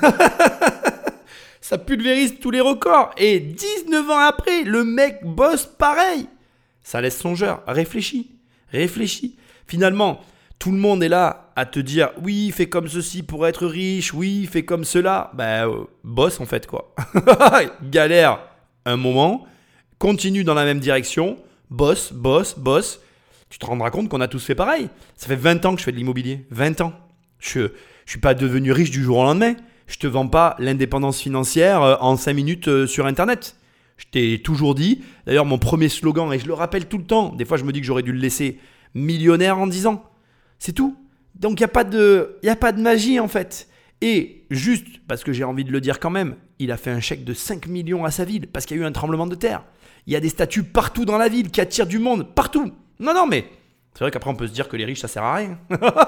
Ça pulvérise tous les records. Et dix-neuf ans après, le mec bosse pareil. Ça laisse songeur. Réfléchis. Réfléchis. Finalement, tout le monde est là à te dire « Oui, fais comme ceci pour être riche. Oui, fais comme cela. » Ben, euh, bosse en fait quoi. Galère un moment. Continue dans la même direction. Bosse, bosse, bosse. Tu te rendras compte qu'on a tous fait pareil. Ça fait vingt ans que je fais de l'immobilier. vingt ans. Je ne suis pas devenu riche du jour au lendemain. Je te vends pas l'indépendance financière en cinq minutes sur Internet. Je t'ai toujours dit, d'ailleurs mon premier slogan, et je le rappelle tout le temps, des fois je me dis que j'aurais dû le laisser millionnaire en dix ans. C'est tout. Donc il n'y a pas de, il y a pas de magie en fait. Et juste parce que j'ai envie de le dire quand même, il a fait un chèque de cinq millions à sa ville parce qu'il y a eu un tremblement de terre. Il y a des statues partout dans la ville qui attirent du monde, partout. Non, non, mais c'est vrai qu'après on peut se dire que les riches ça sert à rien.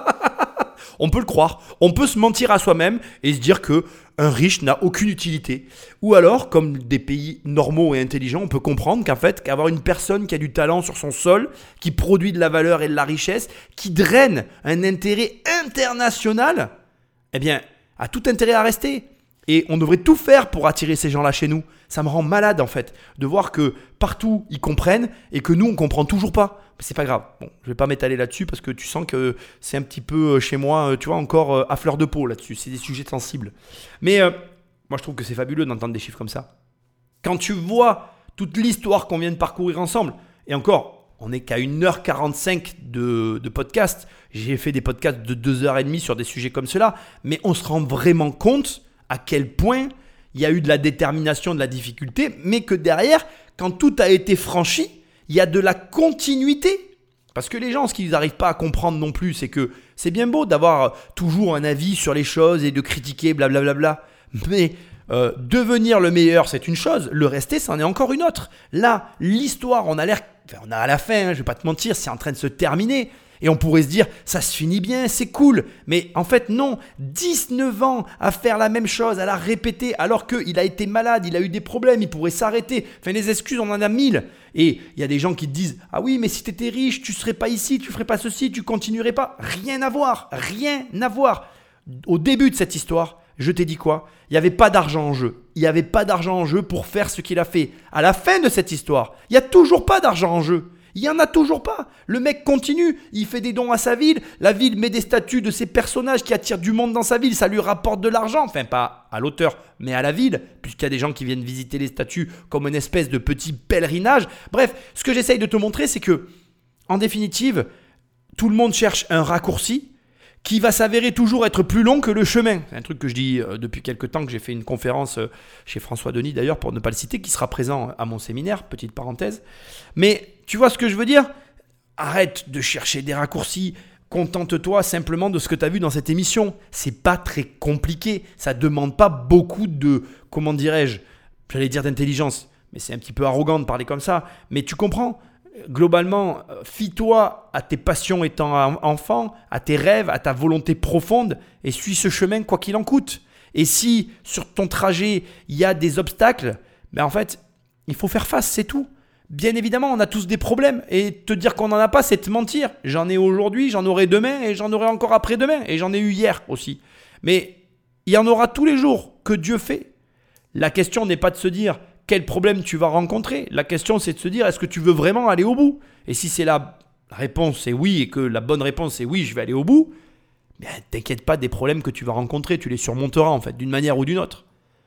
On peut le croire, on peut se mentir à soi-même et se dire que un riche n'a aucune utilité. Ou alors, comme des pays normaux et intelligents, on peut comprendre qu'en fait, qu'avoir une personne qui a du talent sur son sol, qui produit de la valeur et de la richesse, qui draine un intérêt international, eh bien, a tout intérêt à rester. Et on devrait tout faire pour attirer ces gens-là chez nous. Ça me rend malade en fait, de voir que partout ils comprennent et que nous on comprend toujours pas. Mais c'est pas grave. Bon, je vais pas m'étaler là-dessus parce que tu sens que c'est un petit peu chez moi, tu vois, encore à fleur de peau là-dessus. C'est des sujets sensibles. Mais euh, moi je trouve que c'est fabuleux d'entendre des chiffres comme ça. Quand tu vois toute l'histoire qu'on vient de parcourir ensemble, et encore, on n'est qu'à une heure quarante-cinq de, de podcast. J'ai fait des podcasts de deux heures trente sur des sujets comme cela, mais on se rend vraiment compte à quel point il y a eu de la détermination, de la difficulté, mais que derrière, quand tout a été franchi, il y a de la continuité. Parce que les gens, ce qu'ils n'arrivent pas à comprendre non plus, c'est que c'est bien beau d'avoir toujours un avis sur les choses et de critiquer, blablabla. Mais euh, devenir le meilleur, c'est une chose. Le rester, c'en est encore une autre. Là, l'histoire, on a l'air, enfin, on a à la fin, hein, je ne vais pas te mentir, c'est en train de se terminer. Et on pourrait se dire, ça se finit bien, c'est cool. Mais en fait, non. dix-neuf ans à faire la même chose, à la répéter, alors qu'il a été malade, il a eu des problèmes, il pourrait s'arrêter. Enfin, les excuses, on en a mille. Et il y a des gens qui te disent, ah oui, mais si tu étais riche, tu ne serais pas ici, tu ne ferais pas ceci, tu continuerais pas. Rien à voir, rien à voir. Au début de cette histoire, je t'ai dit quoi ? Il n'y avait pas d'argent en jeu. Il n'y avait pas d'argent en jeu pour faire ce qu'il a fait. À la fin de cette histoire, il n'y a toujours pas d'argent en jeu. Il n'y en a toujours pas. Le mec continue, il fait des dons à sa ville, la ville met des statues de ses personnages qui attirent du monde dans sa ville, ça lui rapporte de l'argent, enfin pas à l'auteur, mais à la ville, puisqu'il y a des gens qui viennent visiter les statues comme une espèce de petit pèlerinage. Bref, ce que j'essaye de te montrer, c'est que, en définitive, tout le monde cherche un raccourci qui va s'avérer toujours être plus long que le chemin. C'est un truc que je dis euh, depuis quelques temps, que j'ai fait une conférence euh, chez François Denis d'ailleurs, pour ne pas le citer, qui sera présent à mon séminaire, petite parenthèse. Mais tu vois ce que je veux dire ? Arrête de chercher des raccourcis, contente-toi simplement de ce que tu as vu dans cette émission. C'est pas très compliqué, ça demande pas beaucoup de, comment dirais-je, j'allais dire d'intelligence, mais c'est un petit peu arrogant de parler comme ça, mais tu comprends ? Globalement, fie-toi à tes passions étant enfant, à tes rêves, à ta volonté profonde et suis ce chemin quoi qu'il en coûte. Et si sur ton trajet, il y a des obstacles, ben en fait, il faut faire face, c'est tout. Bien évidemment, on a tous des problèmes et te dire qu'on n'en a pas, c'est te mentir. J'en ai aujourd'hui, j'en aurai demain et j'en aurai encore après-demain et j'en ai eu hier aussi. Mais il y en aura tous les jours que Dieu fait. La question n'est pas de se dire quel problème tu vas rencontrer. La question, c'est de se dire, est-ce que tu veux vraiment aller au bout ? Et si c'est la réponse c'est oui et que la bonne réponse c'est oui, je vais aller au bout, ben, t'inquiète pas des problèmes que tu vas rencontrer, tu les surmonteras en fait, d'une manière ou d'une autre.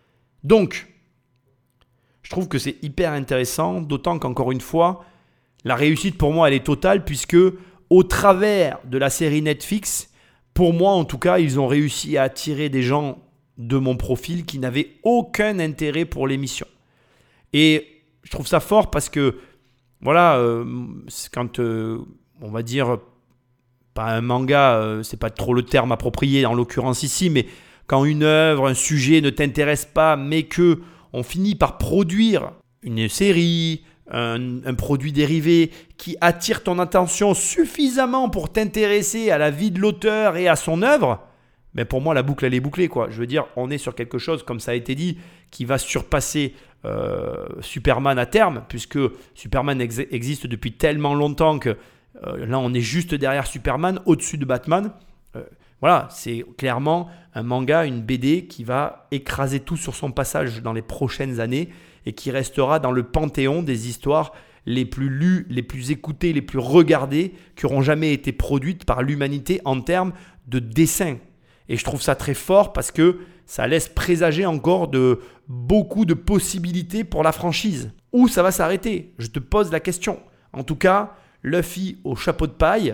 Donc, je trouve que c'est hyper intéressant, d'autant qu'encore une fois, la réussite pour moi, elle est totale, puisque au travers de la série Netflix, pour moi en tout cas, ils ont réussi à attirer des gens de mon profil qui n'avaient aucun intérêt pour l'émission. Et je trouve ça fort parce que, voilà, euh, quand, euh, on va dire, pas un manga, euh, c'est pas trop le terme approprié en l'occurrence ici, mais quand une œuvre, un sujet ne t'intéresse pas, mais que on finit par produire une série, un, un produit dérivé qui attire ton attention suffisamment pour t'intéresser à la vie de l'auteur et à son œuvre, mais pour moi, la boucle, elle est bouclée, quoi. Je veux dire, on est sur quelque chose, comme ça a été dit, qui va surpasser euh, Superman à terme, puisque Superman ex- existe depuis tellement longtemps que euh, là, on est juste derrière Superman, au-dessus de Batman. Euh, voilà, c'est clairement un manga, une B D qui va écraser tout sur son passage dans les prochaines années et qui restera dans le panthéon des histoires les plus lues, les plus écoutées, les plus regardées, qui n'auront jamais été produites par l'humanité en termes de dessin. Et je trouve ça très fort parce que ça laisse présager encore de beaucoup de possibilités pour la franchise. Où ça va s'arrêter ? Je te pose la question. En tout cas, Luffy au chapeau de paille,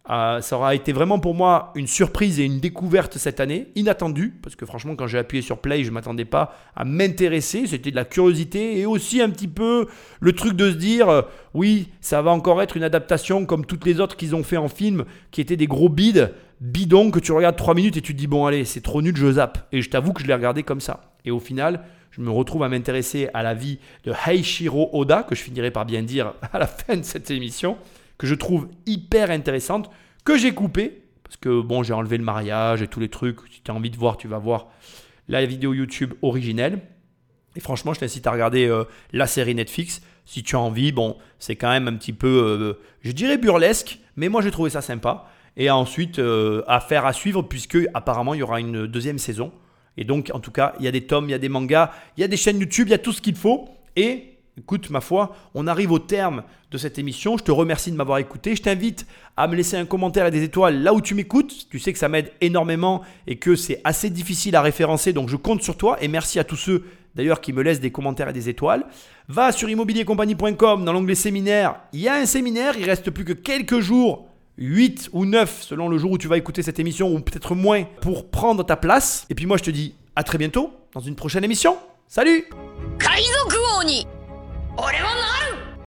Euh, ça aura été vraiment pour moi une surprise et une découverte cette année, inattendue, parce que franchement quand j'ai appuyé sur play, je ne m'attendais pas à m'intéresser, c'était de la curiosité et aussi un petit peu le truc de se dire euh, oui, ça va encore être une adaptation comme toutes les autres qu'ils ont fait en film, qui étaient des gros bides, bidons que tu regardes trois minutes et tu te dis bon allez, c'est trop nul, je zappe. Et je t'avoue que je l'ai regardé comme ça. Et au final, je me retrouve à m'intéresser à la vie de Eiichiro Oda, que je finirai par bien dire à la fin de cette émission, que je trouve hyper intéressante, que j'ai coupé, parce que bon, j'ai enlevé le mariage et tous les trucs. Si tu as envie de voir, tu vas voir la vidéo YouTube originelle. Et franchement, je t'incite à regarder euh, la série Netflix. Si tu as envie, bon, c'est quand même un petit peu, euh, je dirais burlesque, mais moi j'ai trouvé ça sympa. Et ensuite, euh, affaire à suivre, puisque apparemment il y aura une deuxième saison. Et donc, en tout cas, il y a des tomes, il y a des mangas, il y a des chaînes YouTube, il y a tout ce qu'il faut. Et écoute, ma foi, on arrive au terme de cette émission. Je te remercie de m'avoir écouté. Je t'invite à me laisser un commentaire et des étoiles là où tu m'écoutes. Tu sais que ça m'aide énormément et que c'est assez difficile à référencer. Donc, je compte sur toi. Et merci à tous ceux, d'ailleurs, qui me laissent des commentaires et des étoiles. Va sur immobilier compagnie point com. Dans l'onglet séminaire, il y a un séminaire. Il reste plus que quelques jours, huit ou neuf, selon le jour où tu vas écouter cette émission, ou peut-être moins, pour prendre ta place. Et puis moi, je te dis à très bientôt dans une prochaine émission. Salut! 海賊王に俺はなる